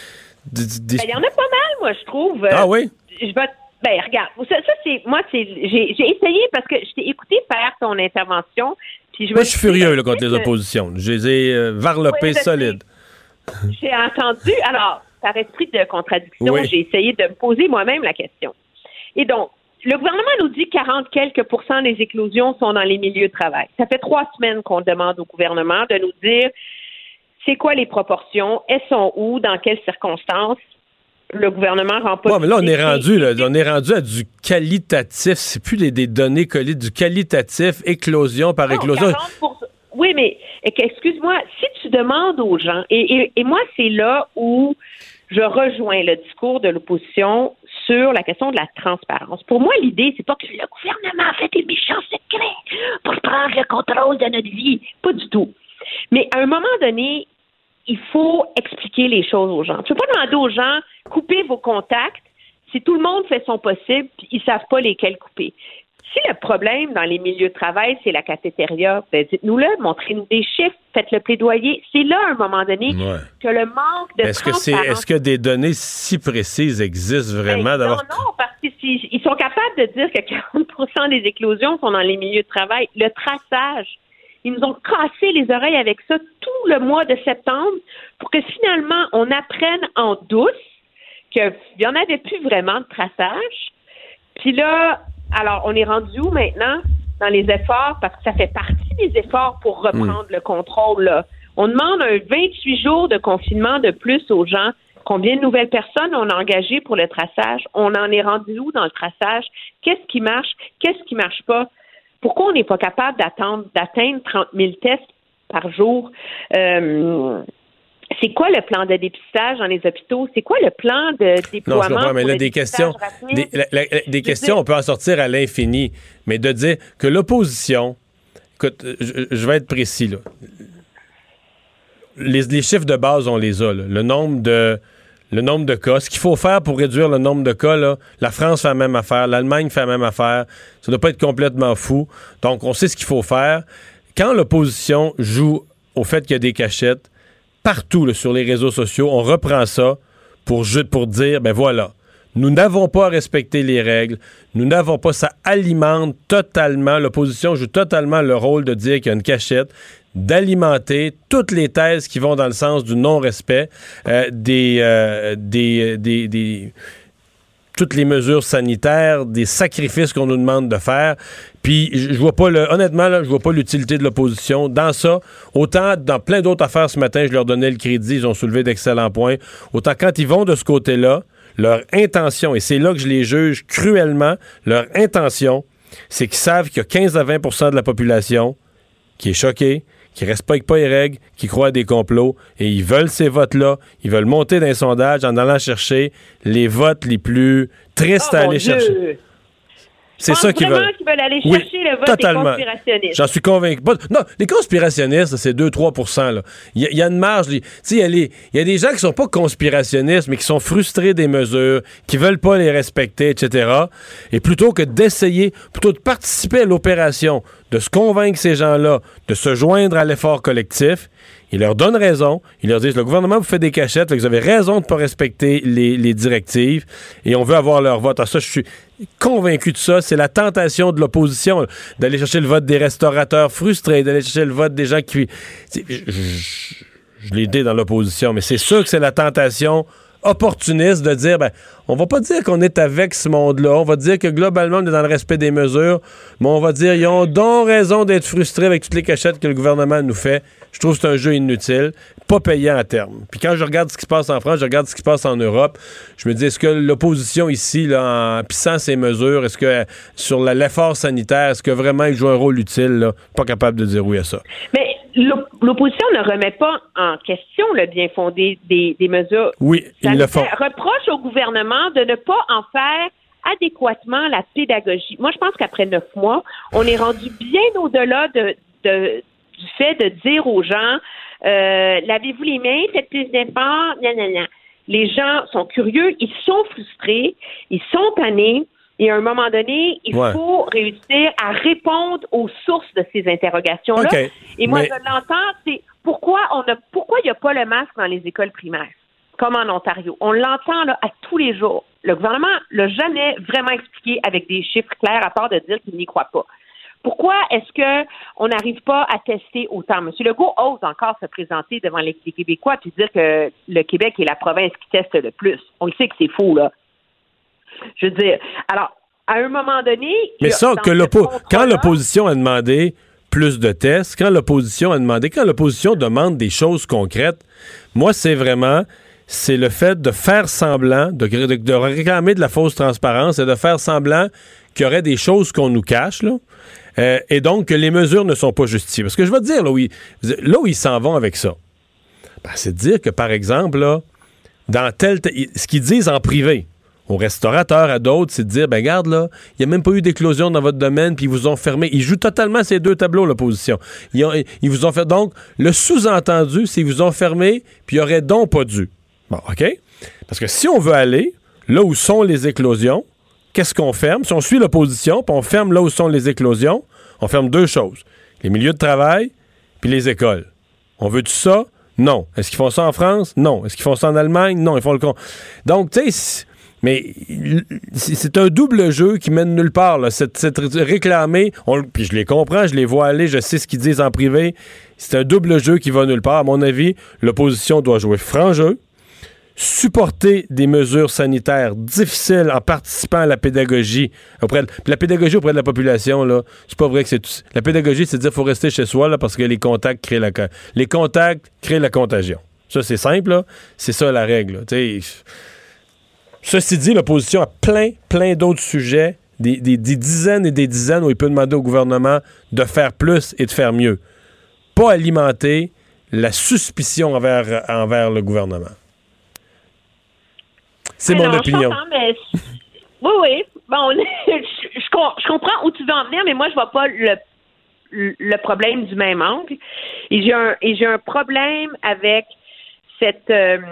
S20: Il y en a pas mal, moi, je trouve.
S3: Ah oui?
S20: Regarde, j'ai essayé parce que je t'ai écouté faire ton intervention.
S3: Moi, je suis furieux là, contre les oppositions. Je les ai varlopées solides.
S20: J'ai entendu. Alors, par esprit de contradiction, j'ai essayé de me poser moi-même la question. Et donc, le gouvernement nous dit 40 quelques % des éclosions sont dans les milieux de travail. Ça fait 3 semaines qu'on demande au gouvernement de nous dire c'est quoi les proportions, elles sont où, dans quelles circonstances. Le gouvernement rend pas.
S3: Mais là, on est rendu à du qualitatif. C'est plus des données collées, du qualitatif, éclosion par éclosion.
S20: Oui, mais excuse-moi, si tu demandes aux gens, et moi, c'est là où je rejoins le discours de l'opposition sur la question de la transparence. Pour moi, l'idée, c'est pas que le gouvernement fait des méchants secrets pour prendre le contrôle de notre vie. Pas du tout. Mais à un moment donné, il faut expliquer les choses aux gens. Tu peux pas demander aux gens coupez vos contacts. Si tout le monde fait son possible, puis ils savent pas lesquels couper. Si le problème dans les milieux de travail, c'est la cafétéria, ben dites-nous-le, montrez-nous des chiffres, faites le plaidoyer. C'est là, à un moment donné, que le manque de transparence...
S3: Est-ce que des données si précises existent vraiment?
S20: Non, parce qu'ils sont capables de dire que 40% des éclosions sont dans les milieux de travail. Le traçage, ils nous ont cassé les oreilles avec ça tout le mois de septembre pour que finalement, on apprenne en douce qu'il n'y en avait plus vraiment de traçage. Puis là, alors, on est rendu où maintenant dans les efforts? Parce que ça fait partie des efforts pour reprendre le contrôle, là. On demande un 28 jours de confinement de plus aux gens. Combien de nouvelles personnes on a engagées pour le traçage? On en est rendu où dans le traçage? Qu'est-ce qui marche? Qu'est-ce qui marche pas? Pourquoi on n'est pas capable d'atteindre 30 000 tests par jour? C'est quoi le plan de dépistage dans les hôpitaux? C'est quoi le plan de déploiement?
S3: Non, je comprends, mais là, des questions, on peut en sortir à l'infini. Mais de dire que l'opposition... Écoute, je vais être précis, là. Les chiffres de base, on les a, là. Le nombre de cas. Ce qu'il faut faire pour réduire le nombre de cas, là, la France fait la même affaire, l'Allemagne fait la même affaire. Ça ne doit pas être complètement fou. Donc, on sait ce qu'il faut faire. Quand l'opposition joue au fait qu'il y a des cachettes, partout là, sur les réseaux sociaux, on reprend ça pour dire, ben voilà, nous n'avons pas à respecter les règles, nous n'avons pas, ça alimente totalement, l'opposition joue totalement le rôle de dire qu'il y a une cachette, d'alimenter toutes les thèses qui vont dans le sens du non-respect toutes les mesures sanitaires, des sacrifices qu'on nous demande de faire. Puis je vois pas honnêtement là, je vois pas l'utilité de l'opposition dans ça. Autant dans plein d'autres affaires ce matin, je leur donnais le crédit, ils ont soulevé d'excellents points. Autant quand ils vont de ce côté-là, leur intention, et c'est là que je les juge cruellement, leur intention, c'est qu'ils savent qu'il y a 15 à 20% de la population qui est choquée, qui respectent pas les règles, qui croient à des complots, et ils veulent ces votes-là, ils veulent monter dans les sondages en allant chercher les votes les plus tristes à aller chercher. C'est ça qu'ils veulent.
S20: Qu'ils veulent aller chercher le vote des conspirationnistes.
S3: J'en suis convaincu. Non, les conspirationnistes, c'est 2-3%. Là. Il y a une marge. Il y a des gens qui sont pas conspirationnistes, mais qui sont frustrés des mesures, qui veulent pas les respecter, etc. Et plutôt de participer à l'opération, de se convaincre ces gens-là, de se joindre à l'effort collectif, ils leur donnent raison. Ils leur disent, le gouvernement vous fait des cachettes, fait que vous avez raison de ne pas respecter les directives et on veut avoir leur vote. Alors ça, je suis convaincu de ça. C'est la tentation de l'opposition, d'aller chercher le vote des restaurateurs frustrés, d'aller chercher le vote des gens qui... Je l'ai dit dans l'opposition, mais c'est sûr que c'est la tentation opportuniste de dire, on va pas dire qu'on est avec ce monde-là, on va dire que globalement, on est dans le respect des mesures, mais on va dire, ils ont donc raison d'être frustrés avec toutes les cachettes que le gouvernement nous fait. Je trouve que c'est un jeu inutile, pas payant à terme. Puis quand je regarde ce qui se passe en France, je regarde ce qui se passe en Europe, je me dis, est-ce que l'opposition ici, là, en pissant ces mesures, est-ce que sur l'effort sanitaire, est-ce que vraiment il joue un rôle utile, là? Pas capable de dire oui à ça.
S20: Mais l'opposition ne remet pas en question le bien fondé des mesures.
S3: Oui, ils le font.
S20: Reproche au gouvernement de ne pas en faire adéquatement la pédagogie. Moi, je pense qu'après 9 mois, on est rendu bien au-delà du fait de dire aux gens lavez-vous les mains, faites plus d'efforts, Les gens sont curieux, ils sont frustrés, ils sont tannés. Et à un moment donné, il faut réussir à répondre aux sources de ces interrogations-là. Okay. Et moi, je l'entends, c'est pourquoi il n'y a pas le masque dans les écoles primaires, comme en Ontario. On l'entend là, à tous les jours. Le gouvernement l'a jamais vraiment expliqué avec des chiffres clairs, à part de dire qu'il n'y croit pas. Pourquoi est-ce qu'on n'arrive pas à tester autant? M. Legault ose encore se présenter devant les Québécois puis dire que le Québec est la province qui teste le plus. On le sait que c'est faux, là. Je veux dire, alors, à un moment donné...
S3: Mais ça, quand l'opposition a demandé plus de tests, quand l'opposition demande des choses concrètes, moi, c'est le fait de faire semblant, de réclamer de la fausse transparence et de faire semblant qu'il y aurait des choses qu'on nous cache, là, et donc que les mesures ne sont pas justifiées. Parce que je vais te dire, là où ils s'en vont avec ça, c'est de dire que, par exemple, là, ce qu'ils disent en privé, aux restaurateurs, à d'autres, c'est de dire, regarde, là, il n'y a même pas eu d'éclosion dans votre domaine, puis ils vous ont fermé. Ils jouent totalement ces deux tableaux, l'opposition. Ils vous ont fait, donc, le sous-entendu, c'est qu'ils vous ont fermé, puis ils auraient donc pas dû. Bon, OK? Parce que si on veut aller là où sont les éclosions, qu'est-ce qu'on ferme? Si on suit l'opposition, puis on ferme là où sont les éclosions, on ferme 2 choses. Les milieux de travail, puis les écoles. On veut tout ça? Non. Est-ce qu'ils font ça en France? Non. Est-ce qu'ils font ça en Allemagne? Non. Ils font le con. Donc, tu sais, mais c'est un double jeu qui mène nulle part, là. Cette réclamer, puis je les comprends, je les vois aller, je sais ce qu'ils disent en privé. C'est un double jeu qui va nulle part. À mon avis, l'opposition doit jouer franc jeu, supporter des mesures sanitaires difficiles en participant à la pédagogie auprès de la population, là, c'est pas vrai que c'est... La pédagogie, c'est de dire qu'il faut rester chez soi, là, parce que les contacts créent la contagion. Ça, c'est simple, là. C'est ça la règle, là. Ceci dit, l'opposition a plein d'autres sujets, des dizaines et des dizaines où il peut demander au gouvernement de faire plus et de faire mieux. Pas alimenter la suspicion envers le gouvernement. C'est mon opinion.
S20: Oui. Bon, je comprends où tu veux en venir, mais moi, je vois pas le problème du même angle. Et j'ai un problème avec cette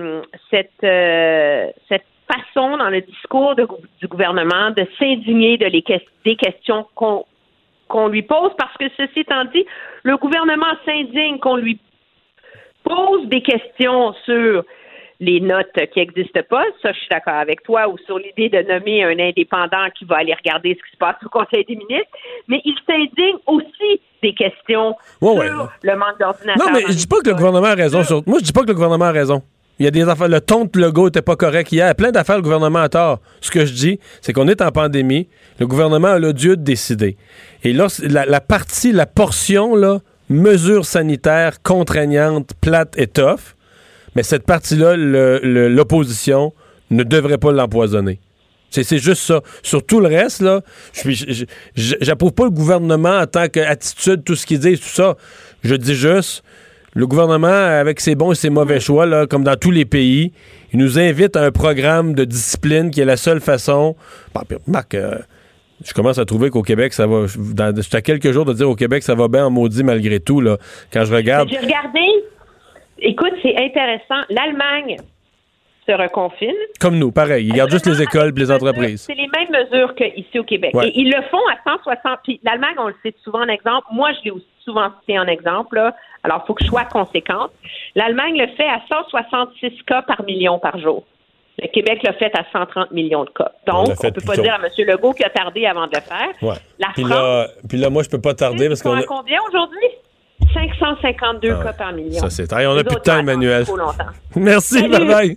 S20: façon dans le discours du gouvernement de s'indigner des questions qu'on lui pose, parce que ceci étant dit, le gouvernement s'indigne qu'on lui pose des questions sur les notes qui n'existent pas, ça je suis d'accord avec toi, ou sur l'idée de nommer un indépendant qui va aller regarder ce qui se passe au Conseil des ministres, mais il s'indigne aussi des questions sur le manque d'ordinateurs.
S3: Non, mais je dis pas que le gouvernement a raison. Moi, je dis pas que le gouvernement a raison. Il y a des affaires, le ton de Legault n'était pas correct hier. Plein d'affaires, le gouvernement a tort. Ce que je dis, c'est qu'on est en pandémie, le gouvernement a l'odieux de décider. Et là, la portion, là, mesures sanitaires contraignantes, plates et tough, mais cette partie-là, l'opposition ne devrait pas l'empoisonner. C'est juste ça. Sur tout le reste, là, j'approuve pas le gouvernement en tant qu'attitude, tout ce qu'ils disent, tout ça. Je dis juste, le gouvernement, avec ses bons et ses mauvais choix, là, comme dans tous les pays, il nous invite à un programme de discipline qui est la seule façon... Marc, je commence à trouver qu'au Québec, ça va... J'étais à quelques jours de dire au Québec, ça va bien en maudit malgré tout, là. Quand je regarde...
S20: J'ai regardé... Écoute, c'est intéressant. L'Allemagne se reconfine.
S3: Comme nous, pareil. Ils gardent juste les écoles et les entreprises.
S20: C'est les mêmes mesures qu'ici au Québec. Ouais. Et ils le font à 160... Puis l'Allemagne, on le cite souvent en exemple. Moi, je l'ai aussi souvent cité en exemple, là. Alors, il faut que je sois conséquente. L'Allemagne le fait à 166 cas par million par jour. Le Québec l'a fait à 130 millions de cas. Donc, on ne peut pas dire à M. Legault qu'il a tardé avant de le faire. Ouais.
S3: Puis là, moi, je peux pas tarder parce qu'on
S20: a combien aujourd'hui? 552 cas par million.
S3: Ça, c'est très... On n'a plus de temps, Emmanuel. Merci, bye-bye.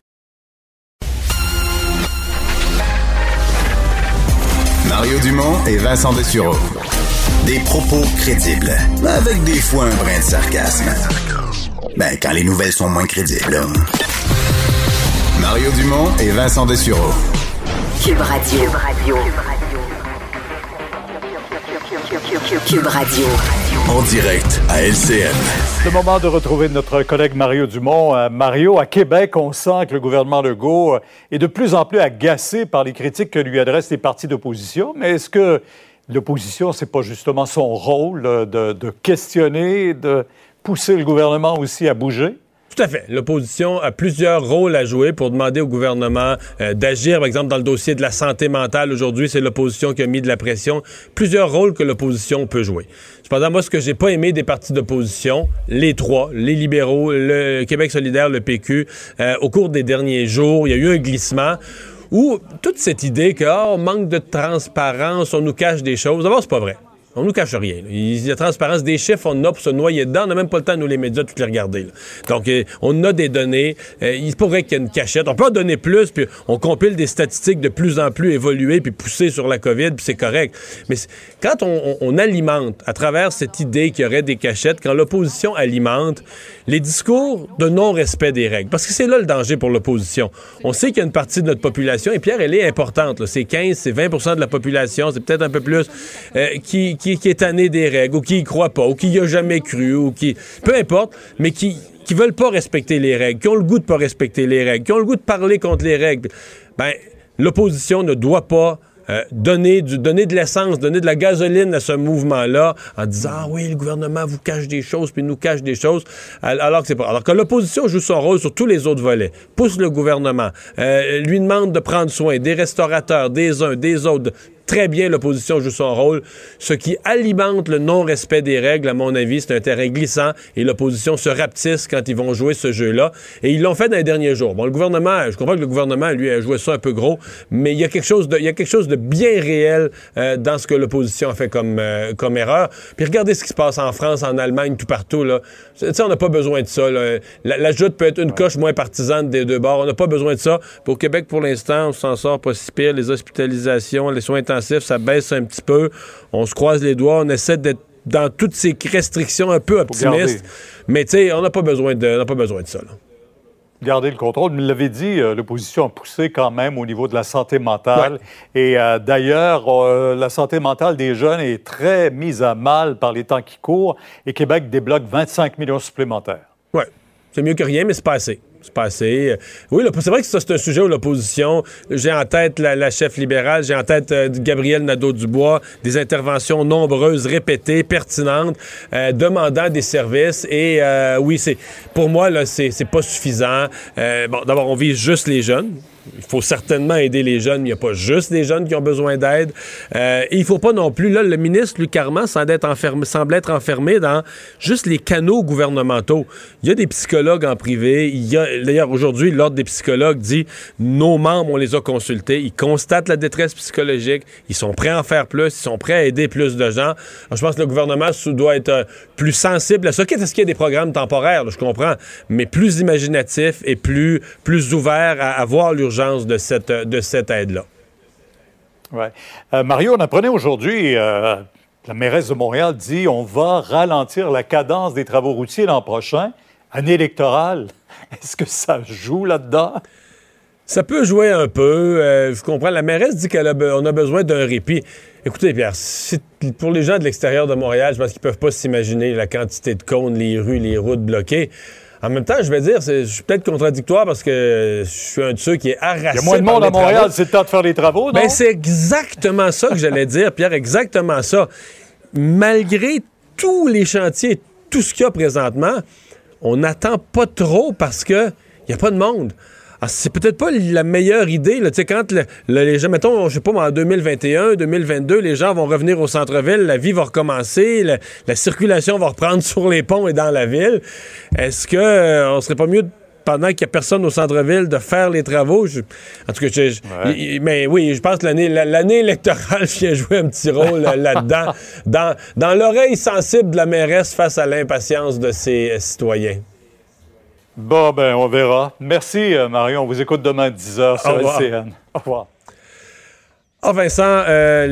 S2: Mario Dumont et Vincent Dessureau. Des propos crédibles, avec des fois un brin de sarcasme. Ben, quand les nouvelles sont moins crédibles, là. Mario Dumont et Vincent Dessureau.
S14: Cube Radio. Cube Radio.
S18: En direct à LCN.
S21: C'est le moment de retrouver notre collègue Mario Dumont. Mario, à Québec, on sent que le gouvernement Legault est de plus en plus agacé par les critiques que lui adressent les partis d'opposition. Mais est-ce que l'opposition, c'est pas justement son rôle de questionner, de pousser le gouvernement aussi à bouger?
S3: Tout à fait. L'opposition a plusieurs rôles à jouer pour demander au gouvernement d'agir. Par exemple, dans le dossier de la santé mentale, aujourd'hui, c'est l'opposition qui a mis de la pression. Plusieurs rôles que l'opposition peut jouer. Cependant, moi, ce que j'ai pas aimé des partis d'opposition, les trois, les libéraux, le Québec solidaire, le PQ, au cours des derniers jours, il y a eu un glissement où toute cette idée que manque de transparence, on nous cache des choses. D'abord, c'est pas vrai. On nous cache rien. Il y a transparence des chiffres, on a pour se noyer dedans. On n'a même pas le temps, nous, les médias, de tout les regarder. Là. Donc, on a des données. Il pourrait qu'il y ait une cachette. On peut en donner plus, puis on compile des statistiques de plus en plus évoluées, puis poussées sur la COVID, puis c'est correct. Mais quand on alimente, à travers cette idée qu'il y aurait des cachettes, quand l'opposition alimente les discours de non-respect des règles, parce que c'est là le danger pour l'opposition. On sait qu'il y a une partie de notre population, et Pierre, elle est importante. Là. C'est 15, c'est 20% de la population, c'est peut-être un peu plus, qui est tanné des règles, ou qui y croit pas, ou qui y a jamais cru, ou qui... Peu importe, mais qui veulent pas respecter les règles, qui ont le goût de pas respecter les règles, qui ont le goût de parler contre les règles. Ben, l'opposition ne doit pas donner de l'essence, donner de la gasoline à ce mouvement-là en disant « Ah oui, le gouvernement vous cache des choses, puis nous cache des choses », alors que c'est pas. Alors que l'opposition joue son rôle sur tous les autres volets, pousse le gouvernement, lui demande de prendre soin des restaurateurs, des uns, des autres. Très bien, l'opposition joue son rôle. Ce qui alimente le non-respect des règles, à mon avis, c'est un terrain glissant et l'opposition se rapetisse quand ils vont jouer ce jeu-là. Et ils l'ont fait dans les derniers jours. Bon, le gouvernement, je comprends que le gouvernement, lui, a joué ça un peu gros, mais il y a quelque chose de bien réel dans ce que l'opposition a fait comme erreur. Puis regardez ce qui se passe en France, en Allemagne, tout partout, là. Tu sais, on n'a pas besoin de ça, là. La joute peut être une coche moins partisane des deux bords. On n'a pas besoin de ça. Puis au Québec, pour l'instant, on s'en sort pas si pire. Les hospitalisations, les soins intensifs, ça baisse un petit peu. On se croise les doigts. On essaie d'être dans toutes ces restrictions un peu optimistes. Mais tu sais, on n'a pas besoin de ça, là.
S21: Garder le contrôle. Vous l'avez dit, l'opposition a poussé quand même au niveau de la santé mentale. Ouais. Et d'ailleurs, la santé mentale des jeunes est très mise à mal par les temps qui courent. Et Québec débloque 25 millions supplémentaires.
S3: Oui, c'est mieux que rien, mais c'est pas assez. C'est pas assez. Oui, c'est vrai que ça, c'est un sujet où l'opposition, j'ai en tête la chef libérale, j'ai en tête Gabriel Nadeau-Dubois, des interventions nombreuses, répétées, pertinentes, demandant des services. Et oui, pour moi, là, c'est pas suffisant. Bon, d'abord, on vise juste les jeunes. Il faut certainement aider les jeunes. Il n'y a pas juste des jeunes qui ont besoin d'aide. Et il ne faut pas non plus... Là, le ministre, Luc Carman, semble être enfermé dans juste les canaux gouvernementaux. Il y a des psychologues en privé. D'ailleurs, aujourd'hui, l'Ordre des psychologues dit « Nos membres, on les a consultés. Ils constatent la détresse psychologique. Ils sont prêts à en faire plus. Ils sont prêts à aider plus de gens. » Alors, je pense que le gouvernement doit être plus sensible à ça. Est-ce qu'il y a des programmes temporaires? Là, je comprends. Mais plus imaginatif et plus ouvert à voir l'urgence de cette aide-là.
S21: Oui. Mario, on apprenait aujourd'hui, la mairesse de Montréal dit on va ralentir la cadence des travaux routiers l'an prochain. Année électorale, est-ce que ça joue là-dedans?
S3: Ça peut jouer un peu. Je comprends. La mairesse dit qu'on a besoin d'un répit. Écoutez, Pierre, pour les gens de l'extérieur de Montréal, je pense qu'ils ne peuvent pas s'imaginer la quantité de cônes, les rues, les routes bloquées. En même temps, je vais dire, je suis peut-être contradictoire parce que je suis un de ceux qui est harassé.
S21: Il y a moins de monde à Montréal, c'est le temps de faire les travaux, non?
S3: Ben, c'est exactement ça que j'allais dire, Pierre, exactement ça. Malgré tous les chantiers, tout ce qu'il y a présentement, on n'attend pas trop parce que il n'y a pas de monde. Alors, c'est peut-être pas la meilleure idée. Tu sais, quand les gens, mettons, je sais pas, en 2021, 2022, les gens vont revenir au centre-ville, la vie va recommencer, la circulation va reprendre sur les ponts et dans la ville. Est-ce que on serait pas mieux, pendant qu'il n'y a personne au centre-ville, de faire les travaux? En tout cas, mais oui, je pense que l'année électorale vient jouer un petit rôle là-dedans, dans l'oreille sensible de la mairesse face à l'impatience de ses citoyens.
S21: Bon, ben, on verra. Merci, Marion. On vous écoute demain à 10h sur LCN. Au revoir.
S3: Ah, Vincent,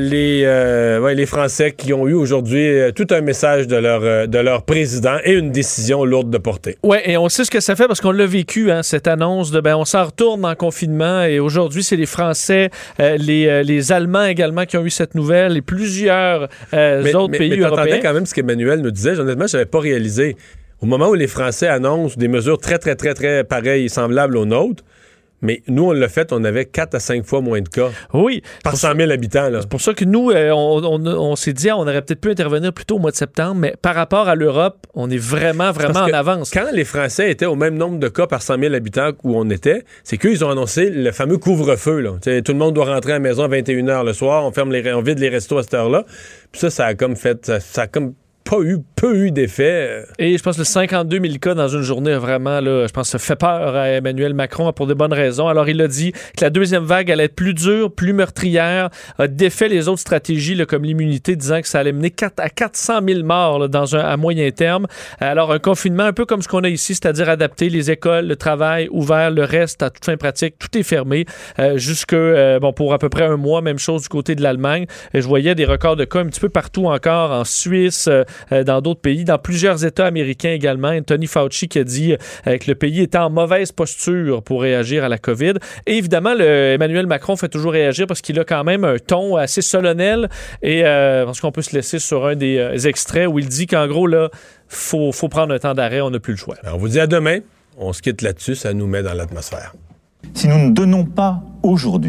S3: les Français qui ont eu aujourd'hui tout un message de leur président et une décision lourde de portée.
S4: Oui, et on sait ce que ça fait parce qu'on l'a vécu, hein, cette annonce de on s'en retourne en confinement et aujourd'hui, c'est les Français, les Allemands également qui ont eu cette nouvelle et plusieurs autres pays européens. Mais t'entendais
S3: quand même ce qu'Emmanuel nous disait. Honnêtement, je n'avais pas réalisé. Au moment où les Français annoncent des mesures très, très, très, très pareilles et semblables aux nôtres, mais nous, on l'a fait, on avait 4 à 5 fois moins de cas.
S4: Oui.
S3: Par 100 000 habitants. Là.
S4: C'est pour ça que nous, on s'est dit, on aurait peut-être pu intervenir plus tôt au mois de septembre, mais par rapport à l'Europe, on est vraiment en avance.
S3: Quand les Français étaient au même nombre de cas par 100 000 habitants où on était, c'est qu'eux, ils ont annoncé le fameux couvre-feu. Là. Tout le monde doit rentrer à la maison à 21h le soir, on vide les restos à cette heure-là. Puis ça a comme fait... Ça a comme peu eu d'effet.
S4: Et je pense que le 52 000 cas dans une journée, vraiment, là, je pense que ça fait peur à Emmanuel Macron pour de bonnes raisons. Alors, il a dit que la deuxième vague allait être plus dure, plus meurtrière, a défait les autres stratégies, là, comme l'immunité, disant que ça allait mener à 400 000 morts là, à moyen terme. Alors, un confinement un peu comme ce qu'on a ici, c'est-à-dire adapter les écoles, le travail ouvert, le reste à toute fin pratique, tout est fermé pour à peu près un mois, même chose du côté de l'Allemagne. Je voyais des records de cas un petit peu partout encore, en Suisse, dans d'autres pays, dans plusieurs États américains également. Anthony Fauci qui a dit que le pays était en mauvaise posture pour réagir à la COVID. Et évidemment, Emmanuel Macron fait toujours réagir parce qu'il a quand même un ton assez solennel et parce qu'on peut se laisser sur un des extraits où il dit qu'en gros, là, faut prendre un temps d'arrêt, on n'a plus le choix.
S3: Alors, on vous dit à demain. On se quitte là-dessus, ça nous met dans l'atmosphère.
S11: Si nous ne donnons pas aujourd'hui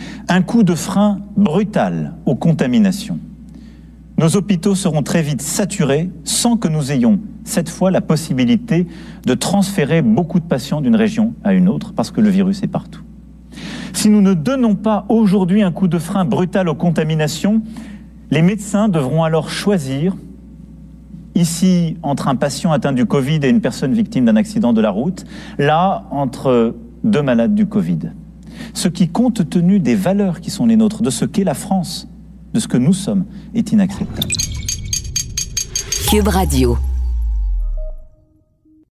S11: Un coup de frein brutal aux contaminations. Nos hôpitaux seront très vite saturés sans que nous ayons cette fois la possibilité de transférer beaucoup de patients d'une région à une autre parce que le virus est partout. Si nous ne donnons pas aujourd'hui un coup de frein brutal aux contaminations, les médecins devront alors choisir, ici entre un patient atteint du Covid et une personne victime d'un accident de la route, là entre deux malades du Covid. Ce qui, compte tenu des valeurs qui sont les nôtres, de ce qu'est la France, de ce que nous sommes, est inacceptable.
S14: Cube Radio.